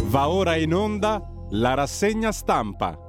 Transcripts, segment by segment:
Va ora in onda la rassegna stampa.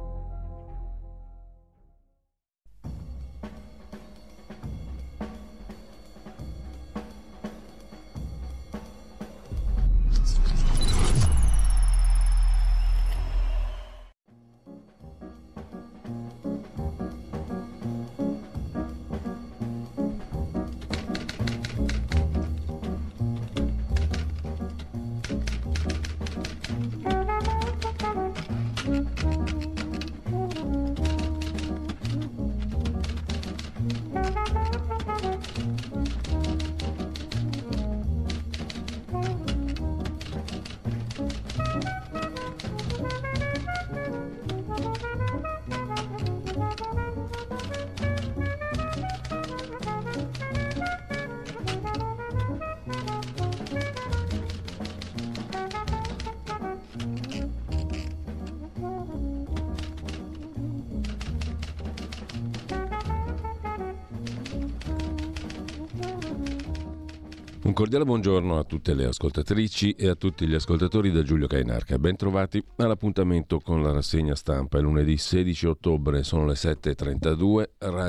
Un cordiale buongiorno a tutte le ascoltatrici e a tutti gli ascoltatori da Giulio Cainarca. Ben trovati all'appuntamento con la rassegna stampa. È lunedì 16 ottobre, sono le 7.32,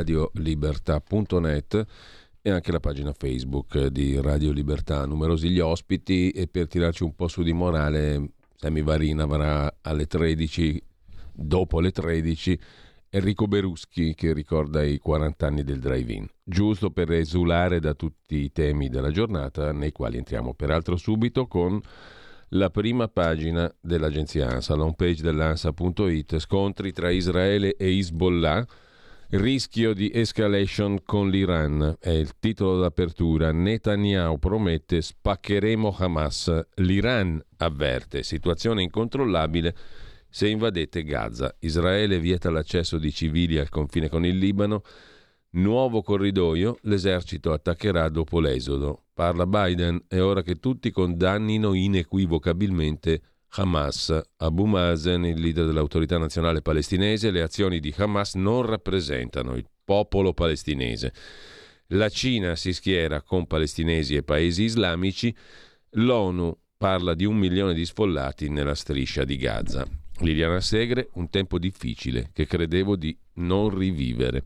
radiolibertà.net e anche la pagina Facebook di Radio Libertà. Numerosi gli ospiti e per tirarci un po' su di morale, Sammy Varin avrà alle 13, dopo le 13, Enrico Beruschi che ricorda i 40 anni del drive-in, giusto per esulare da tutti i temi della giornata nei quali entriamo peraltro subito con la prima pagina dell'agenzia ANSA, la homepage dell'ANSA.it, scontri tra Israele e Hezbollah, rischio di escalation con l'Iran, è il titolo d'apertura. Netanyahu promette spaccheremo Hamas, l'Iran avverte situazione incontrollabile se invadete Gaza. Israele vieta l'accesso di civili al confine con il Libano. Nuovo corridoio, l'esercito attaccherà dopo l'esodo. Parla Biden, è ora che tutti condannino inequivocabilmente Hamas. Abu Mazen, il leader dell'autorità nazionale palestinese, le azioni di Hamas non rappresentano il popolo palestinese. La Cina si schiera con palestinesi e paesi islamici. L'ONU parla di 1 milione di sfollati nella striscia di Gaza. Liliana Segre, un tempo difficile che credevo di non rivivere.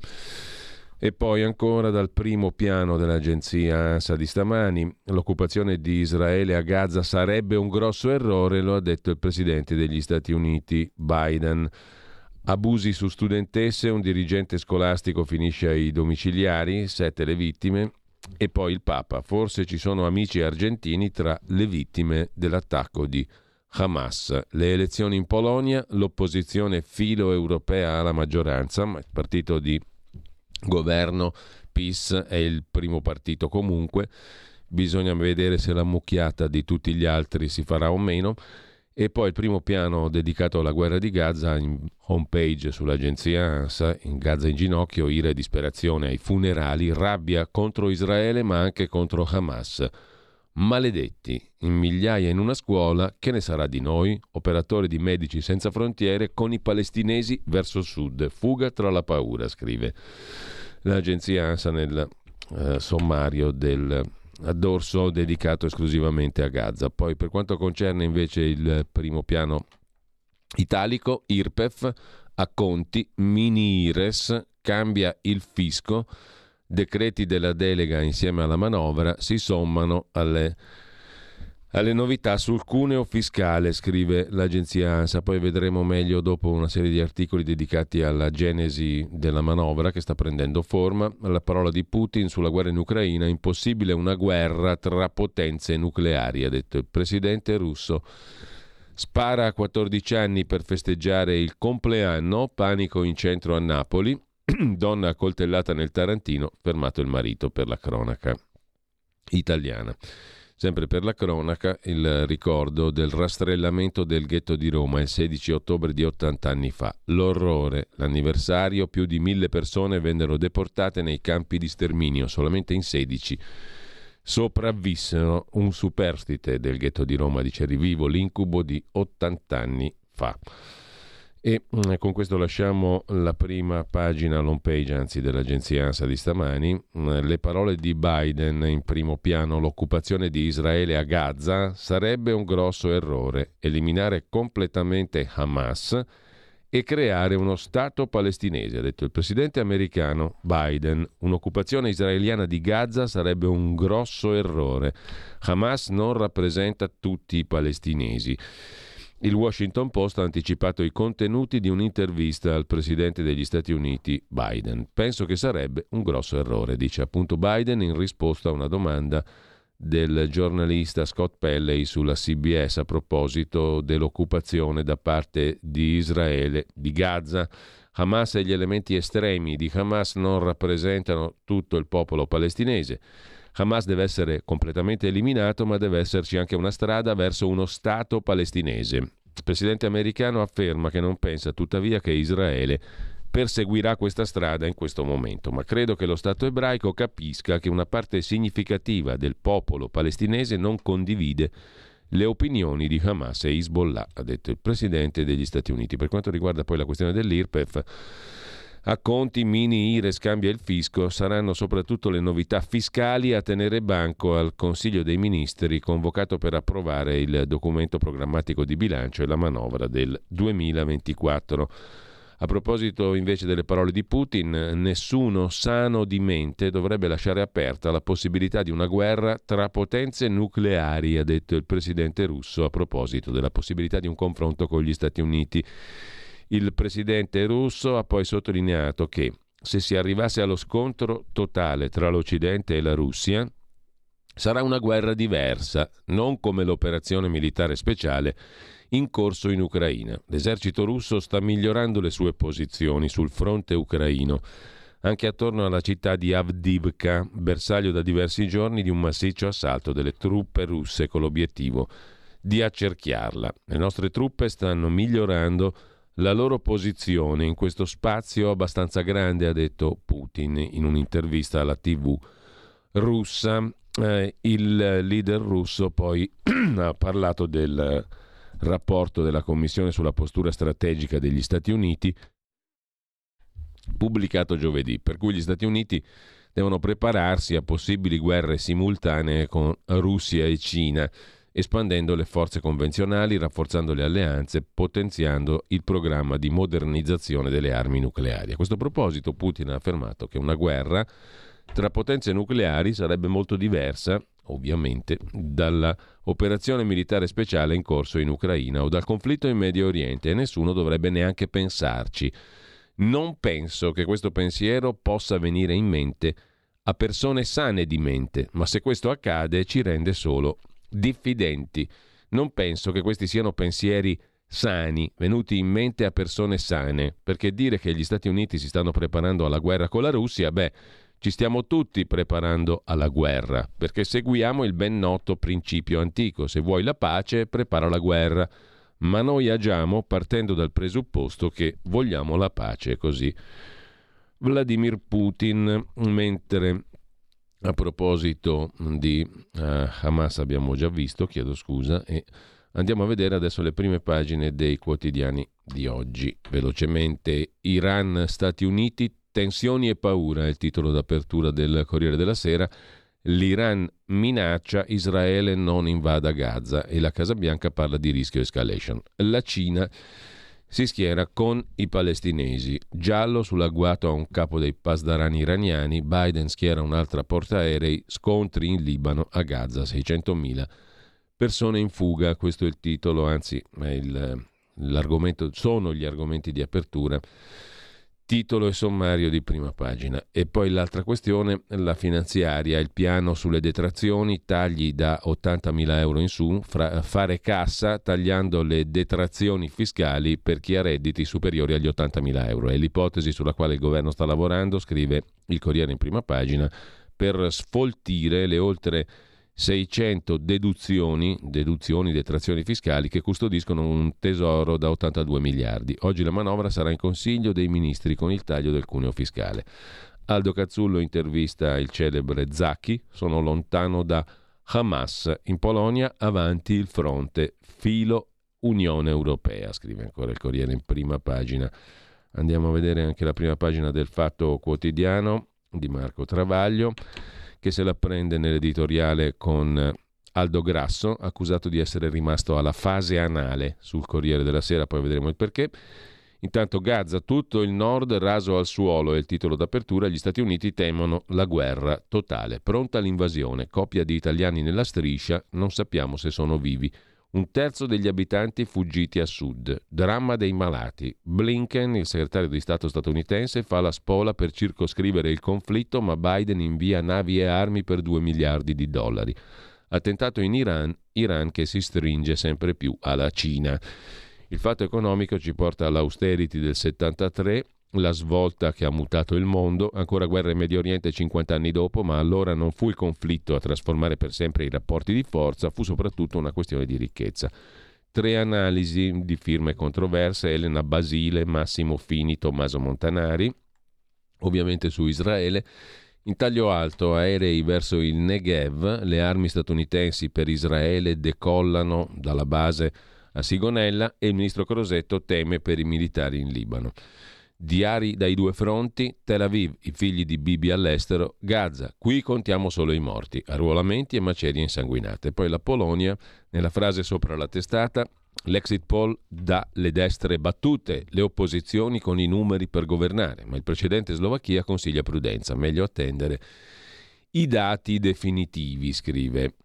E poi ancora dal primo piano dell'agenzia ANSA di stamani, l'occupazione di Israele a Gaza sarebbe un grosso errore, lo ha detto il presidente degli Stati Uniti Biden. Abusi su studentesse, un dirigente scolastico finisce ai domiciliari, 7 le vittime. E poi il Papa, forse ci sono amici argentini tra le vittime dell'attacco di Hamas. Le elezioni in Polonia, l'opposizione filo-europea alla maggioranza, ma il partito di governo PiS è il primo partito comunque, bisogna vedere se la mucchiata di tutti gli altri si farà o meno. E poi il primo piano dedicato alla guerra di Gaza, in homepage sull'agenzia ANSA, in Gaza in ginocchio, ira e disperazione ai funerali, rabbia contro Israele ma anche contro Hamas. Maledetti, in migliaia in una scuola, che ne sarà di noi? Operatori di Medici Senza Frontiere con i palestinesi verso sud, fuga tra la paura, scrive l'agenzia ANSA nel sommario del dorso dedicato esclusivamente a Gaza. Poi per quanto concerne invece il primo piano italico, IRPEF, acconti, mini IRES, cambia il fisco, decreti della delega insieme alla manovra si sommano alle novità sul cuneo fiscale, scrive l'agenzia ANSA. Poi vedremo meglio dopo una serie di articoli dedicati alla genesi della manovra che sta prendendo forma. La parola di Putin sulla guerra in Ucraina: impossibile una guerra tra potenze nucleari, ha detto il presidente russo. Spara a 14 anni per festeggiare il compleanno, panico in centro a Napoli. Donna accoltellata nel Tarantino, fermato il marito, per la cronaca italiana. Sempre per la cronaca, il ricordo del rastrellamento del ghetto di Roma il 16 ottobre di 80 anni fa. L'orrore, l'anniversario, più di 1000 persone vennero deportate nei campi di sterminio, solamente in 16 sopravvissero. Un superstite del ghetto di Roma dice: rivivo l'incubo di 80 anni fa. E con questo lasciamo la prima pagina, l'home page anzi, dell'agenzia ANSA di stamani. Le parole di Biden in primo piano: l'occupazione di Israele a Gaza sarebbe un grosso errore, eliminare completamente Hamas e creare uno Stato palestinese, ha detto il presidente americano Biden. Un'occupazione israeliana di Gaza sarebbe un grosso errore. Hamas non rappresenta tutti i palestinesi. Il Washington Post ha anticipato i contenuti di un'intervista al presidente degli Stati Uniti Biden. Penso che sarebbe un grosso errore, dice appunto Biden in risposta a una domanda del giornalista Scott Pelley sulla CBS a proposito dell'occupazione da parte di Israele di Gaza. Hamas e gli elementi estremi di Hamas non rappresentano tutto il popolo palestinese. Hamas deve essere completamente eliminato, ma deve esserci anche una strada verso uno Stato palestinese. Il presidente americano afferma che non pensa tuttavia che Israele perseguirà questa strada in questo momento, ma credo che lo Stato ebraico capisca che una parte significativa del popolo palestinese non condivide le opinioni di Hamas e Hezbollah, ha detto il presidente degli Stati Uniti. Per quanto riguarda poi la questione dell'IRPEF, acconti, mini IRES, cambia il fisco, saranno soprattutto le novità fiscali a tenere banco al Consiglio dei Ministri convocato per approvare il documento programmatico di bilancio e la manovra del 2024. A proposito invece delle parole di Putin, nessuno sano di mente dovrebbe lasciare aperta la possibilità di una guerra tra potenze nucleari, ha detto il presidente russo a proposito della possibilità di un confronto con gli Stati Uniti. Il presidente russo ha poi sottolineato che se si arrivasse allo scontro totale tra l'Occidente e la Russia, sarà una guerra diversa, non come l'operazione militare speciale in corso in Ucraina. L'esercito russo sta migliorando le sue posizioni sul fronte ucraino, anche attorno alla città di Avdiivka, bersaglio da diversi giorni di un massiccio assalto delle truppe russe con l'obiettivo di accerchiarla. Le nostre truppe stanno migliorando la loro posizione in questo spazio abbastanza grande, ha detto Putin in un'intervista alla TV russa. Il leader russo poi ha parlato del rapporto della Commissione sulla postura strategica degli Stati Uniti pubblicato giovedì, per cui gli Stati Uniti devono prepararsi a possibili guerre simultanee con Russia e Cina, espandendo le forze convenzionali, rafforzando le alleanze, potenziando il programma di modernizzazione delle armi nucleari. A questo proposito Putin ha affermato che una guerra tra potenze nucleari sarebbe molto diversa, ovviamente, dalla operazione militare speciale in corso in Ucraina o dal conflitto in Medio Oriente, e nessuno dovrebbe neanche pensarci. Non penso che questo pensiero possa venire in mente a persone sane di mente, ma se questo accade ci rende solo diffidenti. Non penso che questi siano pensieri sani, venuti in mente a persone sane, perché dire che gli Stati Uniti si stanno preparando alla guerra con la Russia, ci stiamo tutti preparando alla guerra, perché seguiamo il ben noto principio antico: se vuoi la pace, prepara la guerra. Ma noi agiamo partendo dal presupposto che vogliamo la pace, così Vladimir Putin. Mentre a proposito di Hamas abbiamo già visto, chiedo scusa, e andiamo a vedere adesso le prime pagine dei quotidiani di oggi. Velocemente: Iran, Stati Uniti, tensioni e paura, è il titolo d'apertura del Corriere della Sera. L'Iran minaccia Israele non invada Gaza e la Casa Bianca parla di rischio escalation. La Cina si schiera con i palestinesi. Giallo sull'agguato a un capo dei pasdarani iraniani. Biden schiera un'altra portaerei. Scontri in Libano, a Gaza 600.000 persone in fuga. Questo è il titolo, anzi è l'argomento, sono gli argomenti di apertura. Titolo e sommario di prima pagina. E poi l'altra questione, la finanziaria, il piano sulle detrazioni, tagli da 80.000 euro in su, fare cassa tagliando le detrazioni fiscali per chi ha redditi superiori agli 80.000 euro. È l'ipotesi sulla quale il governo sta lavorando, scrive il Corriere in prima pagina, per sfoltire le oltre 600 detrazioni fiscali che custodiscono un tesoro da 82 miliardi. Oggi la manovra sarà in Consiglio dei Ministri con il taglio del cuneo fiscale. Aldo Cazzullo intervista il celebre Zaki: sono lontano da Hamas. In Polonia avanti il fronte filo Unione Europea, scrive ancora il Corriere in prima pagina. Andiamo a vedere anche la prima pagina del Fatto Quotidiano di Marco Travaglio, che se la prende nell'editoriale con Aldo Grasso, accusato di essere rimasto alla fase anale, sul Corriere della Sera, poi vedremo il perché. Intanto Gaza, tutto il nord raso al suolo è il titolo d'apertura, gli Stati Uniti temono la guerra totale, pronta l'invasione, coppia di italiani nella striscia, non sappiamo se sono vivi. Un terzo degli abitanti fuggiti a sud. Dramma dei malati. Blinken, il segretario di Stato statunitense, fa la spola per circoscrivere il conflitto, ma Biden invia navi e armi per $2 miliardi. Attentato in Iran che si stringe sempre più alla Cina. Il Fatto Economico ci porta all'austerity del 73, la svolta che ha mutato il mondo, ancora guerra in Medio Oriente 50 anni dopo, ma allora non fu il conflitto a trasformare per sempre i rapporti di forza, fu soprattutto una questione di ricchezza. 3 analisi di firme controverse, Elena Basile, Massimo Fini, Tommaso Montanari, ovviamente su Israele. In taglio alto, aerei verso il Negev, le armi statunitensi per Israele decollano dalla base a Sigonella e il ministro Crosetto teme per i militari in Libano. Diari dai 2 fronti, Tel Aviv, i figli di Bibi all'estero, Gaza, qui contiamo solo i morti, arruolamenti e macerie insanguinate. Poi la Polonia, nella frase sopra la testata, l'exit poll dà le destre battute, le opposizioni con i numeri per governare, ma il precedente Slovacchia consiglia prudenza, meglio attendere i dati definitivi, scrive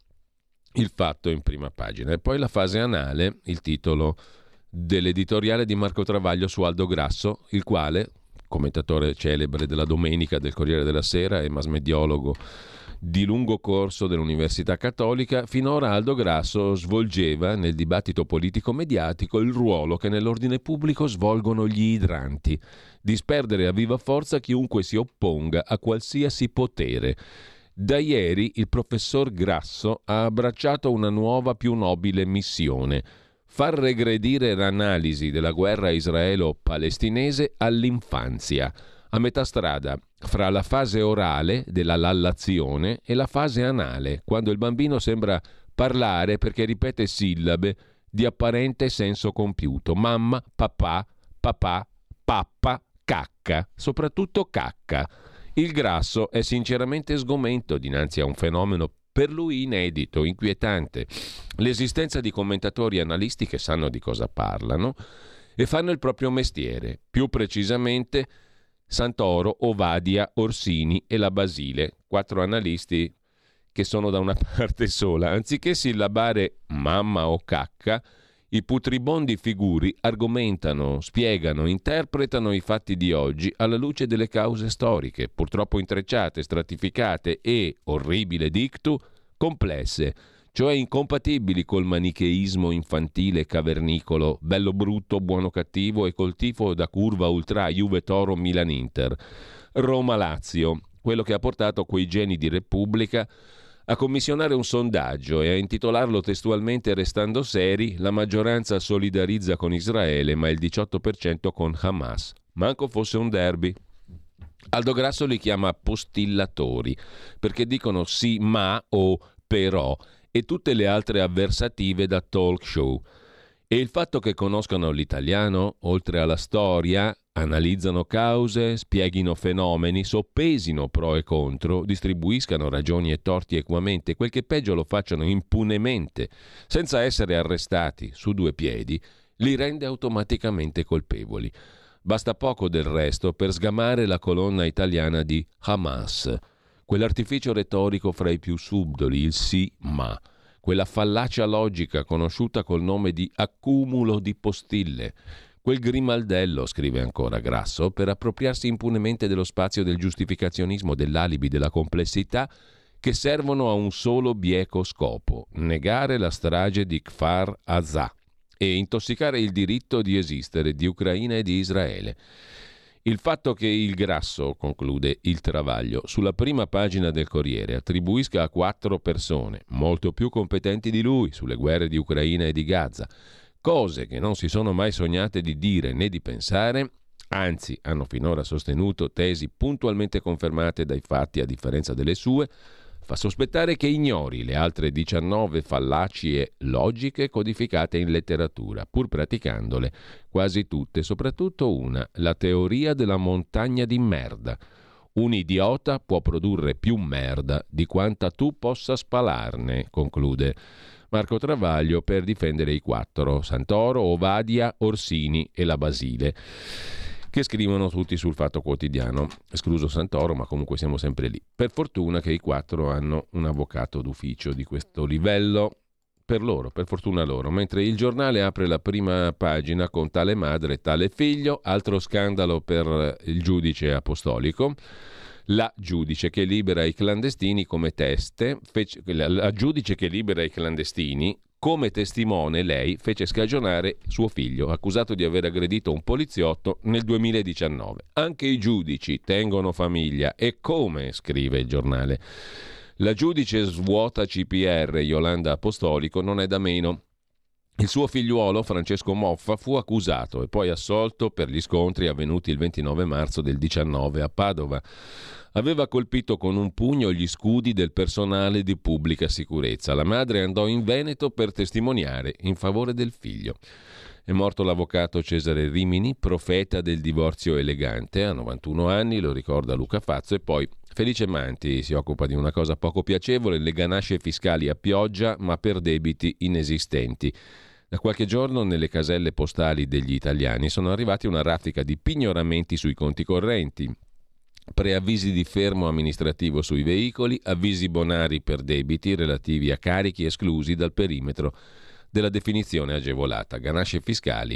il Fatto in prima pagina. E poi la fase anale, il titolo dell'editoriale di Marco Travaglio su Aldo Grasso, il quale, commentatore celebre della Domenica del Corriere della Sera e masmediologo di lungo corso dell'Università Cattolica, finora Aldo Grasso svolgeva nel dibattito politico-mediatico il ruolo che nell'ordine pubblico svolgono gli idranti, disperdere a viva forza chiunque si opponga a qualsiasi potere. Da ieri il professor Grasso ha abbracciato una nuova più nobile missione: far regredire l'analisi della guerra israelo-palestinese all'infanzia, a metà strada fra la fase orale della lallazione e la fase anale, quando il bambino sembra parlare perché ripete sillabe di apparente senso compiuto. Mamma, papà, papà, pappa, cacca, soprattutto cacca. Il Grasso è sinceramente sgomento dinanzi a un fenomeno per lui inedito, inquietante. L'esistenza di commentatori e analisti che sanno di cosa parlano e fanno il proprio mestiere, più precisamente Santoro, Ovadia, Orsini e la Basile, 4 analisti che sono da una parte sola. Anziché sillabare mamma o cacca, i putribondi figuri argomentano, spiegano, interpretano i fatti di oggi alla luce delle cause storiche, purtroppo intrecciate, stratificate e, orribile dictu, complesse, cioè incompatibili col manicheismo infantile cavernicolo, bello brutto, buono cattivo e col tifo da curva ultra Juve Toro Milan Inter. Roma-Lazio, quello che ha portato quei geni di Repubblica a commissionare un sondaggio e a intitolarlo testualmente "Restando seri, la maggioranza solidarizza con Israele ma il 18% con Hamas". Manco fosse un derby. Aldo Grasso li chiama postillatori perché dicono sì ma o però e tutte le altre avversative da talk show. E il fatto che conoscano l'italiano, oltre alla storia, analizzano cause, spieghino fenomeni, soppesino pro e contro, distribuiscano ragioni e torti equamente, quel che peggio lo facciano impunemente, senza essere arrestati su 2 piedi, li rende automaticamente colpevoli. Basta poco del resto per sgamare la colonna italiana di Hamas, quell'artificio retorico fra i più subdoli, il sì ma, quella fallacia logica conosciuta col nome di accumulo di postille, quel grimaldello, scrive ancora Grasso, per appropriarsi impunemente dello spazio del giustificazionismo, dell'alibi, della complessità, che servono a un solo bieco scopo: negare la strage di Kfar Aza e intossicare il diritto di esistere di Ucraina e di Israele. Il fatto che il Grasso, conclude il Travaglio, sulla prima pagina del Corriere attribuisca a 4 persone, molto più competenti di lui, sulle guerre di Ucraina e di Gaza, cose che non si sono mai sognate di dire né di pensare, anzi hanno finora sostenuto tesi puntualmente confermate dai fatti a differenza delle sue, fa sospettare che ignori le altre 19 fallacie logiche codificate in letteratura, pur praticandole quasi tutte, soprattutto una, la teoria della montagna di merda. Un idiota può produrre più merda di quanta tu possa spalarne, conclude Marco Travaglio per difendere i quattro, Santoro, Ovadia, Orsini e la Basile, che scrivono tutti sul Fatto Quotidiano, escluso Santoro, ma comunque siamo sempre lì. Per fortuna che i quattro hanno un avvocato d'ufficio di questo livello, per fortuna loro, mentre il Giornale apre la prima pagina con tale madre, tale figlio, altro scandalo per il giudice apostolico, la giudice che libera i clandestini come come testimone lei fece scagionare suo figlio, accusato di aver aggredito un poliziotto nel 2019. Anche i giudici tengono famiglia e come, scrive il Giornale. La giudice svuota CPR Iolanda Apostolico non è da meno. Il suo figliuolo Francesco Moffa fu accusato e poi assolto per gli scontri avvenuti il 29 marzo del 19 a Padova. Aveva colpito con un pugno gli scudi del personale di pubblica sicurezza. La madre andò in Veneto per testimoniare in favore del figlio. È morto l'avvocato Cesare Rimini, profeta del divorzio elegante, a 91 anni, lo ricorda Luca Fazzo, e poi Felice Manti si occupa di una cosa poco piacevole, le ganasce fiscali a pioggia ma per debiti inesistenti. Da qualche giorno nelle caselle postali degli italiani sono arrivati una raffica di pignoramenti sui conti correnti, preavvisi di fermo amministrativo sui veicoli, avvisi bonari per debiti relativi a carichi esclusi dal perimetro della definizione agevolata, ganasce fiscali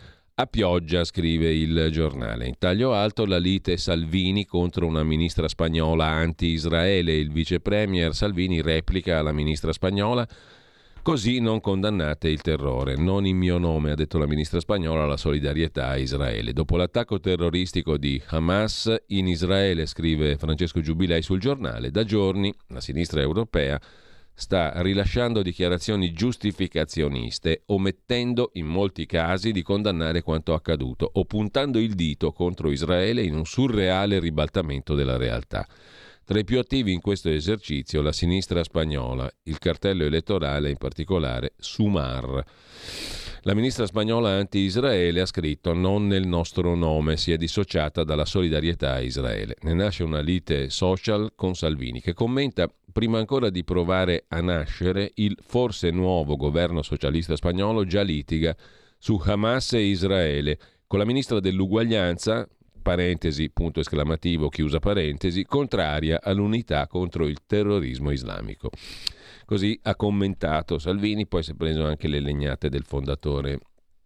a pioggia, scrive il Giornale. In taglio alto la lite Salvini contro una ministra spagnola anti-Israele. Il vice premier Salvini replica alla ministra spagnola: così non condannate il terrore. Non in mio nome, ha detto la ministra spagnola, la solidarietà a Israele. Dopo l'attacco terroristico di Hamas in Israele, scrive Francesco Giubilei sul Giornale, da giorni la sinistra europea sta rilasciando dichiarazioni giustificazioniste, omettendo in molti casi di condannare quanto accaduto o puntando il dito contro Israele in un surreale ribaltamento della realtà. Tra i più attivi in questo esercizio la sinistra spagnola, il cartello elettorale in particolare Sumar. La ministra spagnola anti-Israele ha scritto: non nel nostro nome, si è dissociata dalla solidarietà a Israele. Ne nasce una lite social con Salvini che commenta: prima ancora di provare a nascere, il forse nuovo governo socialista spagnolo già litiga su Hamas e Israele, con la ministra dell'uguaglianza, parentesi, punto esclamativo, chiusa parentesi, contraria all'unità contro il terrorismo islamico. Così ha commentato Salvini, poi si è preso anche le legnate del fondatore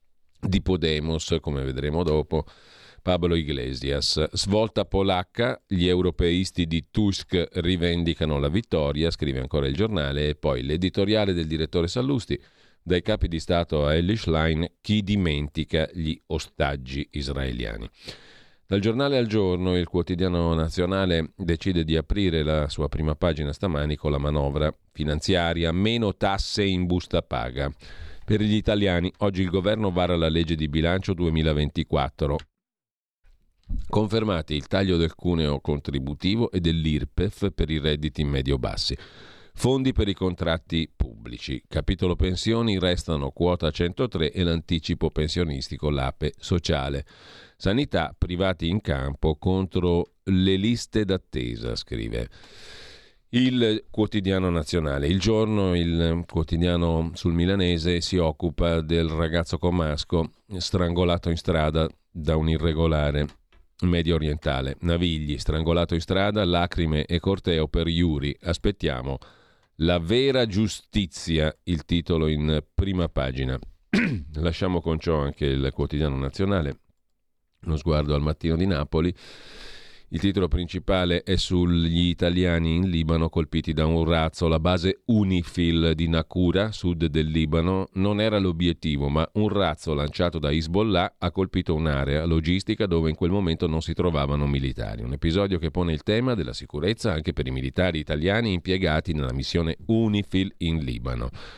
di Podemos, come vedremo dopo, Pablo Iglesias. Svolta polacca, gli europeisti di Tusk rivendicano la vittoria, scrive ancora il Giornale, e poi l'editoriale del direttore Sallusti: dai capi di Stato a Elly Schlein, chi dimentica gli ostaggi israeliani. Dal Giornale al Giorno, il quotidiano nazionale decide di aprire la sua prima pagina stamani con la manovra finanziaria, meno tasse in busta paga. Per gli italiani, oggi il governo vara la legge di bilancio 2024. Confermati il taglio del cuneo contributivo e dell'IRPEF per i redditi medio-bassi. Fondi per i contratti pubblici. Capitolo pensioni, restano quota 103 e l'anticipo pensionistico, l'APE sociale. Sanità, privati in campo contro le liste d'attesa, scrive il quotidiano nazionale. Il Giorno, il quotidiano sul milanese, si occupa del ragazzo comasco strangolato in strada da un irregolare medio orientale. Navigli, strangolato in strada, lacrime e corteo per Iuri. Aspettiamo la vera giustizia, il titolo in prima pagina. Lasciamo con ciò anche il quotidiano nazionale. Uno sguardo al Mattino di Napoli. Il titolo principale è sugli italiani in Libano colpiti da un razzo. La base Unifil di Naqoura, sud del Libano, non era l'obiettivo, ma un razzo lanciato da Hezbollah ha colpito un'area logistica dove in quel momento non si trovavano militari. Un episodio che pone il tema della sicurezza anche per i militari italiani impiegati nella missione Unifil in Libano.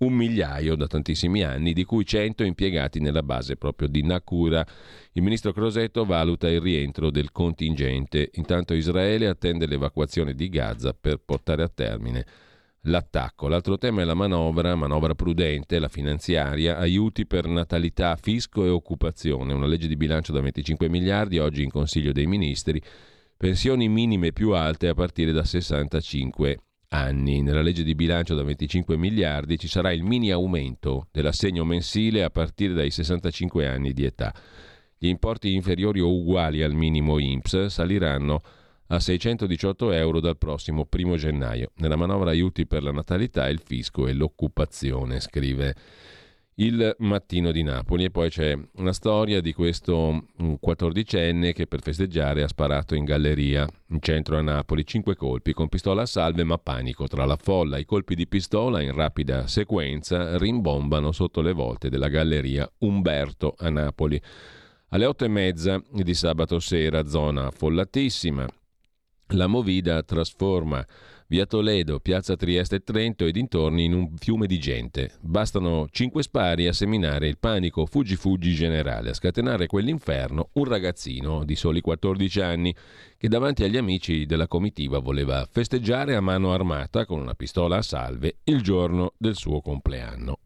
1.000.000 da tantissimi anni, di cui 100 impiegati nella base proprio di Naqoura. Il ministro Crosetto valuta il rientro del contingente. Intanto Israele attende l'evacuazione di Gaza per portare a termine l'attacco. L'altro tema è la manovra prudente, la finanziaria, aiuti per natalità, fisco e occupazione, una legge di bilancio da 25 miliardi, oggi in Consiglio dei Ministri, pensioni minime più alte a partire da 65 anni. Nella legge di bilancio da 25 miliardi ci sarà il mini aumento dell'assegno mensile a partire dai 65 anni di età. Gli importi inferiori o uguali al minimo INPS saliranno a 618 euro dal prossimo 1 gennaio. Nella manovra aiuti per la natalità, il fisco e l'occupazione, scrive il Mattino di Napoli. E poi c'è una storia di questo 14enne che per festeggiare ha sparato in galleria in centro a Napoli, 5 colpi con pistola a salve, ma panico tra la folla. I colpi di pistola in rapida sequenza rimbombano sotto le volte della galleria Umberto a Napoli alle 8:30 di sabato sera, zona affollatissima. La movida trasforma via Toledo, piazza Trieste e Trento e dintorni in un fiume di gente. Bastano 5 spari a seminare il panico fuggi generale, a scatenare quell'inferno un ragazzino di soli 14 anni che davanti agli amici della comitiva voleva festeggiare a mano armata con una pistola a salve il giorno del suo compleanno.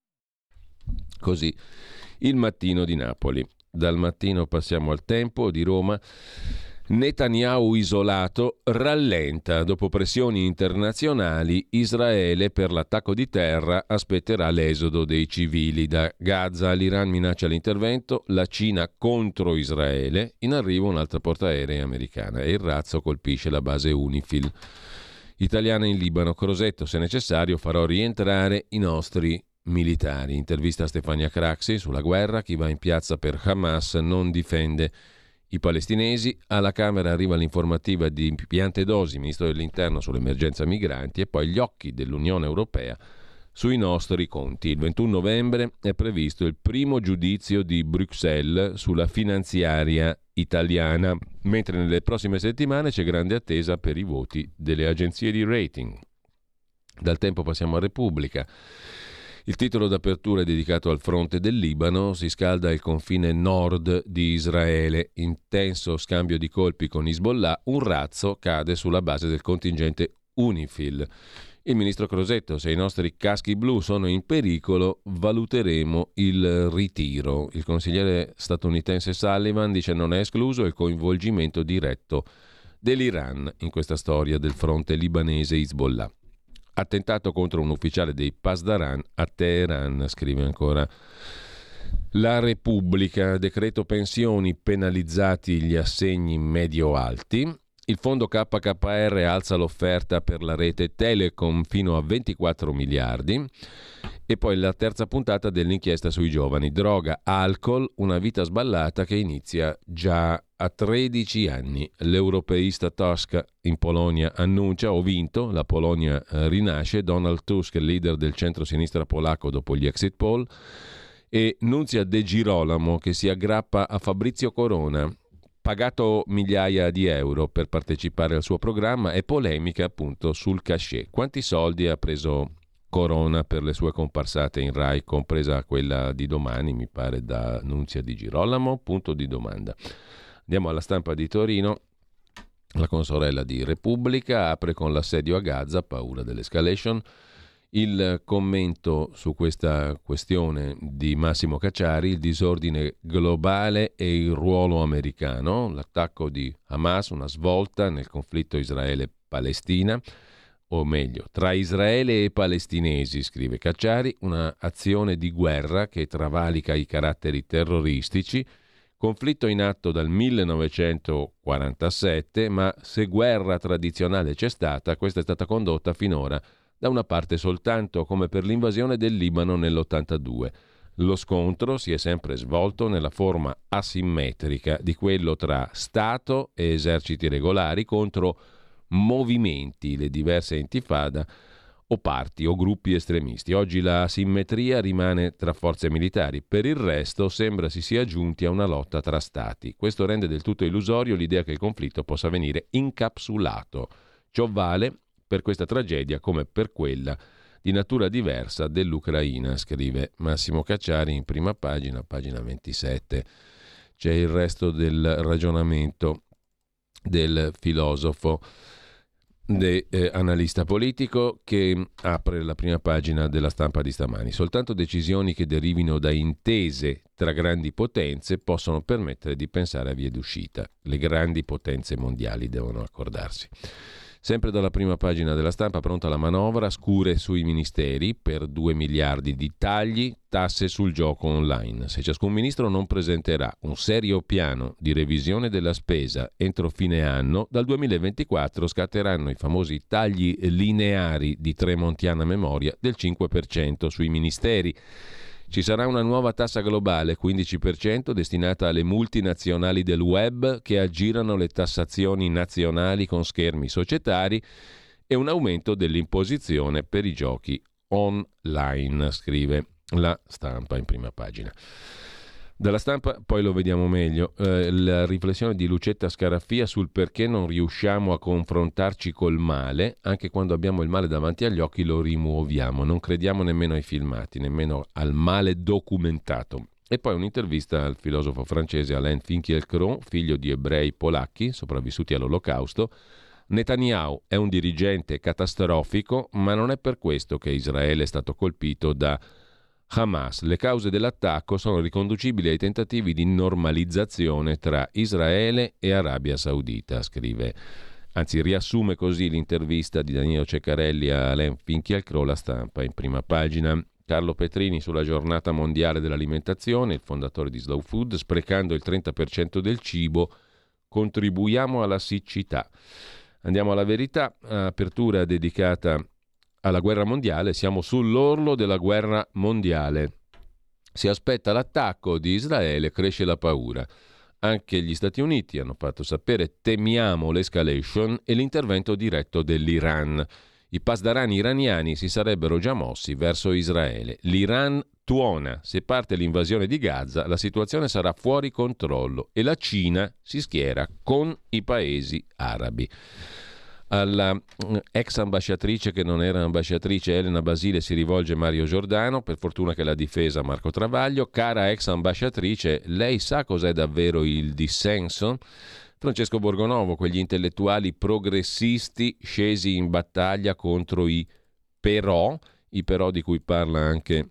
Così il Mattino di Napoli. Dal Mattino passiamo al Tempo di Roma. Netanyahu isolato rallenta. Dopo pressioni internazionali, Israele per l'attacco di terra aspetterà l'esodo dei civili. Da Gaza l'Iran minaccia l'intervento, la Cina contro Israele, in arrivo un'altra portaerei americana e il razzo colpisce la base UNIFIL italiana in Libano. Crosetto, se necessario, farò rientrare i nostri militari. Intervista a Stefania Craxi sulla guerra, chi va in piazza per Hamas non difende i palestinesi. Alla Camera arriva l'informativa di Piantedosi, ministro dell'Interno, sull'emergenza migranti e poi gli occhi dell'Unione Europea sui nostri conti. Il 21 novembre è previsto il primo giudizio di Bruxelles sulla finanziaria italiana, mentre nelle prossime settimane c'è grande attesa per i voti delle agenzie di rating. Dal Tempo passiamo a Repubblica. Il titolo d'apertura è dedicato al fronte del Libano, si scalda il confine nord di Israele, intenso scambio di colpi con Hezbollah, un razzo cade sulla base del contingente UNIFIL. Il ministro Crosetto, se i nostri caschi blu sono in pericolo, valuteremo il ritiro. Il consigliere statunitense Sullivan dice non è escluso il coinvolgimento diretto dell'Iran in questa storia del fronte libanese Hezbollah. Attentato contro un ufficiale dei Pasdaran a Teheran, scrive ancora La Repubblica. Decreto pensioni, penalizzati gli assegni medio-alti. Il fondo KKR alza l'offerta per la rete Telecom fino a 24 miliardi. E poi la terza puntata dell'inchiesta sui giovani. Droga, alcol, una vita sballata che inizia già a 13 anni. L'europeista Tusk in Polonia annuncia: ho vinto, la Polonia rinasce. Donald Tusk, leader del centro-sinistra polacco dopo gli exit poll. E Nunzia De Girolamo che si aggrappa a Fabrizio Corona, pagato migliaia di euro per partecipare al suo programma, e polemica appunto sul cachet. Quanti soldi ha preso Corona per le sue comparsate in Rai, compresa quella di domani, mi pare, da Nunzia Di Girolamo? Punto di domanda. Andiamo alla Stampa di Torino. La consorella di Repubblica apre con l'assedio a Gaza, paura dell'escalation. Il commento su questa questione di Massimo Cacciari, il disordine globale e il ruolo americano, l'attacco di Hamas, una svolta nel conflitto Israele-Palestina, o meglio, tra Israele e palestinesi, scrive Cacciari, una azione di guerra che travalica i caratteri terroristici, conflitto in atto dal 1947, ma se guerra tradizionale c'è stata, questa è stata condotta finora da una parte soltanto, come per l'invasione del Libano nell'82. Lo scontro si è sempre svolto nella forma asimmetrica di quello tra Stato e eserciti regolari contro movimenti, le diverse intifada o parti o gruppi estremisti. Oggi la asimmetria rimane tra forze militari, per il resto sembra si sia giunti a una lotta tra stati. Questo rende del tutto illusorio l'idea che il conflitto possa venire incapsulato. Ciò vale per questa tragedia come per quella di natura diversa dell'Ucraina, scrive Massimo Cacciari in prima pagina, pagina 27. C'è il resto del ragionamento del filosofo, analista politico, che apre la prima pagina della Stampa di stamani. Soltanto decisioni che derivino da intese tra grandi potenze possono permettere di pensare a vie d'uscita. Le grandi potenze mondiali devono accordarsi. Sempre dalla prima pagina della Stampa, pronta la manovra, scure sui ministeri per 2 miliardi di tagli, tasse sul gioco online. Se ciascun ministro non presenterà un serio piano di revisione della spesa entro fine anno, dal 2024 scatteranno i famosi tagli lineari di tremontiana memoria del 5% sui ministeri. Ci sarà una nuova tassa globale, 15%, destinata alle multinazionali del web che aggirano le tassazioni nazionali con schermi societari, e un aumento dell'imposizione per i giochi online, scrive la Stampa in prima pagina. Dalla Stampa poi lo vediamo meglio, la riflessione di Lucetta Scaraffia sul perché non riusciamo a confrontarci col male, anche quando abbiamo il male davanti agli occhi lo rimuoviamo, non crediamo nemmeno ai filmati, nemmeno al male documentato. E poi un'intervista al filosofo francese Alain Finkielkraut, figlio di ebrei polacchi sopravvissuti all'Olocausto. Netanyahu è un dirigente catastrofico, ma non è per questo che Israele è stato colpito da Hamas. Le cause dell'attacco sono riconducibili ai tentativi di normalizzazione tra Israele e Arabia Saudita, scrive, anzi riassume così l'intervista di Danilo Ceccarelli a Alain Finkielkraut, la Stampa in prima pagina. Carlo Petrini sulla giornata mondiale dell'alimentazione, il fondatore di Slow Food: sprecando il 30% del cibo contribuiamo alla siccità. Andiamo alla Verità, apertura dedicata alla guerra mondiale, siamo sull'orlo della guerra mondiale. Si aspetta l'attacco di Israele, cresce la paura. Anche gli Stati Uniti hanno fatto sapere: temiamo l'escalation e l'intervento diretto dell'Iran. I pasdaran iraniani si sarebbero già mossi verso Israele. L'Iran tuona: se parte l'invasione di Gaza, la situazione sarà fuori controllo e la Cina si schiera con i paesi arabi. Alla ex ambasciatrice che non era ambasciatrice Elena Basile si rivolge Mario Giordano, per fortuna che l'ha difesa Marco Travaglio. Cara ex ambasciatrice, lei sa cos'è davvero il dissenso? Francesco Borgonovo, quegli intellettuali progressisti scesi in battaglia contro i però di cui parla anche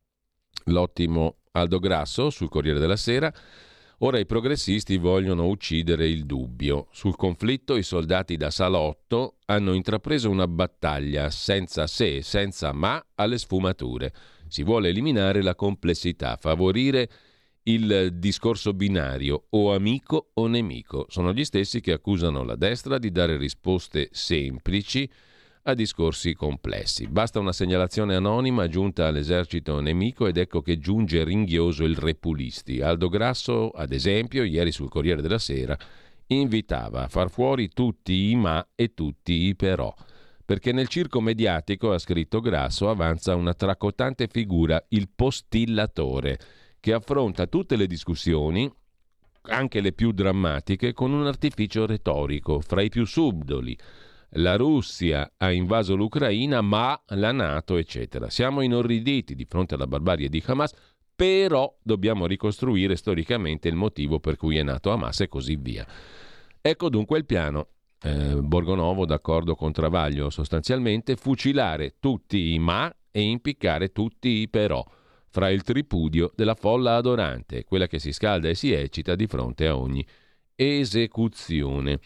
l'ottimo Aldo Grasso sul Corriere della Sera. Ora i progressisti vogliono uccidere il dubbio. Sul conflitto i soldati da salotto hanno intrapreso una battaglia senza se, senza ma, alle sfumature. Si vuole eliminare la complessità, favorire il discorso binario, o amico o nemico. Sono gli stessi che accusano la destra di dare risposte semplici a discorsi complessi. Basta una segnalazione anonima giunta all'esercito nemico ed ecco che giunge ringhioso il Repulisti. Aldo Grasso, ad esempio, ieri sul Corriere della Sera, invitava a far fuori tutti i ma e tutti i però. Perché nel circo mediatico, ha scritto Grasso, avanza una tracotante figura, il postillatore, che affronta tutte le discussioni, anche le più drammatiche, con un artificio retorico, fra i più subdoli. La Russia ha invaso l'Ucraina, ma la NATO, eccetera. Siamo inorriditi di fronte alla barbarie di Hamas, però dobbiamo ricostruire storicamente il motivo per cui è nato Hamas e così via. Ecco dunque il piano. Borgonovo d'accordo con Travaglio, sostanzialmente fucilare tutti i ma e impiccare tutti i però, fra il tripudio della folla adorante, quella che si scalda e si eccita di fronte a ogni esecuzione.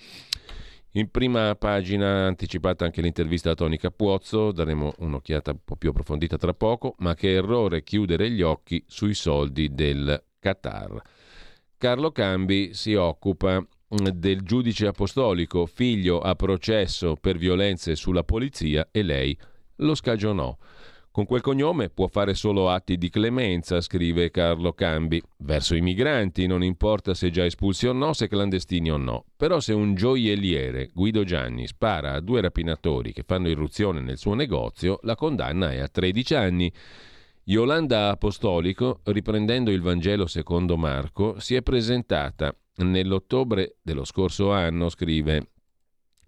In prima pagina anticipata anche l'intervista a Toni Cappuozzo, daremo un'occhiata un po' più approfondita tra poco, ma che errore chiudere gli occhi sui soldi del Qatar. Carlo Cambi si occupa del giudice apostolico, figlio a processo per violenze sulla polizia e lei lo scagionò. Con quel cognome può fare solo atti di clemenza, scrive Carlo Cambi, verso i migranti, non importa se già espulsi o no, se clandestini o no. Però se un gioielliere, Guido Gianni, spara a 2 rapinatori che fanno irruzione nel suo negozio, la condanna è a 13 anni. Yolanda Apostolico, riprendendo il Vangelo secondo Marco, si è presentata nell'ottobre dello scorso anno, scrive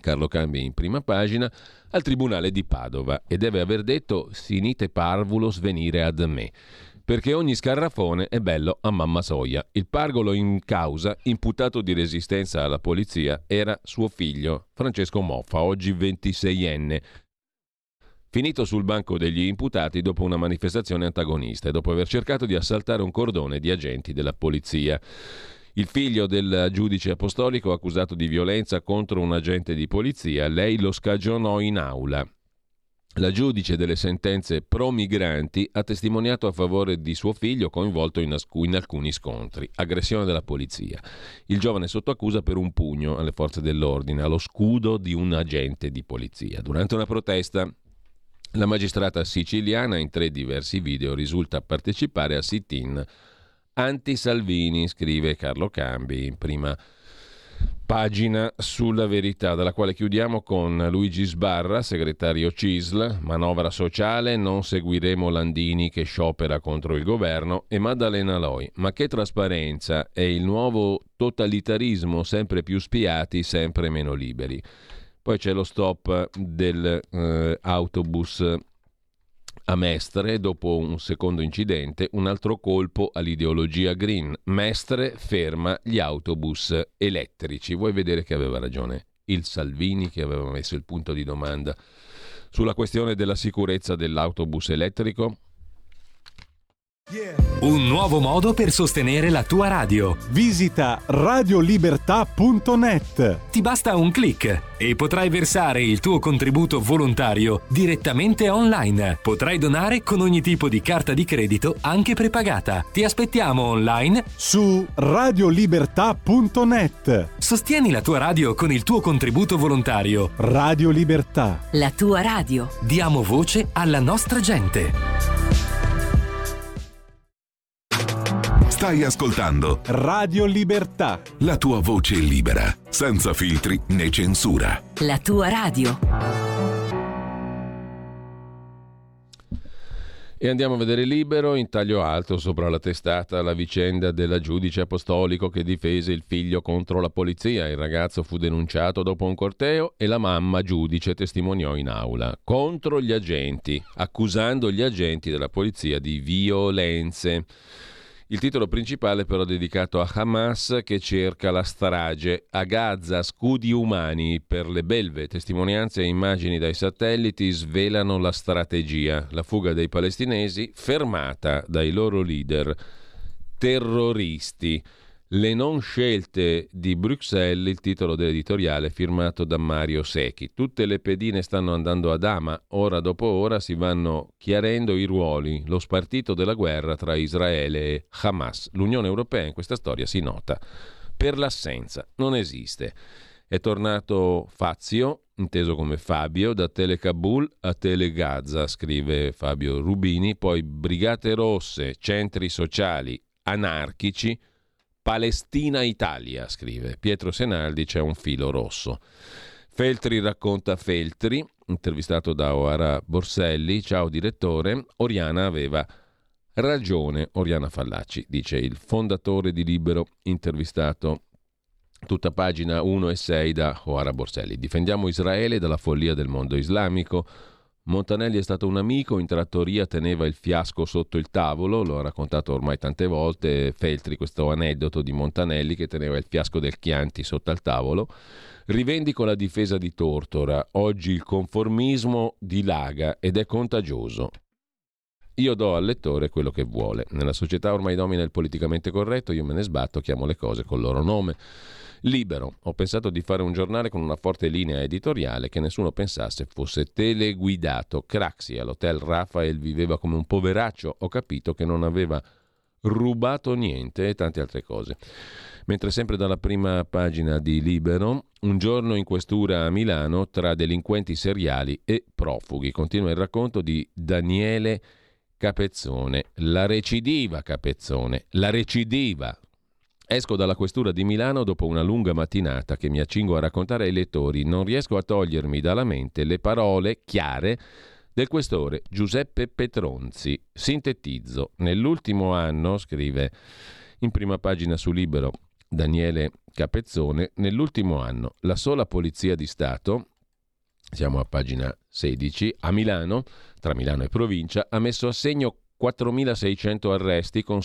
Carlo Cambi in prima pagina, al tribunale di Padova e deve aver detto sinite parvulos venire ad me, perché ogni scarrafone è bello a mamma soia. Il pargolo in causa, imputato di resistenza alla polizia, era suo figlio, Francesco Moffa, oggi 26enne, finito sul banco degli imputati dopo una manifestazione antagonista e dopo aver cercato di assaltare un cordone di agenti della polizia. Il figlio del giudice apostolico accusato di violenza contro un agente di polizia, lei lo scagionò in aula. La giudice delle sentenze pro-migranti ha testimoniato a favore di suo figlio coinvolto in alcuni scontri. Aggressione della polizia. Il giovane sotto accusa per un pugno alle forze dell'ordine, allo scudo di un agente di polizia. Durante una protesta, la magistrata siciliana in 3 diversi video risulta partecipare a sit-in anti-Salvini, scrive Carlo Cambi in prima pagina sulla Verità, dalla quale chiudiamo con Luigi Sbarra, segretario CISL, manovra sociale, non seguiremo Landini che sciopera contro il governo, e Maddalena Loi, ma che trasparenza, è il nuovo totalitarismo, sempre più spiati, sempre meno liberi. Poi c'è lo stop dell'autobus a Mestre dopo un secondo incidente, un altro colpo all'ideologia green. Mestre ferma gli autobus elettrici. Vuoi vedere che aveva ragione il Salvini, che aveva messo il punto di domanda sulla questione della sicurezza dell'autobus elettrico? Un nuovo modo per sostenere la tua radio. Visita radiolibertà.net. Ti basta un click e potrai versare il tuo contributo volontario direttamente online. Potrai donare con ogni tipo di carta di credito, anche prepagata. Ti aspettiamo online su radiolibertà.net. Sostieni la tua radio con il tuo contributo volontario. Radio Libertà. La tua radio. Diamo voce alla nostra gente. Stai ascoltando Radio Libertà. la tua voce libera, senza filtri né censura. La tua radio. E andiamo a vedere Libero, in taglio alto sopra la testata, la vicenda della giudice apostolico che difese il figlio contro la polizia. Il ragazzo fu denunciato dopo un corteo e la mamma giudice testimoniò in aula contro gli agenti, accusando gli agenti della polizia di violenze. Il titolo principale però è dedicato a Hamas che cerca la strage. A Gaza scudi umani per le belve. Testimonianze e immagini dai satelliti svelano la strategia. La fuga dei palestinesi fermata dai loro leader terroristi. Le non scelte di Bruxelles, il titolo dell'editoriale firmato da Mario Secchi. Tutte le pedine stanno andando a dama, ora dopo ora si vanno chiarendo i ruoli, lo spartito della guerra tra Israele e Hamas. L'Unione Europea in questa storia si nota per l'assenza, non esiste. È tornato Fazio, inteso come Fabio, da Tele Kabul a Tele Gaza, scrive Fabio Rubini, poi brigate rosse, centri sociali, anarchici, Palestina Italia, scrive Pietro Senaldi, c'è un filo rosso. Feltri racconta Feltri, intervistato da Oara Borselli, ciao direttore, Oriana aveva ragione, Oriana Fallaci, dice il fondatore di Libero, intervistato tutta pagina 1 e 6 da Oara Borselli. Difendiamo Israele dalla follia del mondo islamico. Montanelli è stato un amico, in trattoria teneva il fiasco sotto il tavolo, l'ho raccontato ormai tante volte, Feltri, questo aneddoto di Montanelli che teneva il fiasco del Chianti sotto al tavolo. Rivendico la difesa di Tortora, oggi il conformismo dilaga ed è contagioso. Io do al lettore quello che vuole. Nella società ormai domina il politicamente corretto, io me ne sbatto, chiamo le cose col loro nome. Libero. Ho pensato di fare un giornale con una forte linea editoriale che nessuno pensasse fosse teleguidato. Craxi all'hotel Rafael viveva come un poveraccio. Ho capito che non aveva rubato niente e tante altre cose. Mentre sempre dalla prima pagina di Libero, un giorno in questura a Milano tra delinquenti seriali e profughi. Continua il racconto di Daniele Capezzone. La recidiva Capezzone. La recidiva. Esco dalla questura di Milano dopo una lunga mattinata che mi accingo a raccontare ai lettori. Non riesco a togliermi dalla mente le parole chiare del questore Giuseppe Petronzi. Sintetizzo. Nell'ultimo anno, scrive in prima pagina su Libero Daniele Capezzone, nell'ultimo anno la sola Polizia di Stato, siamo a pagina 16, a Milano, tra Milano e provincia, ha messo a segno 4.600 arresti con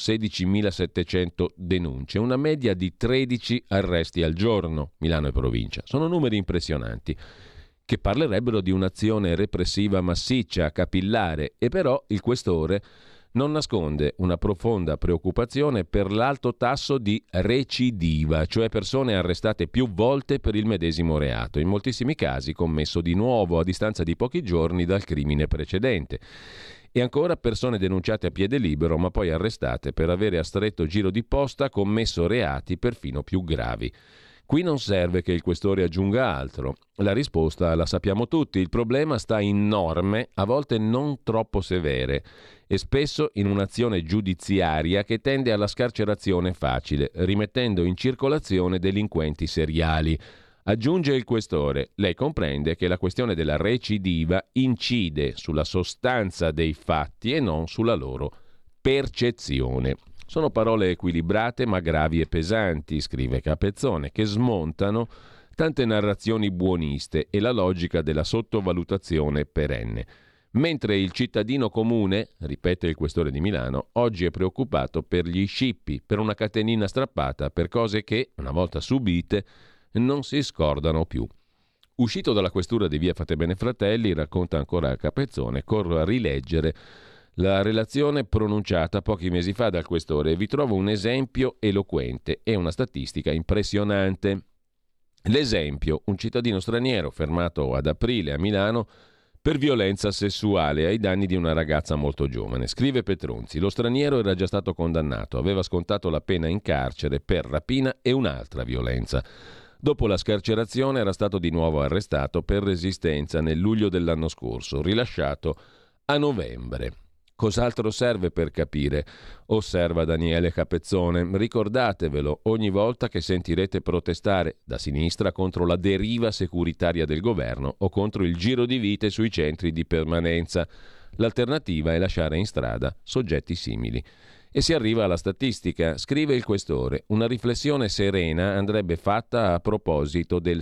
16.700 denunce, una media di 13 arresti al giorno, Milano e provincia. Sono numeri impressionanti, che parlerebbero di un'azione repressiva massiccia, capillare, e però il questore non nasconde una profonda preoccupazione per l'alto tasso di recidiva, cioè persone arrestate più volte per il medesimo reato, in moltissimi casi commesso di nuovo a distanza di pochi giorni dal crimine precedente. E ancora persone denunciate a piede libero ma poi arrestate per avere a stretto giro di posta commesso reati perfino più gravi. Qui non serve che il questore aggiunga altro. La risposta la sappiamo tutti. Il problema sta in norme, a volte non troppo severe, e spesso in un'azione giudiziaria che tende alla scarcerazione facile, rimettendo in circolazione delinquenti seriali. Aggiunge il questore, lei comprende che la questione della recidiva incide sulla sostanza dei fatti e non sulla loro percezione. Sono parole equilibrate ma gravi e pesanti, scrive Capezzone, che smontano tante narrazioni buoniste e la logica della sottovalutazione perenne. Mentre il cittadino comune, ripete il questore di Milano, oggi è preoccupato per gli scippi, per una catenina strappata, per cose che, una volta subite, non si scordano più. Uscito dalla questura di via Fattebene Fratelli, racconta ancora Capezzone, corro a rileggere la relazione pronunciata pochi mesi fa dal questore e vi trovo un esempio eloquente e una statistica impressionante. L'esempio, un cittadino straniero fermato ad aprile a Milano per violenza sessuale ai danni di una ragazza molto giovane. Scrive Petronzi, lo straniero era già stato condannato, aveva scontato la pena in carcere per rapina e un'altra violenza. Dopo la scarcerazione era stato di nuovo arrestato per resistenza nel luglio dell'anno scorso, rilasciato a novembre. Cos'altro serve per capire? Osserva Daniele Capezzone. Ricordatevelo ogni volta che sentirete protestare da sinistra contro la deriva securitaria del governo o contro il giro di vite sui centri di permanenza. L'alternativa è lasciare in strada soggetti simili. E si arriva alla statistica. Scrive il questore, una riflessione serena andrebbe fatta a proposito del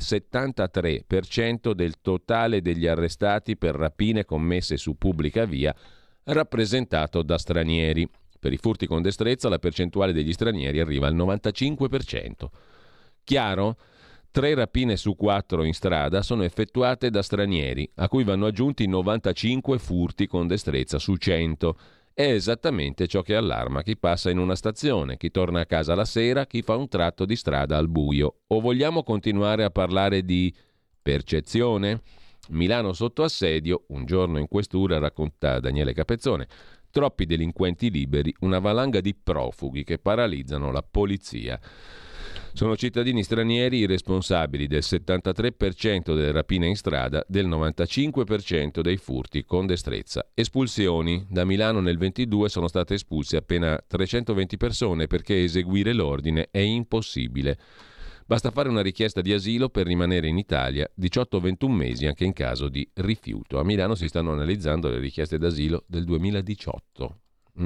73% del totale degli arrestati per rapine commesse su pubblica via rappresentato da stranieri. Per i furti con destrezza la percentuale degli stranieri arriva al 95%. Chiaro? 3 rapine su 4 in strada sono effettuate da stranieri, a cui vanno aggiunti 95 furti con destrezza su 100. È esattamente ciò che allarma chi passa in una stazione, chi torna a casa la sera, chi fa un tratto di strada al buio. O vogliamo continuare a parlare di percezione? Milano sotto assedio, un giorno in questura, racconta Daniele Capezzone. Troppi delinquenti liberi, una valanga di profughi che paralizzano la polizia. Sono cittadini stranieri i responsabili del 73% delle rapine in strada, del 95% dei furti con destrezza. Espulsioni. Da Milano nel 22 sono state espulse appena 320 persone perché eseguire l'ordine è impossibile. Basta fare una richiesta di asilo per rimanere in Italia 18-21 mesi anche in caso di rifiuto. A Milano si stanno analizzando le richieste d'asilo del 2018.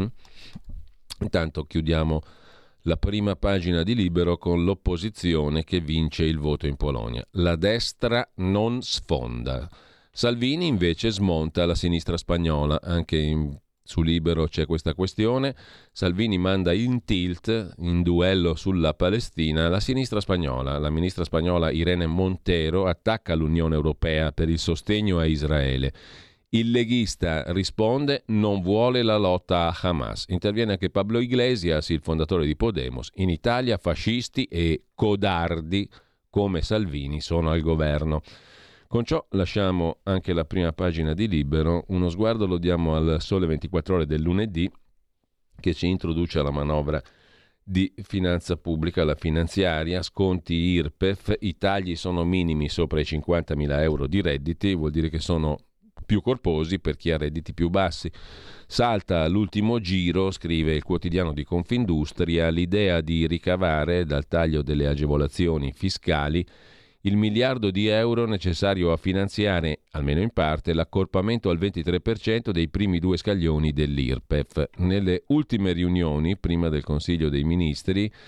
Intanto chiudiamo la prima pagina di Libero con l'opposizione che vince il voto in Polonia. La destra non sfonda. Salvini invece smonta la sinistra spagnola. Anche su Libero c'è questa questione. Salvini manda in tilt, in duello sulla Palestina, la sinistra spagnola. La ministra spagnola Irene Montero attacca l'Unione Europea per il sostegno a Israele. Il leghista risponde: non vuole la lotta a Hamas. Interviene anche Pablo Iglesias, il fondatore di Podemos. In Italia fascisti e codardi come Salvini sono al governo. Con ciò lasciamo anche la prima pagina di Libero. Uno sguardo lo diamo al Sole 24 Ore del lunedì, che ci introduce alla manovra di finanza pubblica, la finanziaria. Sconti IRPEF, i tagli sono minimi sopra i 50.000 euro di redditi, vuol dire che sono più corposi per chi ha redditi più bassi. Salta all'ultimo giro, scrive il quotidiano di Confindustria, l'idea di ricavare dal taglio delle agevolazioni fiscali il miliardo di euro necessario a finanziare, almeno in parte, l'accorpamento al 23% dei primi 2 scaglioni dell'IRPEF. Nelle ultime riunioni, prima del Consiglio dei Ministri,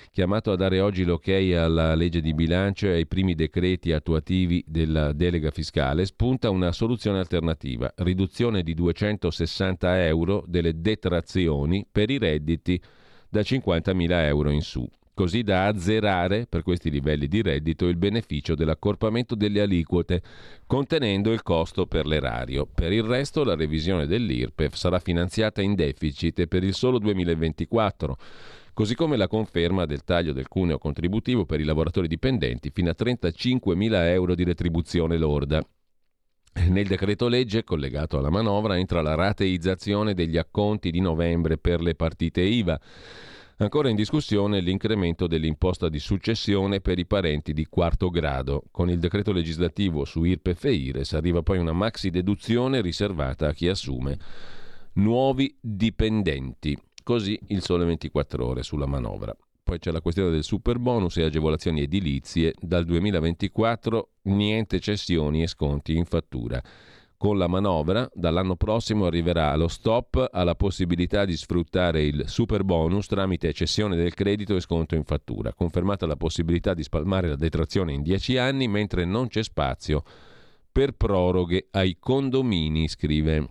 chiamato a dare oggi l'ok alla legge di bilancio e ai primi decreti attuativi della delega fiscale, spunta una soluzione alternativa: riduzione di 260 euro delle detrazioni per i redditi da 50.000 euro in su, così da azzerare per questi livelli di reddito il beneficio dell'accorpamento delle aliquote, contenendo il costo per l'erario. Per il resto la revisione dell'IRPEF sarà finanziata in deficit per il solo 2024, così come la conferma del taglio del cuneo contributivo per i lavoratori dipendenti fino a 35.000 euro di retribuzione lorda. Nel decreto legge collegato alla manovra entra la rateizzazione degli acconti di novembre per le partite IVA. Ancora in discussione l'incremento dell'imposta di successione per i parenti di quarto grado. Con il decreto legislativo su IRPEF e IRES arriva poi una maxi deduzione riservata a chi assume nuovi dipendenti. Così il Sole 24 Ore sulla manovra. Poi c'è la questione del super bonus e agevolazioni edilizie. Dal 2024 niente cessioni e sconti in fattura. Con la manovra, dall'anno prossimo arriverà lo stop alla possibilità di sfruttare il super bonus tramite cessione del credito e sconto in fattura. Confermata la possibilità di spalmare la detrazione in 10 anni, mentre non c'è spazio per proroghe ai condomini, scrive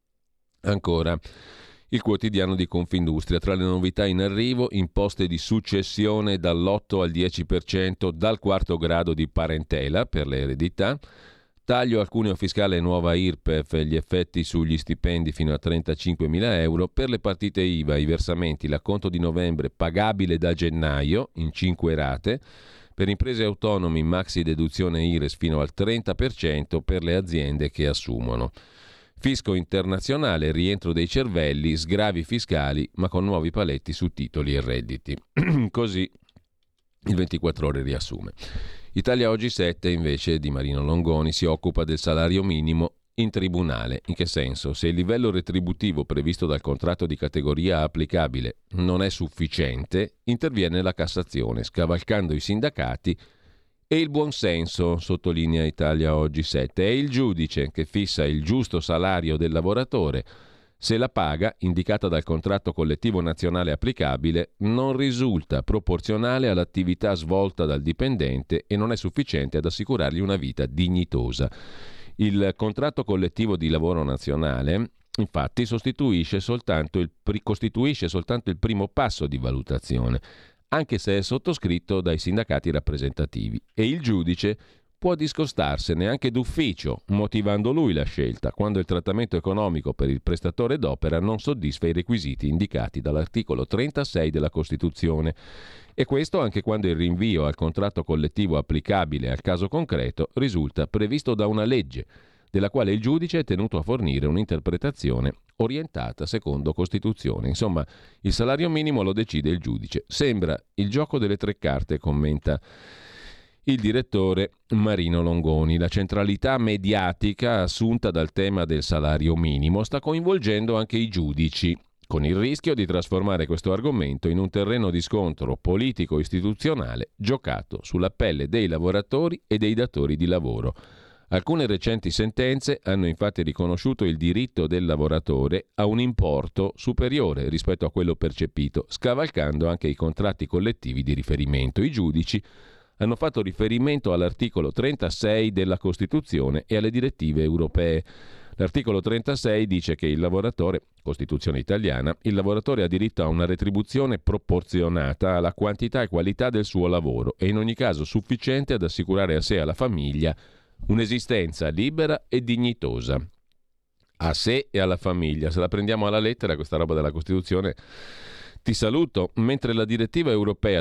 ancora il quotidiano di Confindustria. Tra le novità in arrivo, imposte di successione dall'8 al 10% dal quarto grado di parentela per le eredità, taglio al cuneo fiscale nuova IRPEF e gli effetti sugli stipendi fino a 35.000 euro, per le partite IVA i versamenti, l'acconto di novembre pagabile da gennaio in 5 rate, per imprese autonomi maxi deduzione IRES fino al 30% per le aziende che assumono. Fisco internazionale, rientro dei cervelli, sgravi fiscali, ma con nuovi paletti su titoli e redditi. Così il 24 Ore riassume. Italia Oggi 7 invece di Marino Longoni si occupa del salario minimo in tribunale. In che senso? Se il livello retributivo previsto dal contratto di categoria applicabile non è sufficiente, interviene la Cassazione, scavalcando i sindacati e il buonsenso, sottolinea Italia Oggi 7. È il giudice che fissa il giusto salario del lavoratore se la paga, indicata dal contratto collettivo nazionale applicabile, non risulta proporzionale all'attività svolta dal dipendente e non è sufficiente ad assicurargli una vita dignitosa. Il contratto collettivo di lavoro nazionale, infatti, costituisce soltanto il primo passo di valutazione, anche se è sottoscritto dai sindacati rappresentativi, e il giudice può discostarsene anche d'ufficio, motivando lui la scelta, quando il trattamento economico per il prestatore d'opera non soddisfa i requisiti indicati dall'articolo 36 della Costituzione. E questo anche quando il rinvio al contratto collettivo applicabile al caso concreto risulta previsto da una legge, della quale il giudice è tenuto a fornire un'interpretazione orientata secondo Costituzione. Insomma, il salario minimo lo decide il giudice. Sembra il gioco delle tre carte, commenta il direttore Marino Longoni. La centralità mediatica assunta dal tema del salario minimo sta coinvolgendo anche i giudici, con il rischio di trasformare questo argomento in un terreno di scontro politico-istituzionale giocato sulla pelle dei lavoratori e dei datori di lavoro. Alcune recenti sentenze hanno infatti riconosciuto il diritto del lavoratore a un importo superiore rispetto a quello percepito, scavalcando anche i contratti collettivi di riferimento. I giudici hanno fatto riferimento all'articolo 36 della Costituzione e alle direttive europee. L'articolo 36 dice che il lavoratore, Costituzione italiana, il lavoratore ha diritto a una retribuzione proporzionata alla quantità e qualità del suo lavoro e in ogni caso sufficiente ad assicurare a sé e alla famiglia un'esistenza libera e dignitosa. A sé e alla famiglia. Se la prendiamo alla lettera questa roba della Costituzione, ti saluto. Mentre la direttiva europea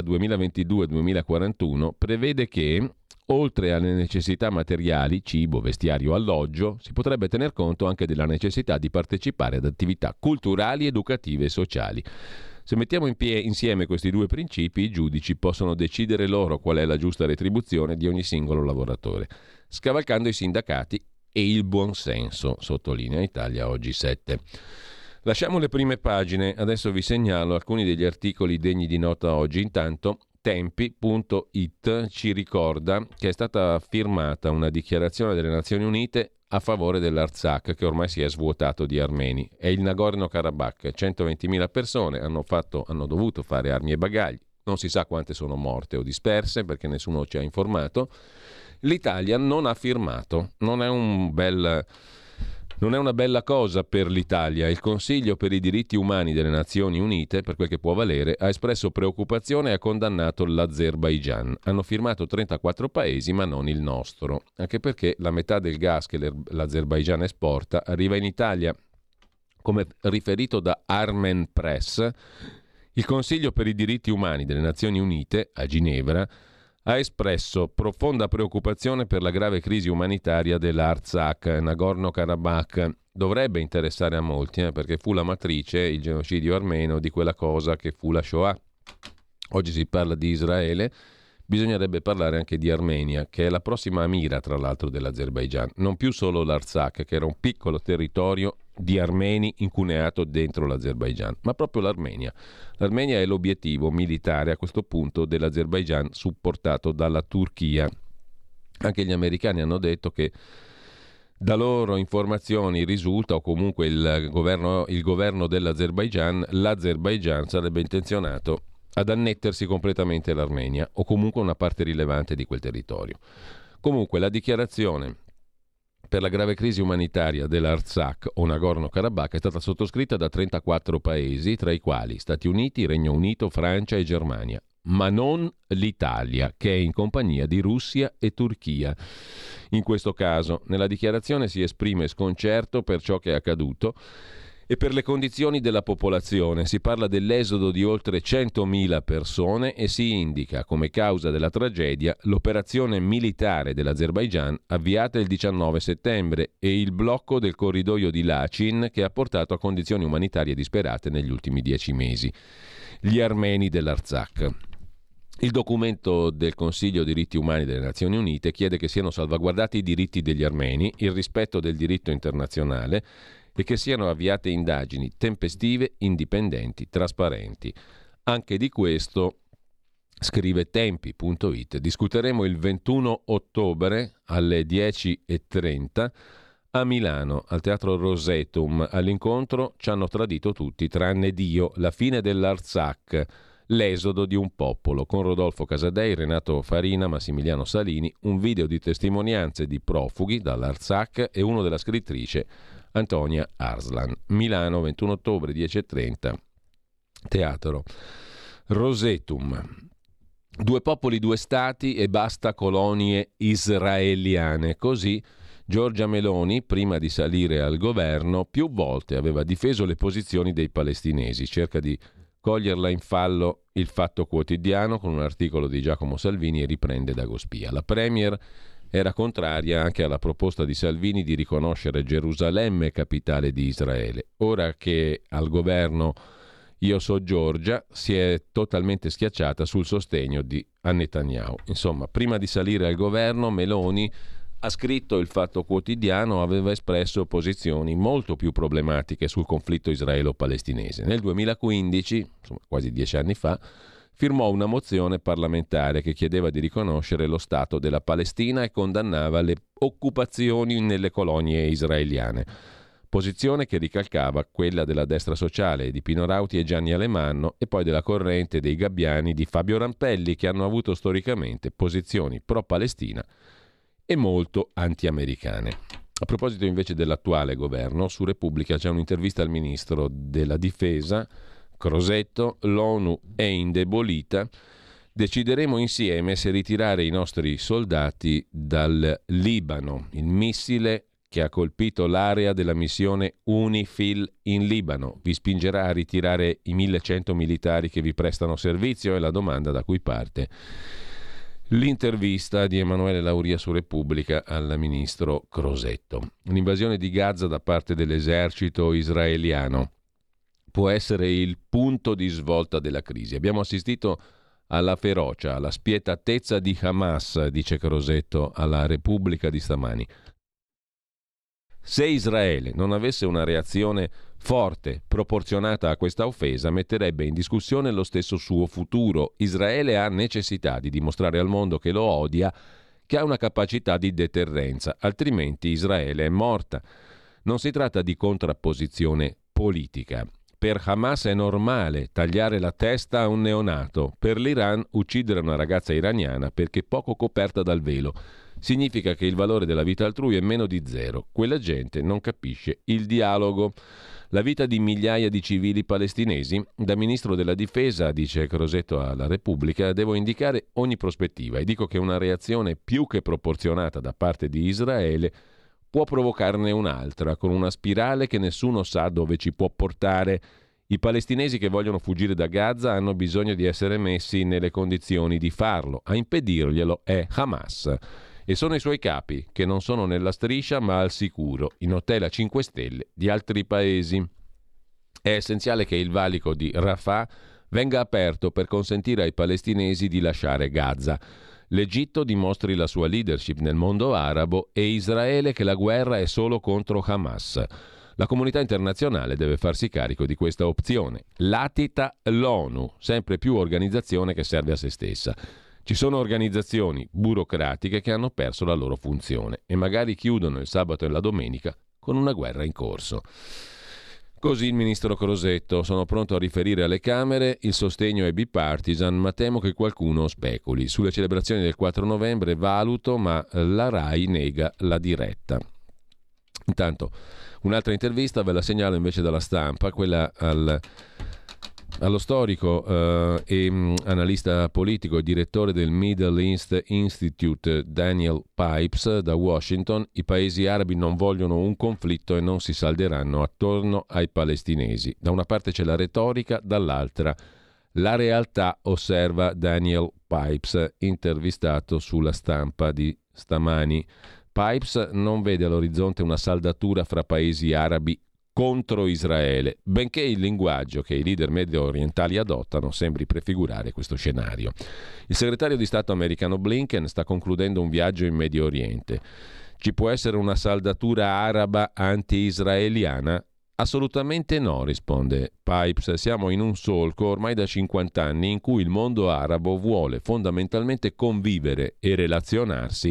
2022-2041 prevede che, oltre alle necessità materiali, cibo, vestiario, alloggio, si potrebbe tener conto anche della necessità di partecipare ad attività culturali, educative e sociali. Se mettiamo insieme questi due principi, i giudici possono decidere loro qual è la giusta retribuzione di ogni singolo lavoratore, scavalcando i sindacati e il buonsenso, sottolinea Italia Oggi 7. Lasciamo le prime pagine, adesso vi segnalo alcuni degli articoli degni di nota oggi. Intanto Tempi.it ci ricorda che è stata firmata una dichiarazione delle Nazioni Unite a favore dell'Artsakh, che ormai si è svuotato di armeni. È il Nagorno-Karabakh. 120.000 persone hanno dovuto fare armi e bagagli, non si sa quante sono morte o disperse perché nessuno ci ha informato. L'Italia non ha firmato, non è una bella cosa per l'Italia. Il Consiglio per i diritti umani delle Nazioni Unite, per quel che può valere, ha espresso preoccupazione e ha condannato l'Azerbaigian. Hanno firmato 34 paesi, ma non il nostro, anche perché la metà del gas che l'Azerbaigian esporta arriva in Italia. Come riferito da Armen Press, il Consiglio per i diritti umani delle Nazioni Unite, a Ginevra, ha espresso profonda preoccupazione per la grave crisi umanitaria dell'Artsakh, Nagorno-Karabakh. Dovrebbe interessare a molti, perché fu la matrice, il genocidio armeno, di quella cosa che fu la Shoah. Oggi si parla di Israele, bisognerebbe parlare anche di Armenia, che è la prossima mira, tra l'altro, dell'Azerbaigian. Non più solo l'Artsakh, che era un piccolo territorio di armeni incuneato dentro l'Azerbaigian, ma proprio l'Armenia. L'Armenia è l'obiettivo militare a questo punto dell'Azerbaigian, supportato dalla Turchia. Anche gli americani hanno detto che da loro informazioni risulta, o comunque il governo dell'Azerbaigian, l'Azerbaigian sarebbe intenzionato ad annettersi completamente l'Armenia o comunque una parte rilevante di quel territorio. Comunque la dichiarazione per la grave crisi umanitaria dell'Artsakh o Nagorno-Karabakh è stata sottoscritta da 34 paesi, tra i quali Stati Uniti, Regno Unito, Francia e Germania, ma non l'Italia, che è in compagnia di Russia e Turchia. In questo caso, nella dichiarazione si esprime sconcerto per ciò che è accaduto e per le condizioni della popolazione. Si parla dell'esodo di oltre 100.000 persone e si indica come causa della tragedia l'operazione militare dell'Azerbaigian avviata il 19 settembre e il blocco del corridoio di Lachin che ha portato a condizioni umanitarie disperate negli ultimi 10 mesi. Gli armeni dell'Artsakh. Il documento del Consiglio diritti umani delle Nazioni Unite chiede che siano salvaguardati i diritti degli armeni, il rispetto del diritto internazionale e che siano avviate indagini tempestive, indipendenti, trasparenti. Anche di questo scrive Tempi.it. Discuteremo il 21 ottobre alle 10:30 a Milano, al Teatro Rosetum. All'incontro ci hanno tradito tutti, tranne Dio, la fine dell'Artsakh, l'esodo di un popolo, con Rodolfo Casadei, Renato Farina, Massimiliano Salini, un video di testimonianze di profughi dall'Artsakh e uno della scrittrice Antonia Arslan. Milano, 21 ottobre, 10:30, Teatro Rosetum. Due popoli, due stati e basta colonie israeliane. Così Giorgia Meloni, prima di salire al governo, più volte aveva difeso le posizioni dei palestinesi. Cerca di coglierla in fallo il Fatto Quotidiano con un articolo di Giacomo Salvini e riprende Dagospia. La premier era contraria anche alla proposta di Salvini di riconoscere Gerusalemme capitale di Israele. Ora che al governo Io so Giorgia si è totalmente schiacciata sul sostegno a Netanyahu. Insomma, prima di salire al governo, Meloni, ha scritto il Fatto Quotidiano, aveva espresso posizioni molto più problematiche sul conflitto israelo-palestinese. Nel 2015, insomma, quasi 10 anni fa, firmò una mozione parlamentare che chiedeva di riconoscere lo Stato della Palestina e condannava le occupazioni nelle colonie israeliane. Posizione che ricalcava quella della destra sociale di Pino Rauti e Gianni Alemanno e poi della corrente dei gabbiani di Fabio Rampelli, che hanno avuto storicamente posizioni pro-Palestina e molto anti-americane. A proposito invece dell'attuale governo, su Repubblica c'è un'intervista al ministro della Difesa, Crosetto. L'ONU è indebolita, decideremo insieme se ritirare i nostri soldati dal Libano. Il missile che ha colpito l'area della missione UNIFIL in Libano vi spingerà a ritirare i 1.100 militari che vi prestano servizio? È la domanda da cui parte l'intervista di Emanuele Lauria su Repubblica al ministro Crosetto. L'invasione di Gaza da parte dell'esercito israeliano può essere il punto di svolta della crisi. Abbiamo assistito alla ferocia, alla spietatezza di Hamas, dice Crosetto alla Repubblica di stamani. Se Israele non avesse una reazione forte, proporzionata a questa offesa, metterebbe in discussione lo stesso suo futuro. Israele ha necessità di dimostrare al mondo che lo odia, che ha una capacità di deterrenza, altrimenti Israele è morta. Non si tratta di contrapposizione politica. per Hamas è normale tagliare la testa a un neonato, per l'Iran uccidere una ragazza iraniana perché poco coperta dal velo significa che il valore della vita altrui è meno di zero. Quella gente non capisce il dialogo. La vita di migliaia di civili palestinesi? Da ministro della difesa, dice Crosetto alla Repubblica, devo indicare ogni prospettiva e dico che una reazione più che proporzionata da parte di Israele può provocarne un'altra, con una spirale che nessuno sa dove ci può portare. I palestinesi che vogliono fuggire da Gaza hanno bisogno di essere messi nelle condizioni di farlo. A impedirglielo è Hamas. E sono i suoi capi, che non sono nella striscia ma al sicuro, in hotel a 5 stelle di altri paesi. È essenziale che il valico di Rafah venga aperto per consentire ai palestinesi di lasciare Gaza. L'Egitto dimostri la sua leadership nel mondo arabo e Israele che la guerra è solo contro Hamas. La comunità internazionale deve farsi carico di questa opzione. Latita l'ONU, sempre più organizzazione che serve a se stessa. Ci sono organizzazioni burocratiche che hanno perso la loro funzione e magari chiudono il sabato e la domenica con una guerra in corso. Così il ministro Crosetto. Sono pronto a riferire alle Camere, il sostegno è bipartisan, ma temo che qualcuno speculi. Sulle celebrazioni del 4 novembre valuto, ma la RAI nega la diretta. Intanto, un'altra intervista ve la segnalo invece dalla Stampa, quella allo storico e analista politico e direttore del Middle East Institute Daniel Pipes da Washington. I paesi arabi non vogliono un conflitto e non si salderanno attorno ai palestinesi. Da una parte c'è la retorica, dall'altra la realtà, osserva Daniel Pipes, intervistato sulla Stampa di stamani. Pipes non vede all'orizzonte una saldatura fra paesi arabi contro Israele, benché il linguaggio che i leader medio orientali adottano sembri prefigurare questo scenario. Il segretario di Stato americano Blinken sta concludendo un viaggio in Medio Oriente. Ci può essere una saldatura araba anti-israeliana? Assolutamente no, risponde Pipes. Siamo in un solco ormai da 50 anni in cui il mondo arabo vuole fondamentalmente convivere e relazionarsi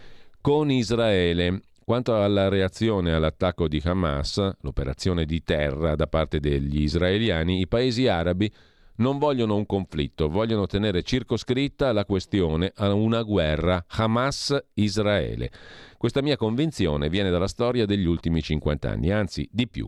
con Israele. Quanto alla reazione all'attacco di Hamas, l'operazione di terra da parte degli israeliani, i paesi arabi non vogliono un conflitto, vogliono tenere circoscritta la questione a una guerra Hamas-Israele. Questa mia convinzione viene dalla storia degli ultimi 50 anni, anzi di più.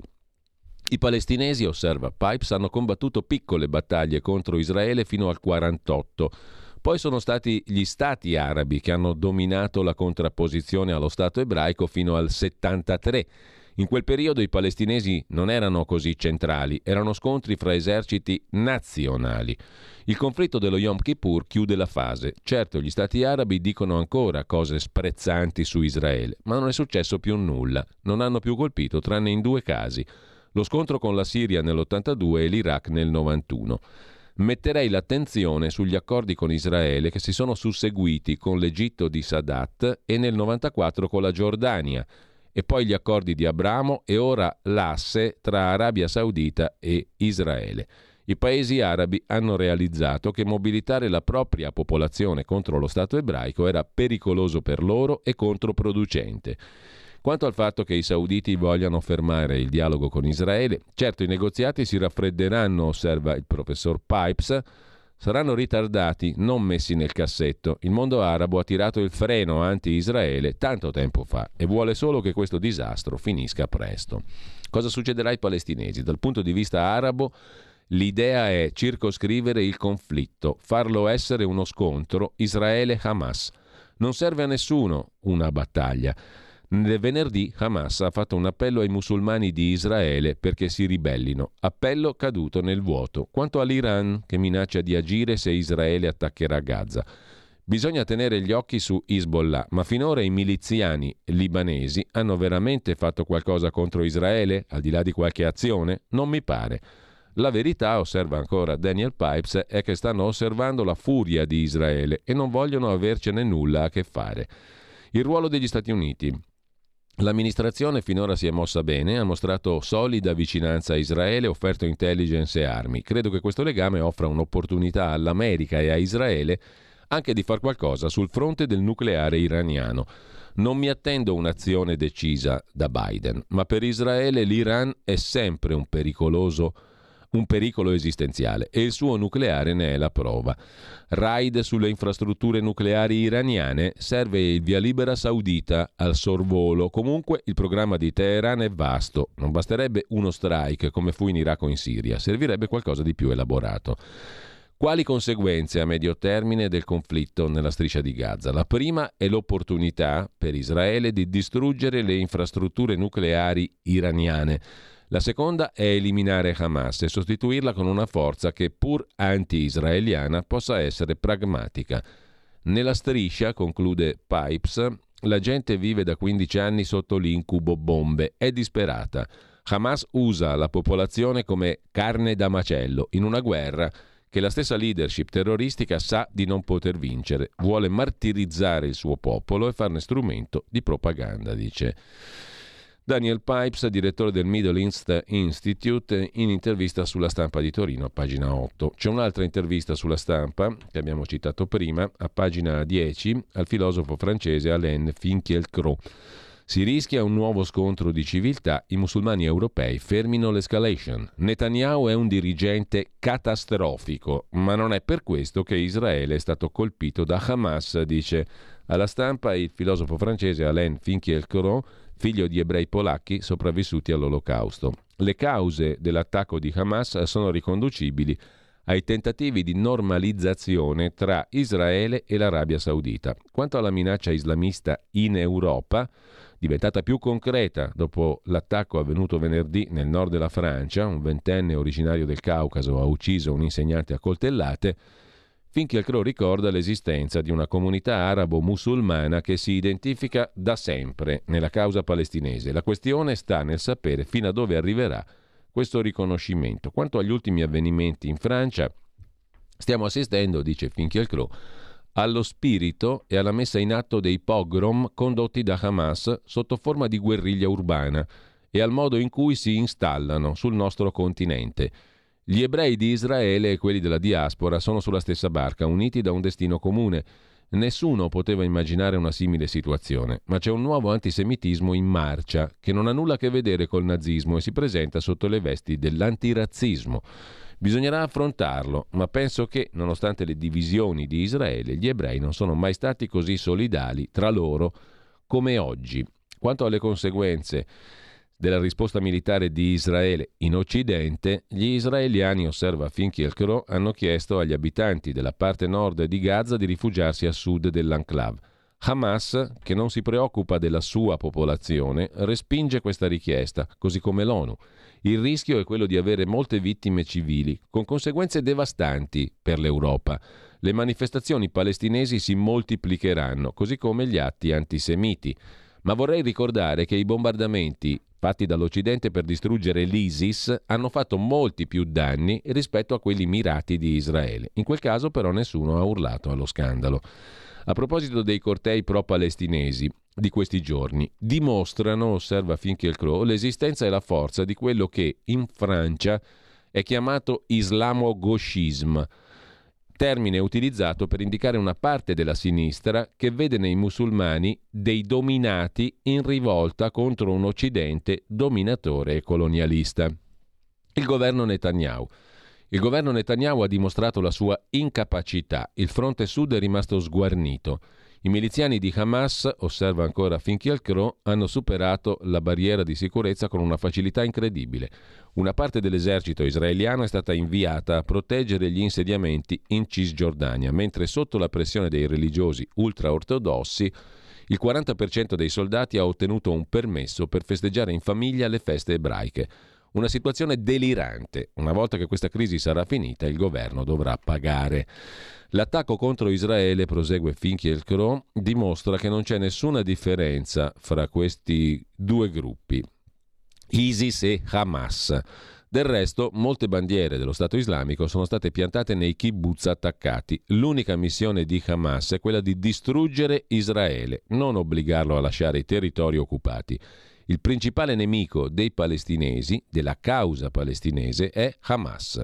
I palestinesi, osserva Pipes, hanno combattuto piccole battaglie contro Israele fino al 1948. Poi sono stati gli stati arabi che hanno dominato la contrapposizione allo Stato ebraico fino al 73. In quel periodo i palestinesi non erano così centrali, erano scontri fra eserciti nazionali. Il conflitto dello Yom Kippur chiude la fase. Certo, gli stati arabi dicono ancora cose sprezzanti su Israele, ma non è successo più nulla. Non hanno più colpito, tranne in 2 casi. Lo scontro con la Siria nell'82 e l'Iraq nel 91. Metterei l'attenzione sugli accordi con Israele che si sono susseguiti con l'Egitto di Sadat e nel 94 con la Giordania, e poi gli accordi di Abramo e ora l'asse tra Arabia Saudita e Israele. I paesi arabi hanno realizzato che mobilitare la propria popolazione contro lo Stato ebraico era pericoloso per loro e controproducente. Quanto al fatto che i sauditi vogliano fermare il dialogo con Israele, certo i negoziati si raffredderanno, osserva il professor Pipes, saranno ritardati, non messi nel cassetto. Il mondo arabo ha tirato il freno anti-Israele tanto tempo fa e vuole solo che questo disastro finisca presto. Cosa succederà ai palestinesi? Dal punto di vista arabo, l'idea è circoscrivere il conflitto, farlo essere uno scontro Israele-Hamas. Non serve a nessuno una battaglia. Nel venerdì Hamas ha fatto un appello ai musulmani di Israele perché si ribellino. Appello caduto nel vuoto. Quanto all'Iran, che minaccia di agire se Israele attaccherà Gaza, bisogna tenere gli occhi su Hezbollah, ma finora i miliziani libanesi hanno veramente fatto qualcosa contro Israele, al di là di qualche azione? Non mi pare. La verità, osserva ancora Daniel Pipes, è che stanno osservando la furia di Israele e non vogliono avercene nulla a che fare. Il ruolo degli Stati Uniti. L'amministrazione finora si è mossa bene, ha mostrato solida vicinanza a Israele, offerto intelligence e armi. Credo che questo legame offra un'opportunità all'America e a Israele anche di far qualcosa sul fronte del nucleare iraniano. Non mi attendo un'azione decisa da Biden, ma per Israele l'Iran è sempre un pericoloso un pericolo esistenziale e il suo nucleare ne è la prova. Raid sulle infrastrutture nucleari iraniane, serve il via libera saudita al sorvolo. Comunque il programma di Teheran è vasto, non basterebbe uno strike come fu in Iraq o in Siria, servirebbe qualcosa di più elaborato. Quali conseguenze a medio termine del conflitto nella striscia di Gaza? La prima è l'opportunità per Israele di distruggere le infrastrutture nucleari iraniane. La seconda è eliminare Hamas e sostituirla con una forza che, pur anti-israeliana, possa essere pragmatica. Nella striscia, conclude Pipes, la gente vive da 15 anni sotto l'incubo bombe, è disperata. Hamas usa la popolazione come carne da macello in una guerra che la stessa leadership terroristica sa di non poter vincere. Vuole martirizzare il suo popolo e farne strumento di propaganda, dice Daniel Pipes, direttore del Middle East Institute, in intervista sulla Stampa di Torino, a pagina 8. C'è un'altra intervista sulla Stampa, che abbiamo citato prima, a pagina 10, al filosofo francese Alain Finkielkraut. Si rischia un nuovo scontro di civiltà, i musulmani europei fermino l'escalation. Netanyahu è un dirigente catastrofico, ma non è per questo che Israele è stato colpito da Hamas, dice alla Stampa il filosofo francese Alain Finkielkraut, figlio di ebrei polacchi sopravvissuti all'Olocausto. Le cause dell'attacco di Hamas sono riconducibili ai tentativi di normalizzazione tra Israele e l'Arabia Saudita. Quanto alla minaccia islamista in Europa, diventata più concreta dopo l'attacco avvenuto venerdì nel nord della Francia, un ventenne originario del Caucaso ha ucciso un insegnante a coltellate, Finkielkraut ricorda l'esistenza di una comunità arabo-musulmana che si identifica da sempre nella causa palestinese. La questione sta nel sapere fino a dove arriverà questo riconoscimento. Quanto agli ultimi avvenimenti in Francia, stiamo assistendo, dice Finkielkraut, allo spirito e alla messa in atto dei pogrom condotti da Hamas sotto forma di guerriglia urbana e al modo in cui si installano sul nostro continente. Gli ebrei di Israele e quelli della diaspora sono sulla stessa barca, uniti da un destino comune. Nessuno poteva immaginare una simile situazione, ma c'è un nuovo antisemitismo in marcia che non ha nulla a che vedere col nazismo e si presenta sotto le vesti dell'antirazzismo. Bisognerà affrontarlo, ma penso che, nonostante le divisioni di Israele, gli ebrei non sono mai stati così solidali tra loro come oggi. Quanto alle conseguenze della risposta militare di Israele in Occidente, gli israeliani, osserva Finkielkraut, hanno chiesto agli abitanti della parte nord di Gaza di rifugiarsi a sud dell'enclave. Hamas, che non si preoccupa della sua popolazione, respinge questa richiesta, così come l'ONU. Il rischio è quello di avere molte vittime civili, con conseguenze devastanti per l'Europa. Le manifestazioni palestinesi si moltiplicheranno, così come gli atti antisemiti. Ma vorrei ricordare che i bombardamenti fatti dall'Occidente per distruggere l'ISIS hanno fatto molti più danni rispetto a quelli mirati di Israele. In quel caso però nessuno ha urlato allo scandalo. A proposito dei cortei pro-palestinesi di questi giorni, dimostrano, osserva Finkielkraut, l'esistenza e la forza di quello che in Francia è chiamato islamo-gauchisme, termine utilizzato per indicare una parte della sinistra che vede nei musulmani dei dominati in rivolta contro un Occidente dominatore e colonialista. Il governo Netanyahu ha dimostrato la sua incapacità. Il fronte sud è rimasto sguarnito. I miliziani di Hamas, osserva ancora Finkielkraut, hanno superato la barriera di sicurezza con una facilità incredibile. Una parte dell'esercito israeliano è stata inviata a proteggere gli insediamenti in Cisgiordania, mentre sotto la pressione dei religiosi ultraortodossi il 40% dei soldati ha ottenuto un permesso per festeggiare in famiglia le feste ebraiche. Una situazione delirante. Una volta che questa crisi sarà finita, il governo dovrà pagare. L'attacco contro Israele, prosegue Finkielkraut, dimostra che non c'è nessuna differenza fra questi due gruppi, ISIS e Hamas. Del resto, molte bandiere dello Stato islamico sono state piantate nei kibbutz attaccati. L'unica missione di Hamas è quella di distruggere Israele, non obbligarlo a lasciare i territori occupati. Il principale nemico dei palestinesi, della causa palestinese, è Hamas.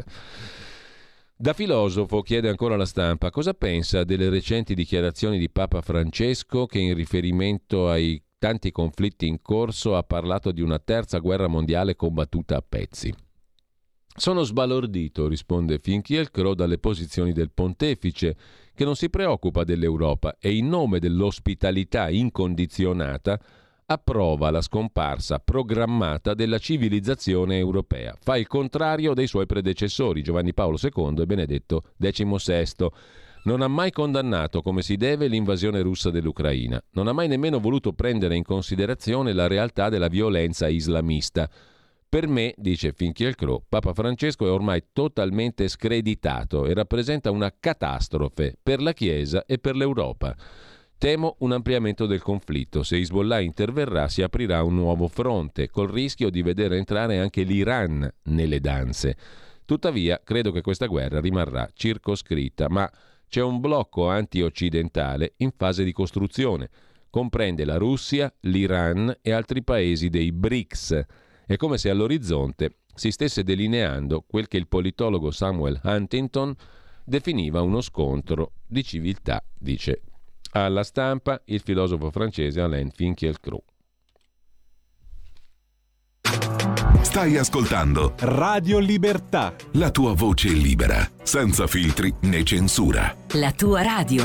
Da filosofo chiede ancora la Stampa cosa pensa delle recenti dichiarazioni di Papa Francesco che in riferimento ai tanti conflitti in corso ha parlato di una terza guerra mondiale combattuta a pezzi. Sono sbalordito, risponde Finkielkraut, dalle posizioni del pontefice, che non si preoccupa dell'Europa e in nome dell'ospitalità incondizionata approva la scomparsa programmata della civilizzazione europea. Fa il contrario dei suoi predecessori, Giovanni Paolo II e Benedetto XVI. Non ha mai condannato come si deve l'invasione russa dell'Ucraina. Non ha mai nemmeno voluto prendere in considerazione la realtà della violenza islamista. Per me, dice Finkielkraut, Papa Francesco è ormai totalmente screditato e rappresenta una catastrofe per la Chiesa e per l'Europa. Temo un ampliamento del conflitto. Se Hezbollah interverrà si aprirà un nuovo fronte, col rischio di vedere entrare anche l'Iran nelle danze. Tuttavia, credo che questa guerra rimarrà circoscritta, ma c'è un blocco anti-occidentale in fase di costruzione. Comprende la Russia, l'Iran e altri paesi dei BRICS. È come se all'orizzonte si stesse delineando quel che il politologo Samuel Huntington definiva uno scontro di civiltà, dice alla Stampa il filosofo francese Alain Finkielkraut. Stai ascoltando Radio Libertà. la tua voce libera, senza filtri né censura. La tua radio.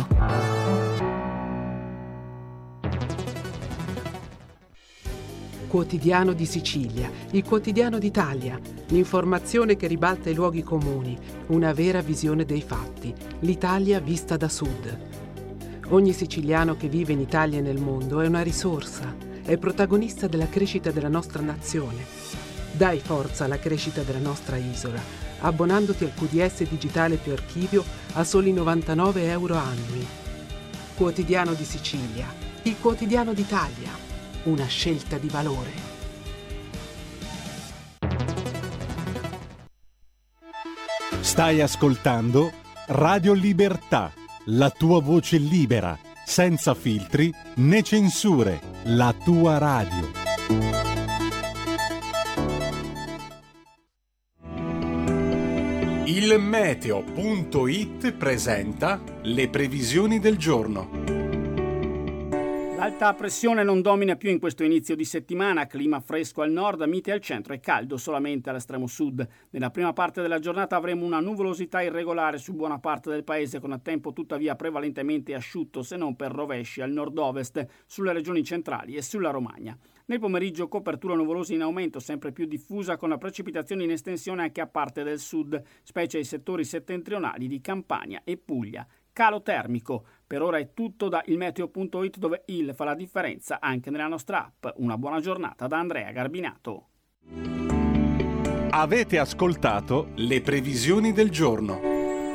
Quotidiano di Sicilia, il quotidiano d'Italia, l'informazione che ribalta i luoghi comuni, una vera visione dei fatti, l'Italia vista da sud. Ogni siciliano che vive in Italia e nel mondo è una risorsa, è protagonista della crescita della nostra nazione. Dai forza alla crescita della nostra isola, abbonandoti al QDS digitale più archivio a soli 99 euro annui. Quotidiano di Sicilia, il quotidiano d'Italia, una scelta di valore. Stai ascoltando Radio Libertà, la tua voce libera, senza filtri né censure, la tua radio. Il meteo.it presenta le previsioni del giorno. L'alta pressione non domina più in questo inizio di settimana, clima fresco al nord, mite al centro e caldo solamente all'estremo sud. Nella prima parte della giornata avremo una nuvolosità irregolare su buona parte del paese, con tempo tuttavia prevalentemente asciutto, se non per rovesci al nord-ovest, sulle regioni centrali e sulla Romagna. Nel pomeriggio copertura nuvolosa in aumento, sempre più diffusa, con la precipitazione in estensione anche a parte del sud, specie ai settori settentrionali di Campania e Puglia. Calo termico. Per ora è tutto da ilmeteo.it, dove il fa la differenza anche nella nostra app. Una buona giornata da Andrea Garbinato. Avete ascoltato le previsioni del giorno.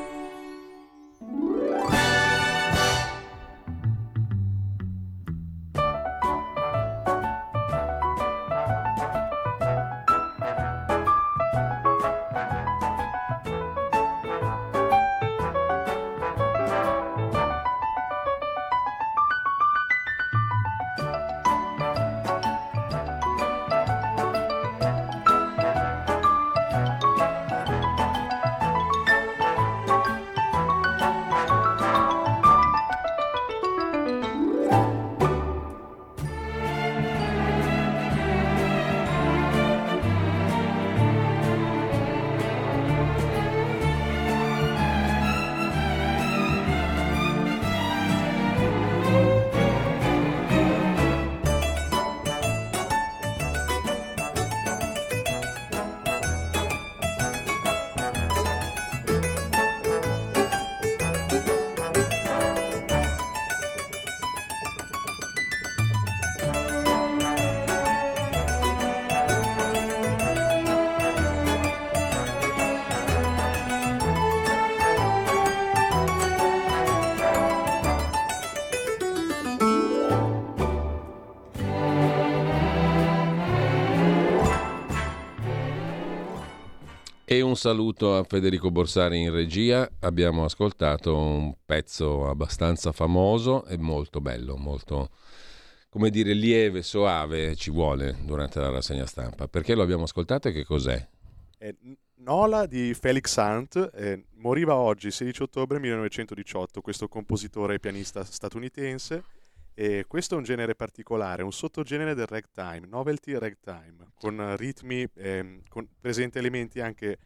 E un saluto a Federico Borsari in regia. Abbiamo ascoltato un pezzo abbastanza famoso e molto bello, molto, come dire, lieve, soave, ci vuole durante la rassegna stampa. Perché lo abbiamo ascoltato e che cos'è? Nola di Felix Arndt, moriva oggi, 16 ottobre 1918, questo compositore e pianista statunitense. E questo è un genere particolare, un sottogenere del ragtime, novelty ragtime, con ritmi, con presenti elementi anche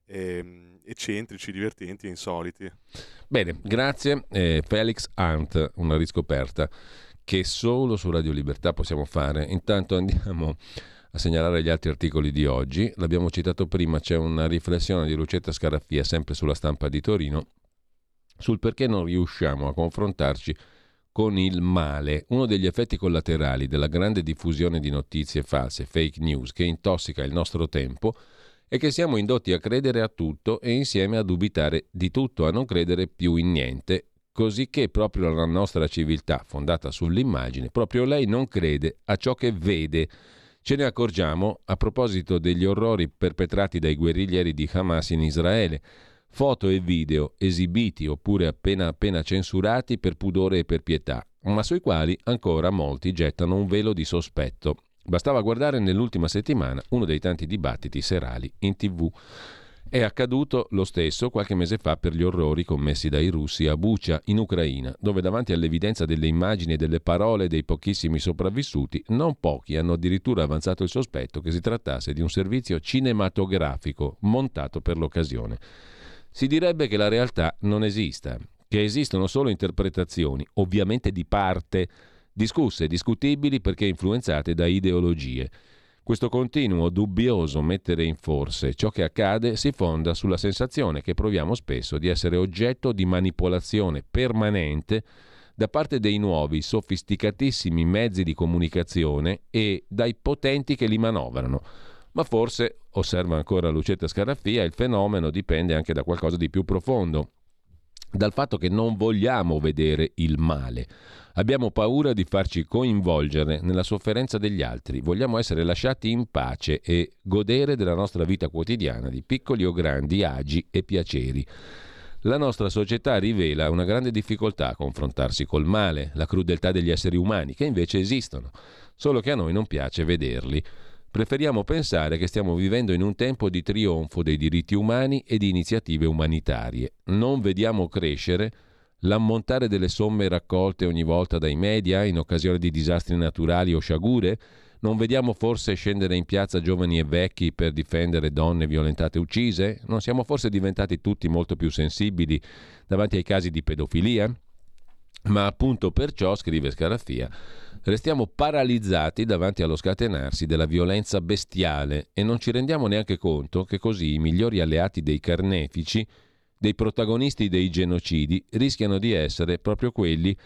eccentrici, divertenti e insoliti. Bene, grazie. Felix Arndt, una riscoperta che solo su Radio Libertà possiamo fare. Intanto andiamo a segnalare gli altri articoli di oggi. L'abbiamo citato prima, c'è una riflessione di Lucetta Scarraffia, sempre sulla Stampa di Torino, sul perché non riusciamo a confrontarci con il male, uno degli effetti collaterali della grande diffusione di notizie false, fake news, che intossica il nostro tempo, è che siamo indotti a credere a tutto e insieme a dubitare di tutto, a non credere più in niente, così che proprio la nostra civiltà, fondata sull'immagine, proprio lei non crede a ciò che vede. Ce ne accorgiamo a proposito degli orrori perpetrati dai guerriglieri di Hamas in Israele, foto e video esibiti oppure appena censurati per pudore e per pietà, ma sui quali ancora molti gettano un velo di sospetto. Bastava guardare nell'ultima settimana uno dei tanti dibattiti serali in TV. È accaduto lo stesso qualche mese fa per gli orrori commessi dai russi a Bucha, in Ucraina, dove davanti all'evidenza delle immagini e delle parole dei pochissimi sopravvissuti, non pochi hanno addirittura avanzato il sospetto che si trattasse di un servizio cinematografico montato per l'occasione. Si direbbe che la realtà non esista, che esistono solo interpretazioni, ovviamente di parte, discusse, discutibili perché influenzate da ideologie. Questo continuo dubbioso mettere in forse ciò che accade si fonda sulla sensazione che proviamo spesso di essere oggetto di manipolazione permanente da parte dei nuovi, sofisticatissimi mezzi di comunicazione e dai potenti che li manovrano. Ma forse, osserva ancora Lucetta Scarraffia, il fenomeno dipende anche da qualcosa di più profondo, dal fatto che non vogliamo vedere il male. Abbiamo paura di farci coinvolgere nella sofferenza degli altri, vogliamo essere lasciati in pace e godere della nostra vita quotidiana di piccoli o grandi agi e piaceri. La nostra società rivela una grande difficoltà a confrontarsi col male, la crudeltà degli esseri umani, che invece esistono, solo che a noi non piace vederli. Preferiamo pensare che stiamo vivendo in un tempo di trionfo dei diritti umani e di iniziative umanitarie. Non vediamo crescere l'ammontare delle somme raccolte ogni volta dai media in occasione di disastri naturali o sciagure? Non vediamo forse scendere in piazza giovani e vecchi per difendere donne violentate e uccise? Non siamo forse diventati tutti molto più sensibili davanti ai casi di pedofilia? Ma appunto perciò, scrive Scarraffia, restiamo paralizzati davanti allo scatenarsi della violenza bestiale e non ci rendiamo neanche conto che così i migliori alleati dei carnefici, dei protagonisti dei genocidi, rischiano di essere proprio quelli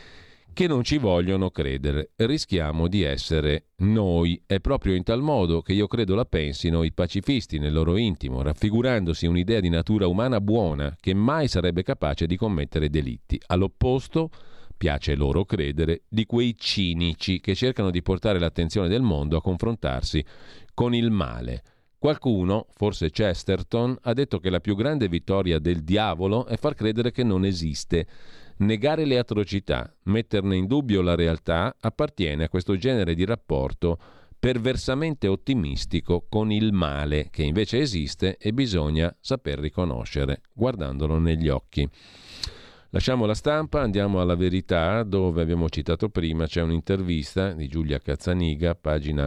che non ci vogliono credere. Rischiamo di essere noi. È proprio in tal modo che io credo la pensino i pacifisti nel loro intimo, raffigurandosi un'idea di natura umana buona che mai sarebbe capace di commettere delitti. All'opposto, piace loro credere, di quei cinici che cercano di portare l'attenzione del mondo a confrontarsi con il male. Qualcuno, forse Chesterton, ha detto che la più grande vittoria del diavolo è far credere che non esiste. Negare le atrocità, metterne in dubbio la realtà, appartiene a questo genere di rapporto perversamente ottimistico con il male, che invece esiste e bisogna saper riconoscere, guardandolo negli occhi. Lasciamo la Stampa, andiamo alla Verità, dove abbiamo citato prima, c'è un'intervista di Giulia Cazzaniga, pagina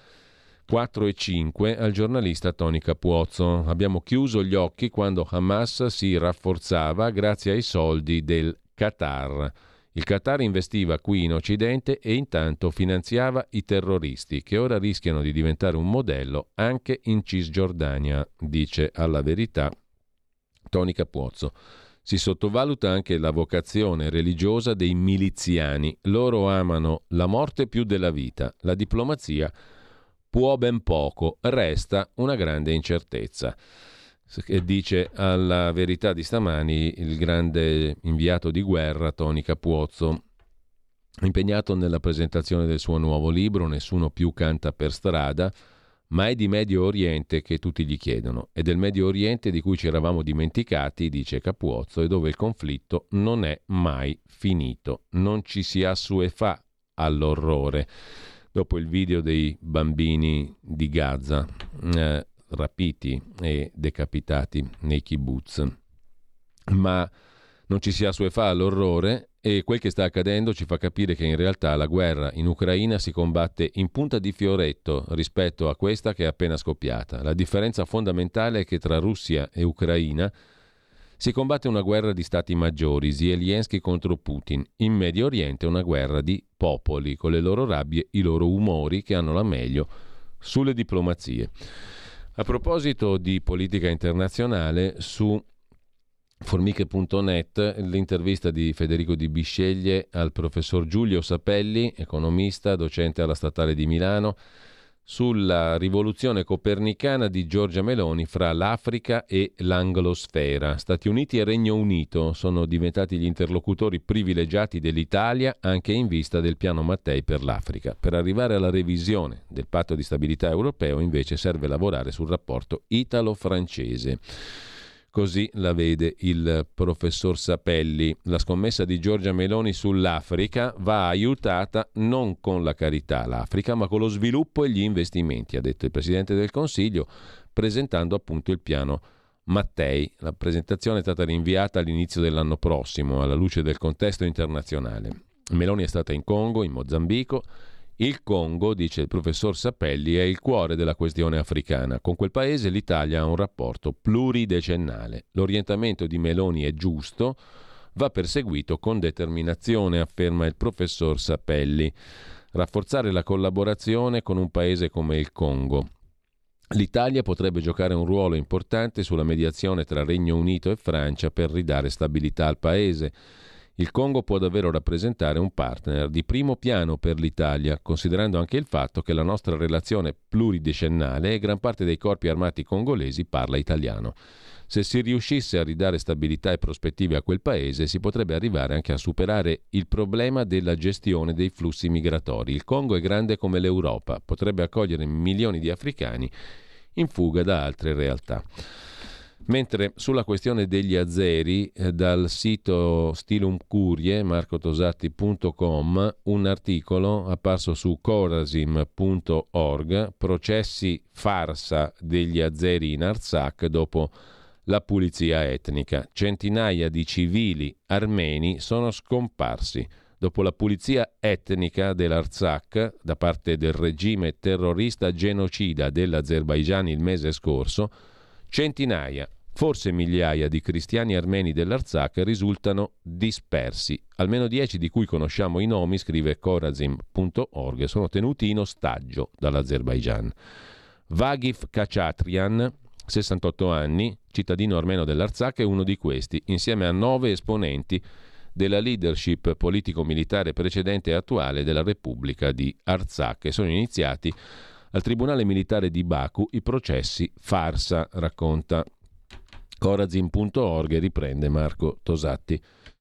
4 e 5, al giornalista Tony Capuozzo. Abbiamo chiuso gli occhi quando Hamas si rafforzava grazie ai soldi del Qatar. Il Qatar investiva qui in Occidente e intanto finanziava i terroristi, che ora rischiano di diventare un modello anche in Cisgiordania, dice alla Verità Tony Capuozzo. Si sottovaluta anche la vocazione religiosa dei miliziani. Loro amano la morte più della vita. La diplomazia può ben poco, resta una grande incertezza. Dice alla Verità di stamani il grande inviato di guerra Tony Capuozzo, impegnato nella presentazione del suo nuovo libro Nessuno più canta per strada, ma è di Medio Oriente che tutti gli chiedono, è del Medio Oriente di cui ci eravamo dimenticati, dice Capuozzo, e dove il conflitto non è mai finito, non ci si assuefà all'orrore. Dopo il video dei bambini di Gaza rapiti e decapitati nei kibbutz, ma non ci si assuefà all'orrore E quel che sta accadendo ci fa capire che in realtà la guerra in Ucraina si combatte in punta di fioretto rispetto a questa che è appena scoppiata. La differenza fondamentale è che tra Russia e Ucraina si combatte una guerra di stati maggiori, Zelensky contro Putin. In Medio Oriente una guerra di popoli, con le loro rabbie, i loro umori, che hanno la meglio sulle diplomazie. A proposito di politica internazionale, su Formiche.net l'intervista di Federico Di Bisceglie al professor Giulio Sapelli, economista, docente alla Statale di Milano, sulla rivoluzione copernicana di Giorgia Meloni fra l'Africa e l'anglosfera. Stati Uniti e Regno Unito sono diventati gli interlocutori privilegiati dell'Italia anche in vista del piano Mattei per l'Africa. Per arrivare alla revisione del patto di stabilità europeo invece serve lavorare sul rapporto italo-francese. Così la vede il professor Sapelli. La scommessa di Giorgia Meloni sull'Africa va aiutata non con la carità l'Africa, ma con lo sviluppo e gli investimenti, ha detto il Presidente del Consiglio, presentando appunto il piano Mattei. La presentazione è stata rinviata all'inizio dell'anno prossimo, alla luce del contesto internazionale. Meloni è stata in Congo, in Mozambico. Il Congo, dice il professor Sapelli, è il cuore della questione africana. Con quel paese l'Italia ha un rapporto pluridecennale. L'orientamento di Meloni è giusto, va perseguito con determinazione, afferma il professor Sapelli. Rafforzare la collaborazione con un paese come il Congo. L'Italia potrebbe giocare un ruolo importante sulla mediazione tra Regno Unito e Francia per ridare stabilità al paese. Il Congo può davvero rappresentare un partner di primo piano per l'Italia, considerando anche il fatto che la nostra relazione pluridecennale e gran parte dei corpi armati congolesi parla italiano. Se si riuscisse a ridare stabilità e prospettive a quel paese, si potrebbe arrivare anche a superare il problema della gestione dei flussi migratori. Il Congo è grande come l'Europa, potrebbe accogliere milioni di africani in fuga da altre realtà. Mentre sulla questione degli azeri, dal sito Stilum Curie, marcotosatti.com, un articolo apparso su corasim.org, processi farsa degli azeri in Artsakh dopo la pulizia etnica. Centinaia di civili armeni sono scomparsi. Dopo la pulizia etnica dell'Artsakh da parte del regime terrorista genocida dell'Azerbaigian il mese scorso, centinaia, forse migliaia di cristiani armeni dell'Artsakh risultano dispersi. Almeno 10 di cui conosciamo i nomi, scrive Corazim.org, sono tenuti in ostaggio dall'Azerbaigian. Vagif Khachatrian, 68 anni, cittadino armeno dell'Artsakh, è uno di questi, insieme a 9 esponenti della leadership politico-militare precedente e attuale della Repubblica di Artsakh. Sono iniziati al Tribunale Militare di Baku i processi farsa, racconta Corazim.org e riprende Marco Tosatti.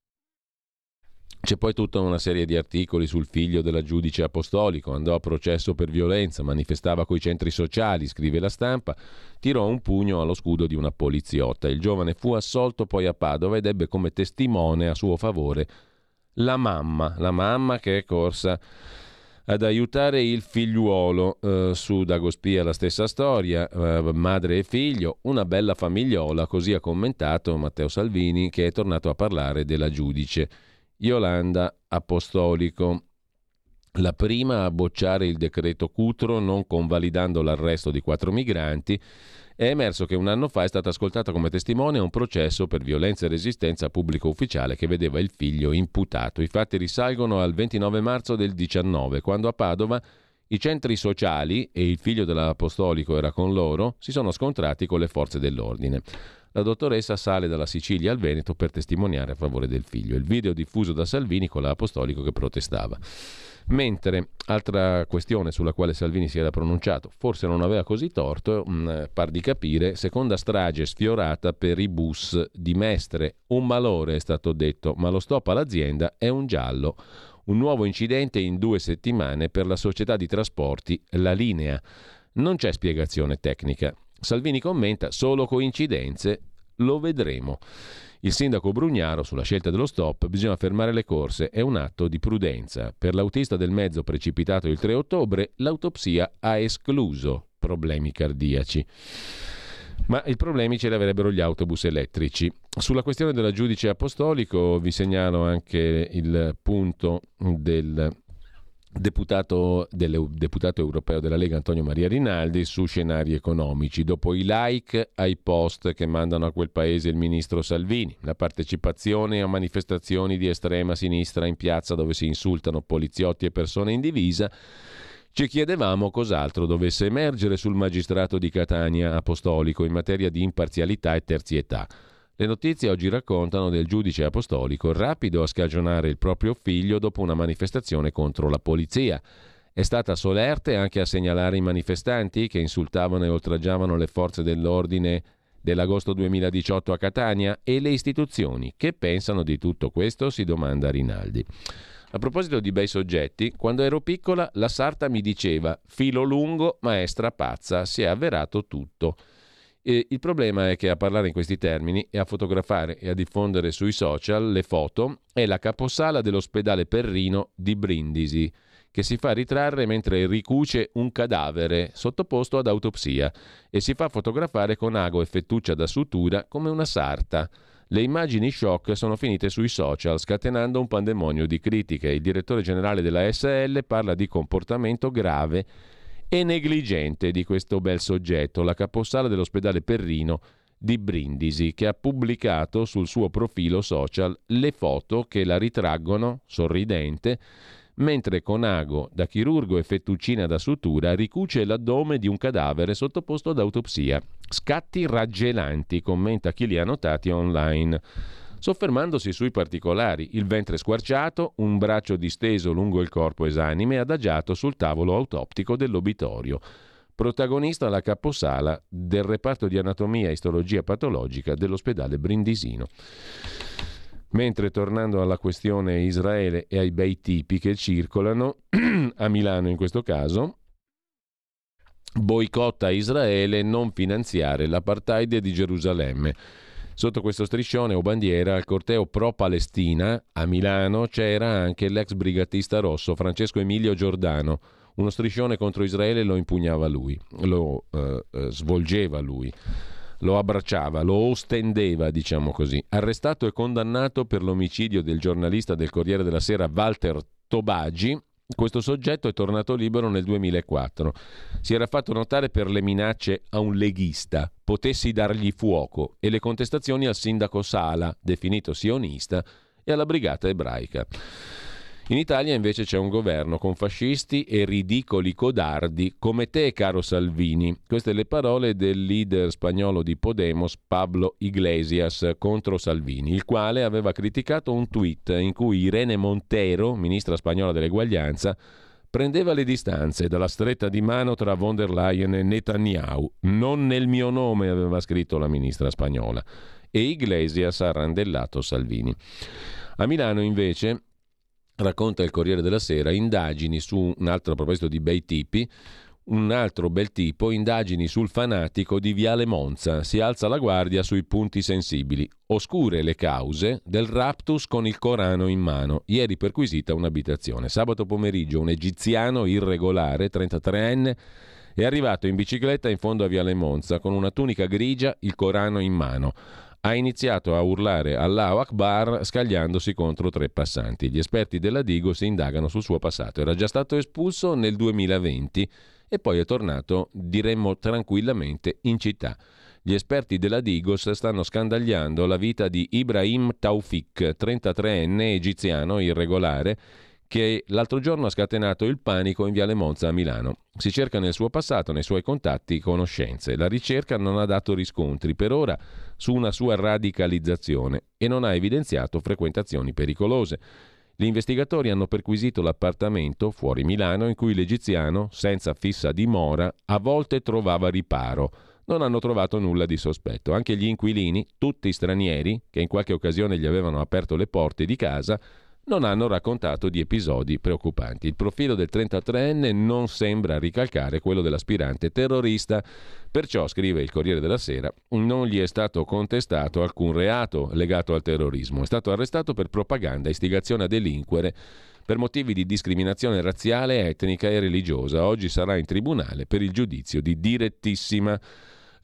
C'è poi tutta una serie di articoli sul figlio della giudice apostolico, andò a processo per violenza, manifestava coi centri sociali, scrive La Stampa, tirò un pugno allo scudo di una poliziotta. Il giovane fu assolto poi a Padova ed ebbe come testimone a suo favore la mamma che è corsa ad aiutare il figliuolo. Su Dagospia la stessa storia, madre e figlio, una bella famigliola, così ha commentato Matteo Salvini, che è tornato a parlare della giudice Iolanda Apostolico. La prima a bocciare il decreto Cutro, non convalidando l'arresto di 4 migranti, è emerso che un anno fa è stata ascoltata come testimone a un processo per violenza e resistenza a pubblico ufficiale che vedeva il figlio imputato. I fatti risalgono al 29 marzo del 19, quando a Padova i centri sociali, e il figlio dell'Apostolico era con loro, si sono scontrati con le forze dell'ordine. La dottoressa sale dalla Sicilia al Veneto per testimoniare a favore del figlio. Il video diffuso da Salvini con l'Apostolico che protestava. Mentre, altra questione sulla quale Salvini si era pronunciato, forse non aveva così torto, par di capire, seconda strage sfiorata per i bus di Mestre. Un malore è stato detto, ma lo stop all'azienda è un giallo. Un nuovo incidente in 2 settimane per la società di trasporti La Linea. Non c'è spiegazione tecnica. Salvini commenta, solo coincidenze, lo vedremo. Il sindaco Brugnaro, sulla scelta dello stop, bisogna fermare le corse, è un atto di prudenza. Per l'autista del mezzo precipitato il 3 ottobre, l'autopsia ha escluso problemi cardiaci. Ma i problemi ce li avrebbero gli autobus elettrici. Sulla questione del giudice apostolico vi segnalo anche il punto del deputato europeo della Lega Antonio Maria Rinaldi su scenari economici. Dopo i like ai post che mandano a quel paese il ministro Salvini, la partecipazione a manifestazioni di estrema sinistra in piazza dove si insultano poliziotti e persone in divisa, ci chiedevamo cos'altro dovesse emergere sul magistrato di Catania apostolico in materia di imparzialità e terzietà. Le notizie oggi raccontano del giudice apostolico rapido a scagionare il proprio figlio dopo una manifestazione contro la polizia. È stata solerte anche a segnalare i manifestanti che insultavano e oltraggiavano le forze dell'ordine dell'agosto 2018 a Catania, e le istituzioni. Che pensano di tutto questo? Si domanda Rinaldi. A proposito di bei soggetti, quando ero piccola la sarta mi diceva «filo lungo, maestra pazza, si è avverato tutto». Il problema è che a parlare in questi termini e a fotografare e a diffondere sui social le foto è la caposala dell'ospedale Perrino di Brindisi, che si fa ritrarre mentre ricuce un cadavere sottoposto ad autopsia e si fa fotografare con ago e fettuccia da sutura come una sarta. Le immagini shock sono finite sui social, scatenando un pandemonio di critiche. Il direttore generale della SL parla di comportamento grave e negligente di questo bel soggetto, la caposala dell'ospedale Perrino di Brindisi, che ha pubblicato sul suo profilo social le foto che la ritraggono sorridente mentre con ago da chirurgo e fettuccina da sutura ricuce l'addome di un cadavere sottoposto ad autopsia. Scatti raggelanti, commenta chi li ha notati online, soffermandosi sui particolari: il ventre squarciato, un braccio disteso lungo il corpo esanime adagiato sul tavolo autoptico dell'obitorio. Protagonista la caposala del reparto di anatomia e istologia patologica dell'ospedale brindisino. Mentre, tornando alla questione Israele e ai bei tipi che circolano, a Milano in questo caso, boicotta Israele, non finanziare l'apartheid di Gerusalemme. Sotto questo striscione o bandiera al corteo pro-Palestina a Milano c'era anche l'ex brigatista rosso Francesco Emilio Giordano. Uno striscione contro Israele lo impugnava lui, lo svolgeva lui, lo abbracciava, lo ostendeva, diciamo così. Arrestato e condannato per l'omicidio del giornalista del Corriere della Sera Walter Tobagi, questo soggetto è tornato libero nel 2004. Si era fatto notare per le minacce a un leghista, potessi dargli fuoco, e le contestazioni al sindaco Sala, definito sionista, e alla brigata ebraica. In Italia invece c'è un governo con fascisti e ridicoli codardi come te, caro Salvini. Queste le parole del leader spagnolo di Podemos, Pablo Iglesias, contro Salvini, il quale aveva criticato un tweet in cui Irene Montero, ministra spagnola dell'eguaglianza, prendeva le distanze dalla stretta di mano tra von der Leyen e Netanyahu. Non nel mio nome, aveva scritto la ministra spagnola. E Iglesias ha randellato Salvini. A Milano invece, racconta il Corriere della Sera, indagini su un altro, a proposito di bei tipi, un altro bel tipo, indagini sul fanatico di Viale Monza. Si alza la guardia sui punti sensibili. Oscure le cause del raptus con il Corano in mano. Ieri perquisita un'abitazione. Sabato pomeriggio un egiziano irregolare, 33enne, è arrivato in bicicletta in fondo a Viale Monza con una tunica grigia, il Corano in mano. Ha iniziato a urlare Allahu Akbar scagliandosi contro 3 passanti. Gli esperti della Digos indagano sul suo passato. Era già stato espulso nel 2020 e poi è tornato, diremmo tranquillamente, in città. Gli esperti della Digos stanno scandagliando la vita di Ibrahim Taufik, 33enne egiziano irregolare, che l'altro giorno ha scatenato il panico in Viale Monza a Milano. Si cerca nel suo passato, nei suoi contatti, conoscenze. La ricerca non ha dato riscontri per ora su una sua radicalizzazione e non ha evidenziato frequentazioni pericolose. Gli investigatori hanno perquisito l'appartamento fuori Milano in cui l'egiziano, senza fissa dimora, a volte trovava riparo. Non hanno trovato nulla di sospetto. Anche gli inquilini, tutti stranieri, che in qualche occasione gli avevano aperto le porte di casa, non hanno raccontato di episodi preoccupanti. Il profilo del 33enne non sembra ricalcare quello dell'aspirante terrorista, perciò, scrive il Corriere della Sera, non gli è stato contestato alcun reato legato al terrorismo. È stato arrestato per propaganda, istigazione a delinquere per motivi di discriminazione razziale, etnica e religiosa. Oggi sarà in tribunale per il giudizio di direttissima.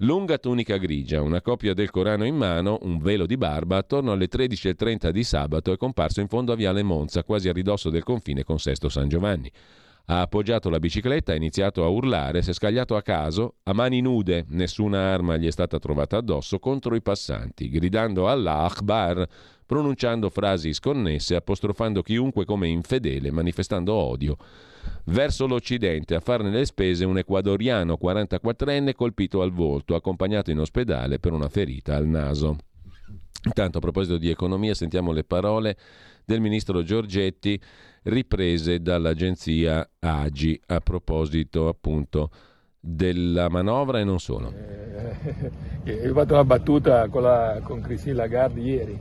Lunga tunica grigia, una copia del Corano in mano, un velo di barba, attorno alle 13:30 di sabato è comparso in fondo a Viale Monza, quasi a ridosso del confine con Sesto San Giovanni. Ha appoggiato la bicicletta, ha iniziato a urlare, si è scagliato a caso, a mani nude, nessuna arma gli è stata trovata addosso, contro i passanti, gridando Allah Akbar, pronunciando frasi sconnesse, apostrofando chiunque come infedele, manifestando odio verso l'Occidente. A farne le spese un ecuadoriano 44enne colpito al volto, accompagnato in ospedale per una ferita al naso. Intanto, a proposito di economia, sentiamo le parole del ministro Giorgetti riprese dall'agenzia AGI a proposito appunto della manovra e non solo. Ho fatto una battuta con Christine Lagarde ieri.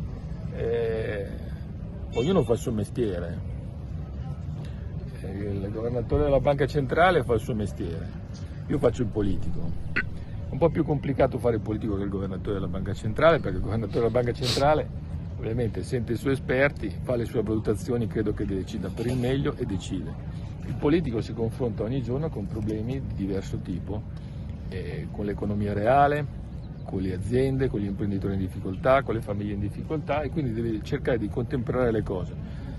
Ognuno fa il suo mestiere. Il governatore della Banca Centrale fa il suo mestiere. Io faccio il politico. È un po' più complicato fare il politico che il governatore della Banca Centrale, perché il governatore della Banca Centrale ovviamente sente i suoi esperti, fa le sue valutazioni, credo che decida per il meglio e decide. Il politico si confronta ogni giorno con problemi di diverso tipo, con l'economia reale, con le aziende, con gli imprenditori in difficoltà, con le famiglie in difficoltà, e quindi deve cercare di contemperare le cose.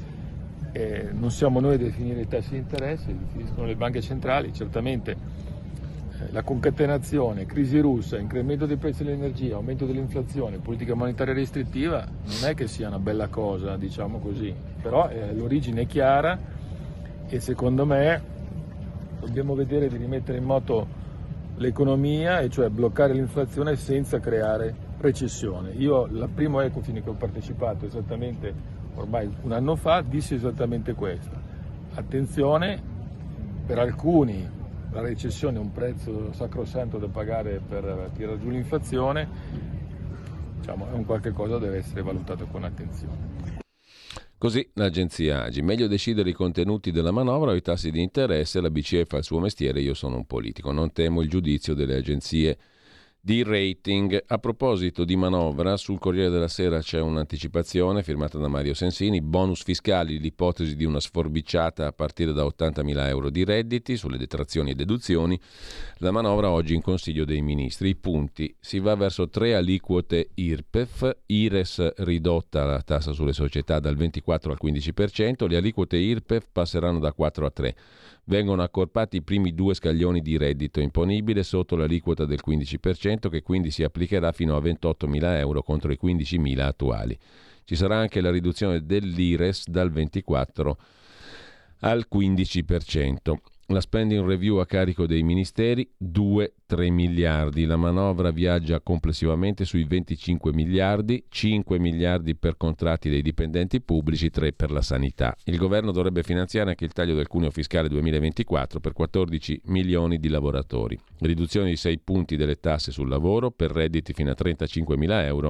Non siamo noi a definire i tassi di interesse, li definiscono le banche centrali. Certamente la concatenazione, crisi russa, incremento dei prezzi dell'energia, aumento dell'inflazione, politica monetaria restrittiva non è che sia una bella cosa, diciamo così, però l'origine è chiara e secondo me dobbiamo vedere di rimettere in moto l'economia, e cioè bloccare l'inflazione senza creare recessione. Io la prima Ecofin che ho partecipato esattamente ormai un anno fa dissi esattamente questo: attenzione, per alcuni la recessione è un prezzo sacrosanto da pagare per tirare giù l'inflazione, diciamo, è un qualche cosa che deve essere valutato con attenzione. Così l'agenzia AGI. Meglio decidere i contenuti della manovra o i tassi di interesse, la BCE fa il suo mestiere, io sono un politico. Non temo il giudizio delle agenzie di rating. A proposito di manovra, sul Corriere della Sera c'è un'anticipazione firmata da Mario Sensini: bonus fiscali, l'ipotesi di una sforbiciata a partire da 80.000 euro di redditi sulle detrazioni e deduzioni. La manovra oggi in Consiglio dei Ministri. I punti: si va verso 3 aliquote IRPEF, IRES ridotta la tassa sulle società dal 24 al 15%, le aliquote IRPEF passeranno da 4 a 3. Vengono accorpati i primi 2 scaglioni di reddito imponibile sotto l'aliquota del 15%, che quindi si applicherà fino a 28.000 euro contro i 15.000 attuali. Ci sarà anche la riduzione dell'IRES dal 24 al 15%. La spending review a carico dei ministeri, 2-3 miliardi. La manovra viaggia complessivamente sui 25 miliardi, 5 miliardi per contratti dei dipendenti pubblici, 3 per la sanità. Il governo dovrebbe finanziare anche il taglio del cuneo fiscale 2024 per 14 milioni di lavoratori. Riduzione di 6 punti delle tasse sul lavoro per redditi fino a 35.000 euro,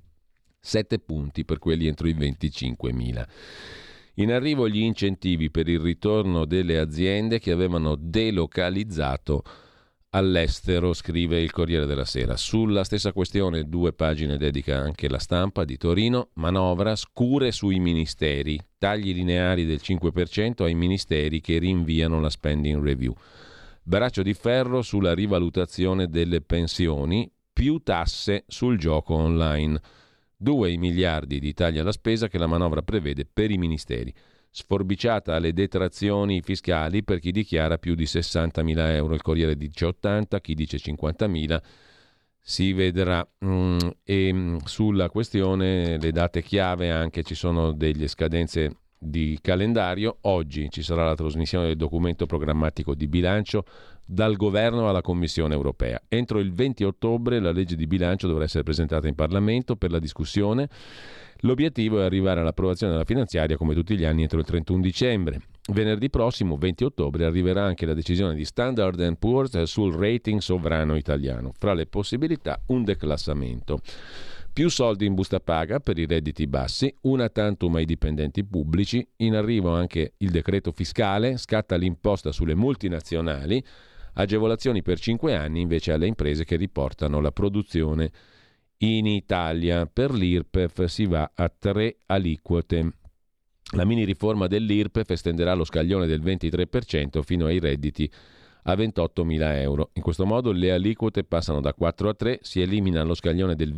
7 punti per quelli entro i 25.000. In arrivo gli incentivi per il ritorno delle aziende che avevano delocalizzato all'estero, scrive il Corriere della Sera. Sulla stessa questione 2 pagine dedica anche La Stampa di Torino. Manovra, scure sui ministeri, tagli lineari del 5% ai ministeri che rinviano la spending review. Braccio di ferro sulla rivalutazione delle pensioni, più tasse sul gioco online. 2 i miliardi di tagli alla spesa che la manovra prevede per i ministeri. Sforbiciata alle detrazioni fiscali per chi dichiara più di 60.000 euro. Il Corriere dice 80, chi dice 50.000 si vedrà. E sulla questione le date chiave anche, ci sono delle scadenze di calendario. Oggi ci sarà la trasmissione del documento programmatico di bilancio dal governo alla Commissione europea. Entro il 20 ottobre la legge di bilancio dovrà essere presentata in Parlamento per la discussione. L'obiettivo è arrivare all'approvazione della finanziaria come tutti gli anni entro il 31 dicembre. Venerdì prossimo, 20 ottobre, arriverà anche la decisione di Standard & Poor's sul rating sovrano italiano. Fra le possibilità, un declassamento. Più soldi in busta paga per i redditi bassi, una tantum ai dipendenti pubblici, in arrivo anche il decreto fiscale, scatta l'imposta sulle multinazionali, agevolazioni per 5 anni invece alle imprese che riportano la produzione in Italia. Per l'IRPEF si va a 3 aliquote. La mini riforma dell'IRPEF estenderà lo scaglione del 23% fino ai redditi a 28.000 euro. In questo modo le aliquote passano da 4 a 3, si elimina lo scaglione del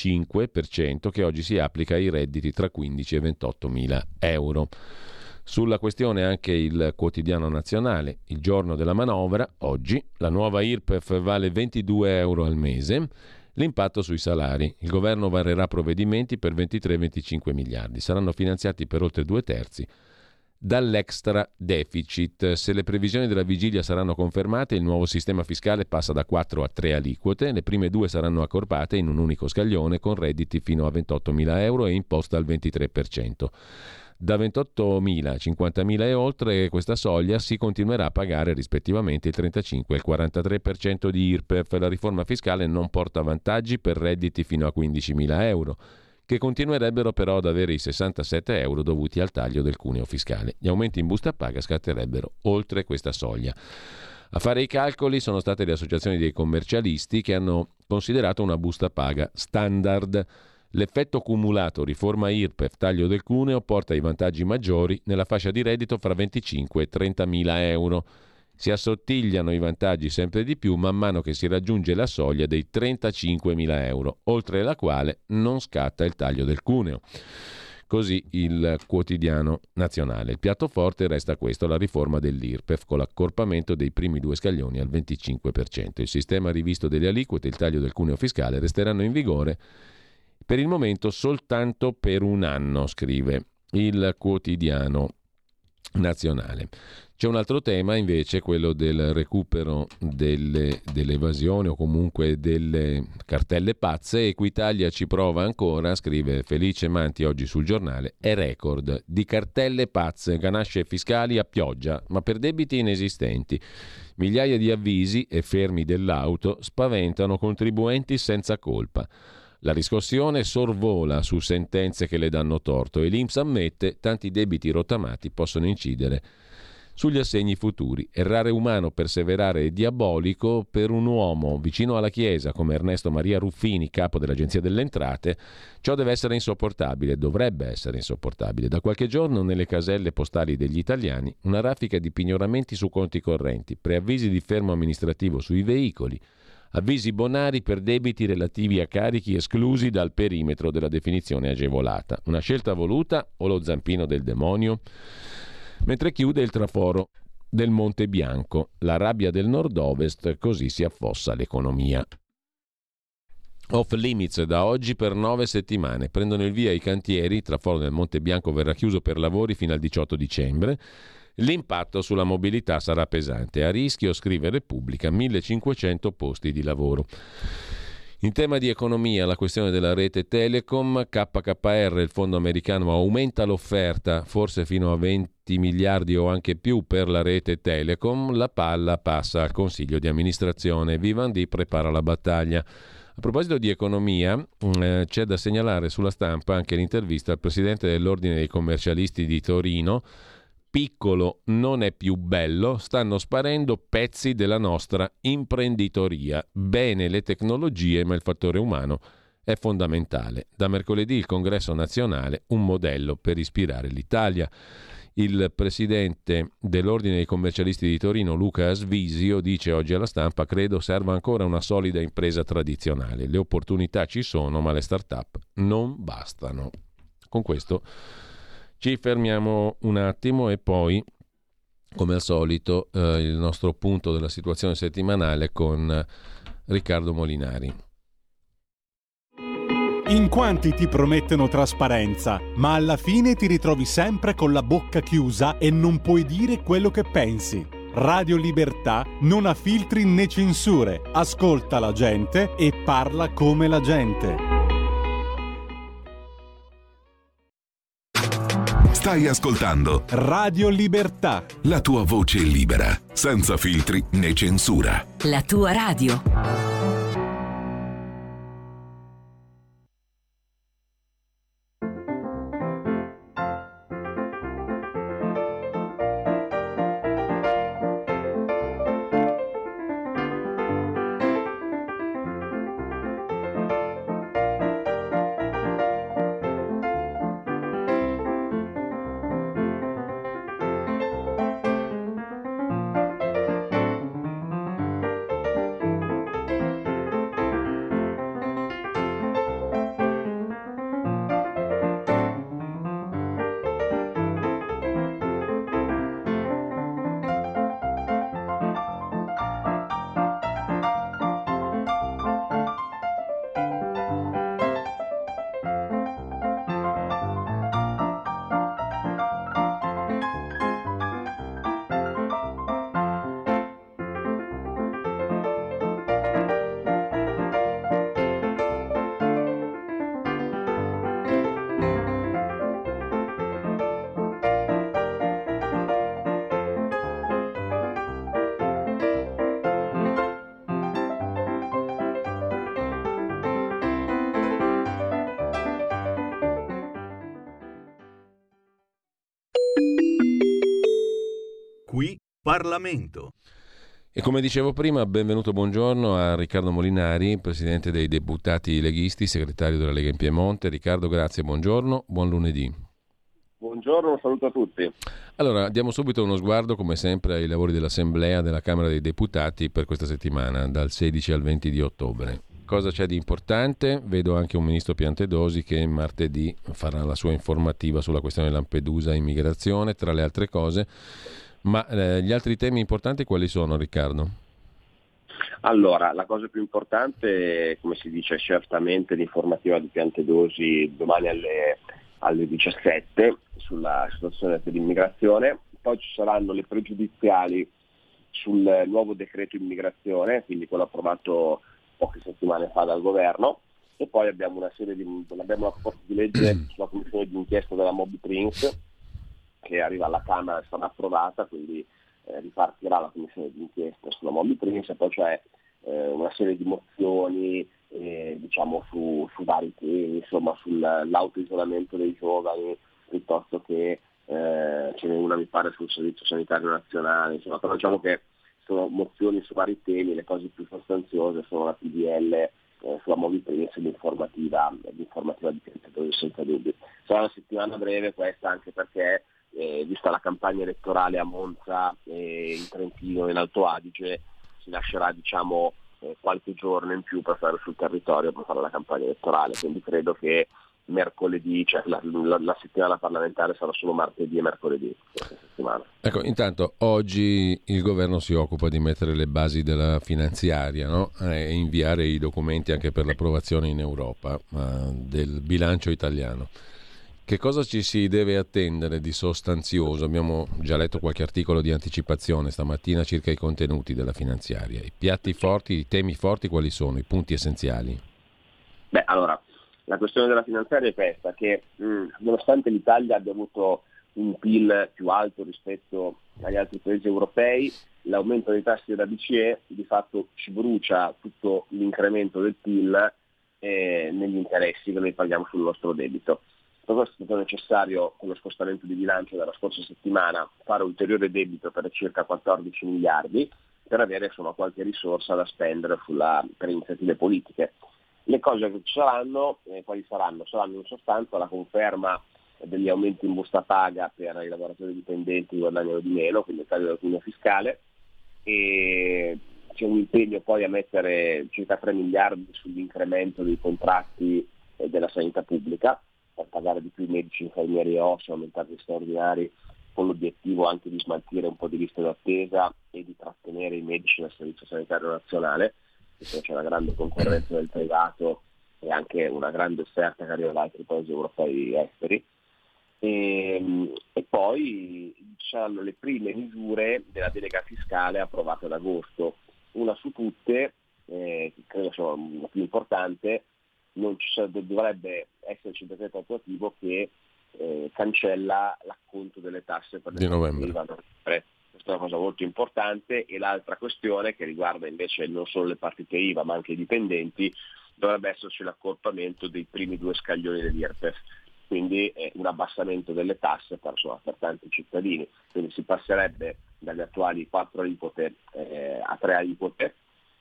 25% che oggi si applica ai redditi tra 15 e 28.000 euro. Sulla questione anche il Quotidiano Nazionale, il giorno della manovra, oggi, la nuova IRPEF vale 22 euro al mese, l'impatto sui salari. Il governo varerà provvedimenti per 23-25 miliardi, saranno finanziati per oltre 2/3 dall'extra deficit. Se le previsioni della vigilia saranno confermate, il nuovo sistema fiscale passa da 4 a 3 aliquote, le prime 2 saranno accorpate in un unico scaglione con redditi fino a 28.000 euro e imposta al 23%. Da 28.000, 50.000 e oltre questa soglia si continuerà a pagare rispettivamente il 35 e il 43% di IRPEF. La riforma fiscale non porta vantaggi per redditi fino a 15.000 euro, che continuerebbero però ad avere i 67 euro dovuti al taglio del cuneo fiscale. Gli aumenti in busta paga scatterebbero oltre questa soglia. A fare i calcoli sono state le associazioni dei commercialisti che hanno considerato una busta paga standard. L'effetto cumulato riforma IRPEF, taglio del cuneo, porta ai vantaggi maggiori nella fascia di reddito fra 25 e 30.000 euro. Si assottigliano i vantaggi sempre di più man mano che si raggiunge la soglia dei 35.000 euro, oltre la quale non scatta il taglio del cuneo. Così il Quotidiano Nazionale. Il piatto forte resta questo, la riforma dell'IRPEF, con l'accorpamento dei primi 2 scaglioni al 25%. Il sistema rivisto delle aliquote e il taglio del cuneo fiscale resteranno in vigore per il momento soltanto per un anno, scrive il Quotidiano Nazionale. C'è un altro tema invece, quello del recupero dell'evasione o comunque delle cartelle pazze. Equitalia ci prova ancora, scrive Felice Manti oggi sul Giornale, è record di cartelle pazze, ganasce fiscali a pioggia, ma per debiti inesistenti. Migliaia di avvisi e fermi dell'auto spaventano contribuenti senza colpa. La riscossione sorvola su sentenze che le danno torto e l'INPS ammette tanti debiti rottamati possono incidere sugli assegni futuri. Errare umano, perseverare è diabolico. Per un uomo vicino alla Chiesa come Ernesto Maria Ruffini, capo dell'Agenzia delle Entrate, ciò deve essere insopportabile, dovrebbe essere insopportabile. Da qualche giorno nelle caselle postali degli italiani una raffica di pignoramenti su conti correnti, preavvisi di fermo amministrativo sui veicoli, avvisi bonari per debiti relativi a carichi esclusi dal perimetro della definizione agevolata. Una scelta voluta o lo zampino del demonio? Mentre chiude il traforo del Monte Bianco, la rabbia del nord-ovest, così si affossa l'economia. Off limits da oggi per 9 settimane. Prendono il via i cantieri, il traforo del Monte Bianco verrà chiuso per lavori fino al 18 dicembre. L'impatto sulla mobilità sarà pesante. A rischio, scrive Repubblica, 1.500 posti di lavoro. In tema di economia, la questione della rete Telecom, KKR, il fondo americano, aumenta l'offerta, forse fino a 20 miliardi o anche più per la rete Telecom. La palla passa al Consiglio di amministrazione. Vivendi prepara la battaglia. A proposito di economia, c'è da segnalare sulla stampa anche l'intervista al presidente dell'Ordine dei commercialisti di Torino. Piccolo non è più bello, stanno sparendo pezzi della nostra imprenditoria. Bene le tecnologie, ma il fattore umano è fondamentale. Da mercoledì il Congresso nazionale, un modello per ispirare l'Italia. Il presidente dell'Ordine dei commercialisti di Torino, Luca Asvisio, dice oggi alla stampa: credo serva ancora una solida impresa tradizionale. Le opportunità ci sono, ma le start-up non bastano. Con questo ci fermiamo un attimo e poi, come al solito, il nostro punto della situazione settimanale con Riccardo Molinari. In quanti ti promettono trasparenza, ma alla fine ti ritrovi sempre con la bocca chiusa e non puoi dire quello che pensi. Radio Libertà non ha filtri né censure, ascolta la gente e parla come la gente. Stai ascoltando Radio Libertà, la tua voce libera, senza filtri né censura. La tua radio. Qui Parlamento. E come dicevo prima, benvenuto, buongiorno a Riccardo Molinari, presidente dei deputati leghisti, segretario della Lega in Piemonte. Riccardo, grazie, buongiorno, buon lunedì. Buongiorno, un saluto a tutti. Allora, diamo subito uno sguardo, come sempre, ai lavori dell'Assemblea della Camera dei Deputati per questa settimana, dal 16 al 20 di ottobre. Cosa c'è di importante? Vedo anche un ministro Piantedosi che martedì farà la sua informativa sulla questione Lampedusa e immigrazione, tra le altre cose. Ma gli altri temi importanti quali sono, Riccardo? Allora, la cosa più importante, come si dice, è certamente l'informativa di Piantedosi domani alle 17 sulla situazione dell'immigrazione. Poi ci saranno le pregiudiziali sul nuovo decreto immigrazione, quindi quello approvato poche settimane fa dal governo, e poi abbiamo una proposta di legge sulla commissione di inchiesta della Moby Prince che arriva alla Camera e sarà approvata, quindi ripartirà la commissione di inchiesta sulla Moby Prince, e poi c'è una serie di mozioni diciamo su vari temi, insomma sull'autoisolamento dei giovani, piuttosto che ce n'è una mi pare sul servizio sanitario nazionale, insomma, però diciamo che sono mozioni su vari temi. Le cose più sostanziose sono la PDL sulla Moby Prince e l'informativa di Piantedosi, senza dubbio. Sarà una settimana breve questa, anche perché vista la campagna elettorale a Monza, in Trentino e in Alto Adige, si lascerà diciamo qualche giorno in più per fare sul territorio, per fare la campagna elettorale, quindi credo che mercoledì, cioè la settimana parlamentare sarà solo martedì e mercoledì questa settimana. Ecco, intanto oggi il governo si occupa di mettere le basi della finanziaria, no? E inviare i documenti anche per l'approvazione in Europa del bilancio italiano. Che cosa ci si deve attendere di sostanzioso? Abbiamo già letto qualche articolo di anticipazione stamattina circa i contenuti della finanziaria. I piatti forti, i temi forti quali sono? I punti essenziali? Beh, allora, la questione della finanziaria è questa, che nonostante l'Italia abbia avuto un PIL più alto rispetto agli altri paesi europei, l'aumento dei tassi della BCE di fatto ci brucia tutto l'incremento del PIL negli interessi che noi paghiamo sul nostro debito. Per questo è stato necessario, con lo scostamento di bilancio della scorsa settimana, fare ulteriore debito per circa 14 miliardi per avere insomma qualche risorsa da spendere per iniziative politiche. Le cose che ci saranno, quali saranno? Saranno in sostanza la conferma degli aumenti in busta paga per i lavoratori dipendenti che guadagnano di meno, quindi il taglio del cuneo fiscale, e c'è un impegno poi a mettere circa 3 miliardi sull'incremento dei contratti della sanità pubblica, per pagare di più i medici, infermieri e OSS, aumentare gli straordinari, con l'obiettivo anche di smaltire un po' di liste d'attesa e di trattenere i medici nel Servizio Sanitario Nazionale, perché c'è una grande concorrenza del privato e anche una grande offerta che arriva da altri paesi europei esteri. E poi ci saranno le prime misure della delega fiscale approvate ad agosto. Una su tutte, che credo sia la più importante, dovrebbe esserci un decreto attuativo che cancella l'acconto delle tasse per le novembre. Questa è una cosa molto importante. E l'altra questione, che riguarda invece non solo le partite IVA ma anche i dipendenti, dovrebbe esserci l'accorpamento dei primi 2 scaglioni dell'IRPEF, quindi un abbassamento delle tasse per tanti cittadini, quindi si passerebbe dalle attuali 4 aliquote a 3 aliquote,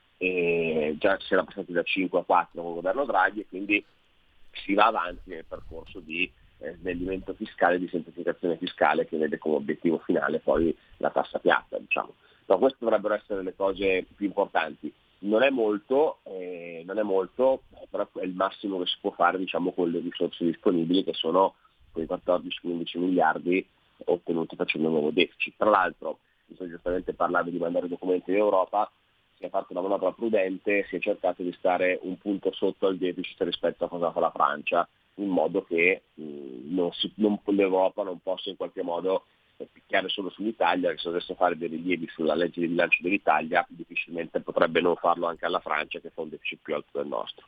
e già si era passati da 5 a 4 con il governo Draghi, e quindi si va avanti nel percorso di snellimento fiscale, di semplificazione fiscale, che vede come obiettivo finale poi la tassa piatta, diciamo. No, queste dovrebbero essere le cose più importanti. Non è molto, però è il massimo che si può fare, diciamo, con le risorse disponibili, che sono quei 14-15 miliardi ottenuti facendo un nuovo deficit. Tra l'altro, giustamente parlando di mandare documenti in Europa, si è fatto una manovra prudente, si è cercato di stare un punto sotto al deficit rispetto a cosa fa la Francia, in modo che l'Europa non possa in qualche modo picchiare solo sull'Italia, che se dovesse fare dei rilievi sulla legge di bilancio dell'Italia difficilmente potrebbe non farlo anche alla Francia, che fa un deficit più alto del nostro.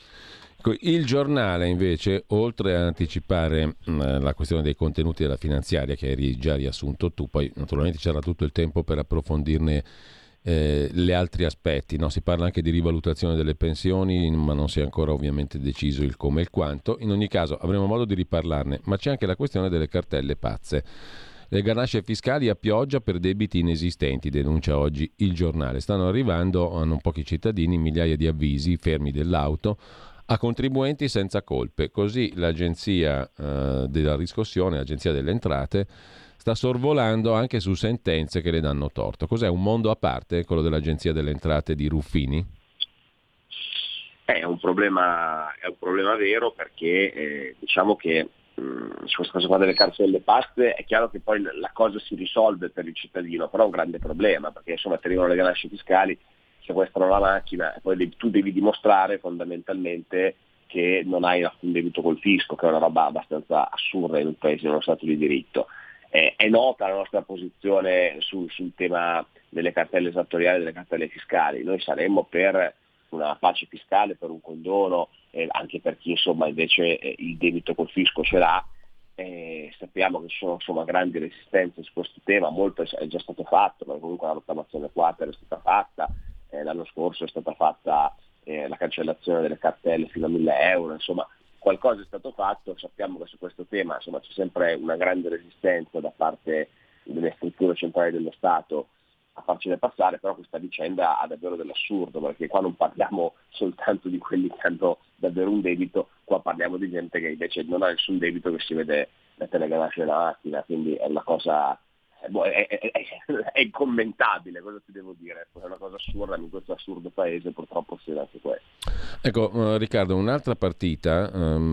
Il Giornale invece, oltre a anticipare la questione dei contenuti della finanziaria che hai già riassunto tu, poi naturalmente c'era tutto il tempo per approfondirne gli altri aspetti, no? Si parla anche di rivalutazione delle pensioni, ma non si è ancora ovviamente deciso il come e il quanto. In ogni caso avremo modo di riparlarne, ma c'è anche la questione delle cartelle pazze. Le ganasce fiscali a pioggia per debiti inesistenti, denuncia oggi il Giornale. Stanno arrivando a non pochi cittadini migliaia di avvisi fermi dell'auto a contribuenti senza colpe. Così l'agenzia della riscossione, l'agenzia delle entrate, sta sorvolando anche su sentenze che le danno torto. Cos'è, un mondo a parte quello dell'agenzia delle entrate di Ruffini? È un problema vero, perché diciamo che su questa cosa qua delle cartelle paste è chiaro che poi la cosa si risolve per il cittadino, però è un grande problema, perché insomma ti arrivano le ganasce fiscali, sequestrano la macchina e poi tu devi dimostrare fondamentalmente che non hai alcun debito col fisco, che è una roba abbastanza assurda in un paese, in uno stato di diritto. È nota la nostra posizione sul tema delle cartelle esattoriali e delle cartelle fiscali. Noi saremmo per una pace fiscale, per un condono, anche per chi insomma invece il debito col fisco ce l'ha. Sappiamo che ci sono insomma grandi resistenze su questo tema, molto è già stato fatto, ma comunque la rottamazione quater è stata fatta, l'anno scorso è stata fatta la cancellazione delle cartelle fino a 1.000 euro, insomma qualcosa è stato fatto. Sappiamo che su questo tema insomma c'è sempre una grande resistenza da parte delle strutture centrali dello Stato a farcene passare, però questa vicenda ha davvero dell'assurdo, perché qua non parliamo soltanto di quelli che hanno davvero un debito, qua parliamo di gente che invece non ha nessun debito, che si vede mettere le ganasce nella macchina, quindi è una cosa è incommentabile, cosa ti devo dire, è una cosa assurda, in questo assurdo paese purtroppo si vede anche questo. Ecco, Riccardo, un'altra partita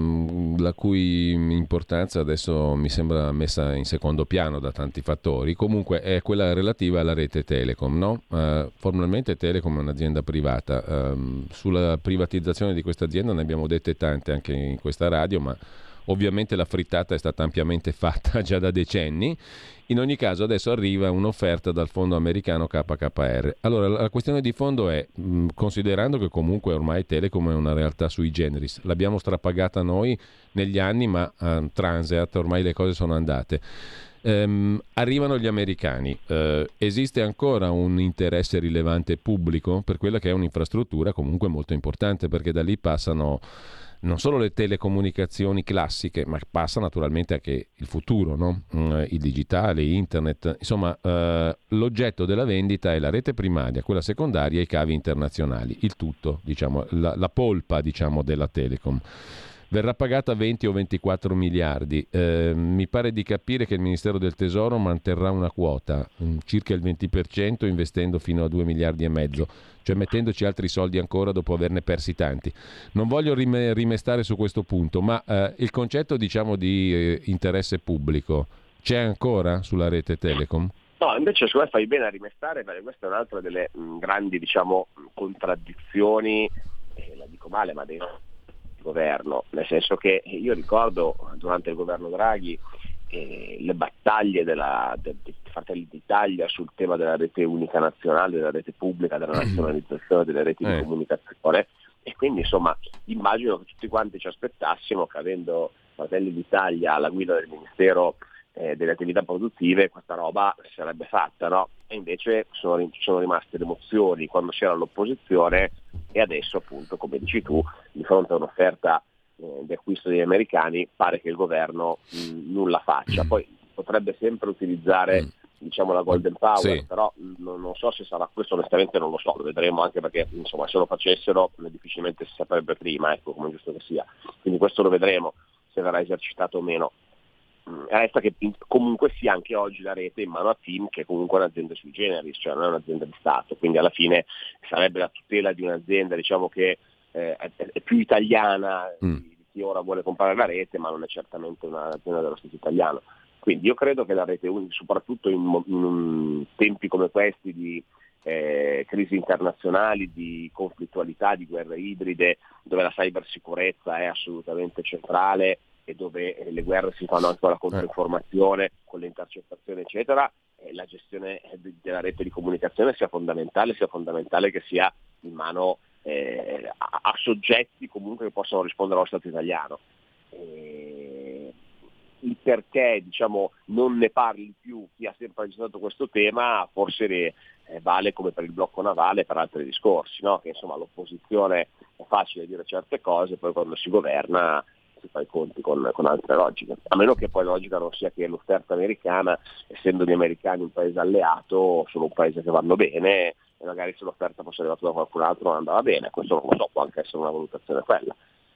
la cui importanza adesso mi sembra messa in secondo piano da tanti fattori, comunque è quella relativa alla rete Telecom, no? Formalmente Telecom è un'azienda privata, sulla privatizzazione di questa azienda ne abbiamo dette tante anche in questa radio, ma ovviamente la frittata è stata ampiamente fatta già da decenni. In ogni caso adesso arriva un'offerta dal fondo americano KKR. Allora la questione di fondo è, considerando che comunque ormai Telecom è una realtà sui generis, l'abbiamo strapagata noi negli anni, ma transeat, ormai le cose sono andate. Arrivano gli americani, esiste ancora un interesse rilevante pubblico per quella che è un'infrastruttura comunque molto importante, perché da lì passano non solo le telecomunicazioni classiche, ma passa naturalmente anche il futuro, no? Il digitale, internet, insomma l'oggetto della vendita è la rete primaria, quella secondaria e i cavi internazionali, il tutto, diciamo, la polpa, diciamo, della Telecom. Verrà pagata 20 o 24 miliardi. Mi pare di capire che il Ministero del Tesoro manterrà una quota, circa il 20%, investendo fino a 2 miliardi e mezzo, cioè mettendoci altri soldi ancora dopo averne persi tanti. Non voglio rimestare su questo punto, ma il concetto, diciamo, di interesse pubblico c'è ancora sulla rete Telecom? No, invece secondo me fai bene a rimestare, perché questa è un'altra delle grandi, diciamo, contraddizioni, la dico male, ma dei governo, nel senso che io ricordo durante il governo Draghi le battaglie di Fratelli d'Italia sul tema della rete unica nazionale, della rete pubblica, della nazionalizzazione delle reti di comunicazione, e quindi insomma immagino che tutti quanti ci aspettassimo che, avendo Fratelli d'Italia alla guida del Ministero delle attività produttive, questa roba sarebbe fatta, no? E invece sono rimaste le emozioni quando c'era l'opposizione, e adesso appunto, come dici tu, di fronte a un'offerta di acquisto degli americani pare che il governo nulla faccia. Poi potrebbe sempre utilizzare diciamo la golden power, sì. Però non so se sarà questo, onestamente non lo so, lo vedremo, anche perché insomma se lo facessero difficilmente si saprebbe prima, ecco, come giusto che sia, quindi questo lo vedremo se verrà esercitato o meno. Resta che comunque sia anche oggi la rete in mano a TIM, che è comunque un'azienda sui generis, cioè non è un'azienda di Stato, quindi alla fine sarebbe la tutela di un'azienda, diciamo, che è più italiana di chi ora vuole comprare la rete, ma non è certamente un'azienda dello Stato italiano. Quindi io credo che la rete unica, soprattutto in tempi come questi di crisi internazionali, di conflittualità, di guerre ibride, dove la cybersicurezza è assolutamente centrale e dove le guerre si fanno anche con la controinformazione, con le intercettazioni eccetera, la gestione della rete di comunicazione sia fondamentale che sia in mano a soggetti comunque che possono rispondere allo Stato italiano. Il perché, diciamo, non ne parli più chi ha sempre agitato questo tema forse vale come per il blocco navale, per altri discorsi, no? Che insomma l'opposizione è facile dire certe cose, poi quando si governa si fa i conti con altre logiche, a meno che poi la logica non sia che l'offerta americana, essendo gli americani un paese alleato, sono un paese che vanno bene, e magari se l'offerta fosse arrivata da qualcun altro non andava bene. Questo non lo so, può anche essere una valutazione quella.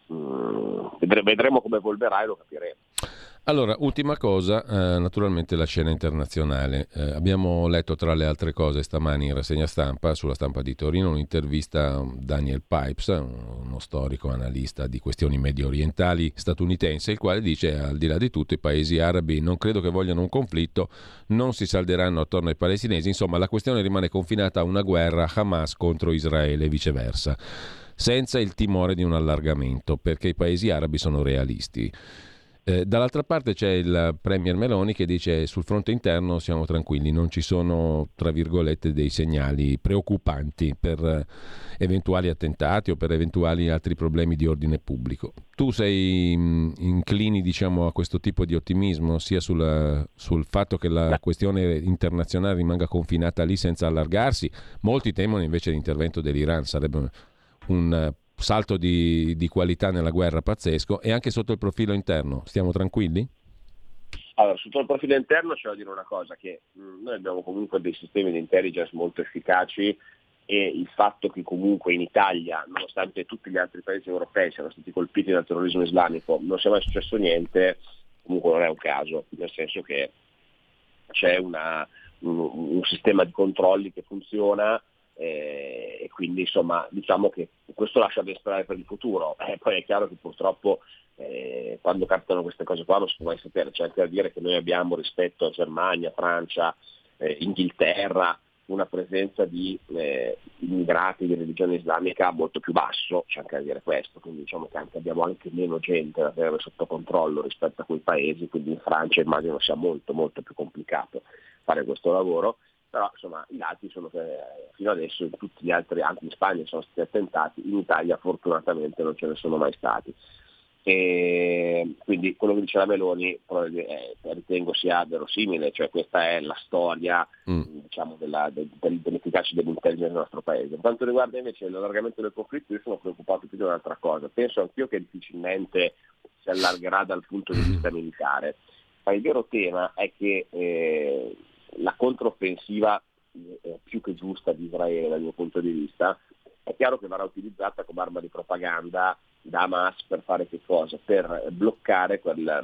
Vedremo come evolverà e lo capiremo. Allora, ultima cosa, naturalmente la scena internazionale. Abbiamo letto tra le altre cose stamani in rassegna stampa, sulla Stampa di Torino, un'intervista a Daniel Pipes, uno storico analista di questioni medio orientali statunitense, il quale dice: al di là di tutto i paesi arabi non credo che vogliano un conflitto, non si salderanno attorno ai palestinesi, insomma la questione rimane confinata a una guerra Hamas contro Israele e viceversa, senza il timore di un allargamento, perché i paesi arabi sono realisti. Dall'altra parte c'è il premier Meloni che dice: sul fronte interno siamo tranquilli, non ci sono, tra virgolette, dei segnali preoccupanti per eventuali attentati o per eventuali altri problemi di ordine pubblico. Tu sei inclini, diciamo, a questo tipo di ottimismo, sia sul fatto che la questione internazionale rimanga confinata lì senza allargarsi? Molti temono invece l'intervento dell'Iran, sarebbe un salto di qualità nella guerra pazzesco. E anche sotto il profilo interno stiamo tranquilli? Allora, sotto il profilo interno c'è da dire una cosa, che noi abbiamo comunque dei sistemi di intelligence molto efficaci, e il fatto che comunque in Italia, nonostante tutti gli altri paesi europei siano stati colpiti dal terrorismo islamico, non sia mai successo niente, comunque non è un caso, nel senso che c'è un sistema di controlli che funziona, e quindi insomma diciamo che questo lascia ben sperare per il futuro. Poi è chiaro che purtroppo quando capitano queste cose qua non si può mai sapere. C'è anche da dire che noi abbiamo, rispetto a Germania, Francia, Inghilterra, una presenza di immigrati di religione islamica molto più basso, c'è anche da dire questo, quindi diciamo che abbiamo anche meno gente da tenere sotto controllo rispetto a quei paesi, quindi in Francia immagino sia molto molto più complicato fare questo lavoro. Però insomma i dati sono che fino adesso in tutti gli altri, anche in Spagna sono stati attentati, in Italia fortunatamente non ce ne sono mai stati. E quindi quello che dice la Meloni ritengo sia verosimile, cioè questa è la storia diciamo dell'efficacia dell'intelligence del nostro paese. Per quanto riguarda invece l'allargamento del conflitto, io sono preoccupato più di un'altra cosa. Penso anch'io che difficilmente si allargherà dal punto di vista militare, ma il vero tema è che la controffensiva più che giusta di Israele dal mio punto di vista è chiaro che verrà utilizzata come arma di propaganda da Hamas per fare che cosa? Per bloccare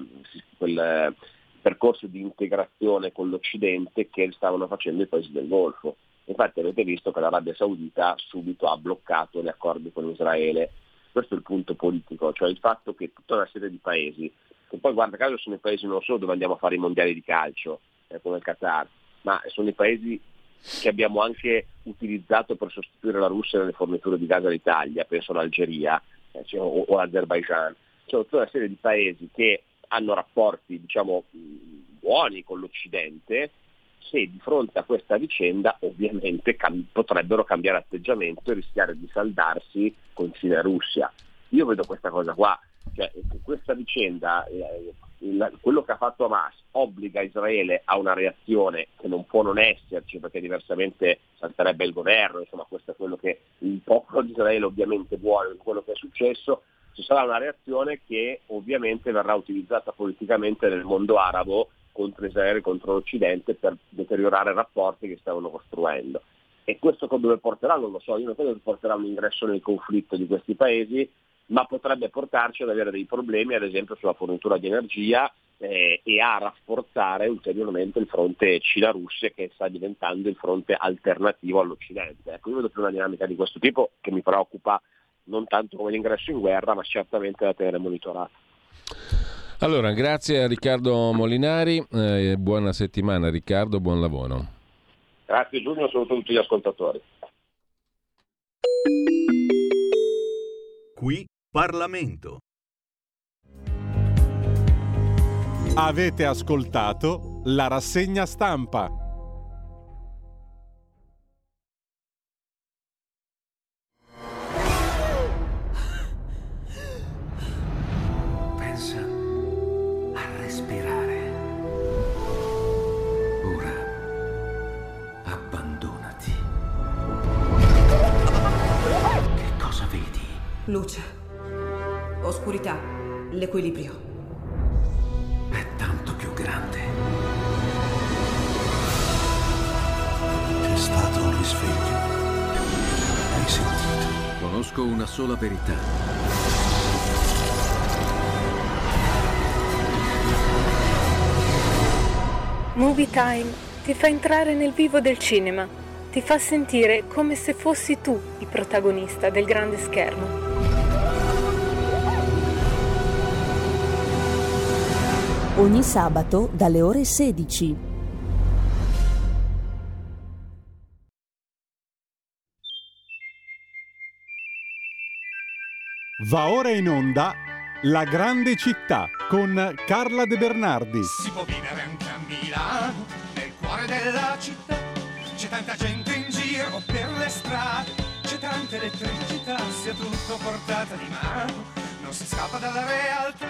quel percorso di integrazione con l'Occidente che stavano facendo i paesi del Golfo. Infatti avete visto che l'Arabia Saudita subito ha bloccato gli accordi con Israele. Questo è il punto politico, cioè il fatto che tutta una serie di paesi, che poi guarda caso sono i paesi non solo dove andiamo a fare i mondiali di calcio, come il Qatar, ma sono i paesi che abbiamo anche utilizzato per sostituire la Russia nelle forniture di gas all'Italia, penso all'Algeria o all'Azerbaijan. C'è tutta una serie di paesi che hanno rapporti diciamo buoni con l'Occidente, se di fronte a questa vicenda ovviamente potrebbero cambiare atteggiamento e rischiare di saldarsi con Cina e Russia. Io vedo questa cosa qua, cioè questa vicenda, quello che ha fatto Hamas obbliga Israele a una reazione che non può non esserci, perché diversamente salterebbe il governo. Insomma, questo è quello che il popolo di Israele ovviamente vuole, quello che è successo. Ci sarà una reazione che ovviamente verrà utilizzata politicamente nel mondo arabo contro Israele, contro l'Occidente, per deteriorare i rapporti che stavano costruendo. E questo dove porterà non lo so, io non credo che porterà un ingresso nel conflitto di questi paesi, ma potrebbe portarci ad avere dei problemi, ad esempio sulla fornitura di energia, e a rafforzare ulteriormente il fronte Cina-Russia, che sta diventando il fronte alternativo all'Occidente. Ecco, io vedo più una dinamica di questo tipo che mi preoccupa, non tanto come l'ingresso in guerra, ma certamente da tenere monitorato. Allora, grazie a Riccardo Molinari, buona settimana Riccardo, buon lavoro. Grazie Giulio, saluto tutti gli ascoltatori. Qui Parlamento. Avete ascoltato la rassegna stampa. Pensa a respirare. Ora abbandonati. Che cosa vedi? Luce. Oscurità. l'equilibrio è tanto più grande. C'è stato un risveglio. Hai sentito? Conosco una sola verità. Movie Time ti fa entrare nel vivo del cinema, ti fa sentire come se fossi tu il protagonista del grande schermo. Ogni sabato dalle ore 16. Va ora in onda La Grande Città con Carla De Bernardi. Si può vivere anche a Milano, nel cuore della città. C'è tanta gente in giro per le strade, c'è tanta elettricità, sia tutto portata di mano, non si scappa dalla realtà.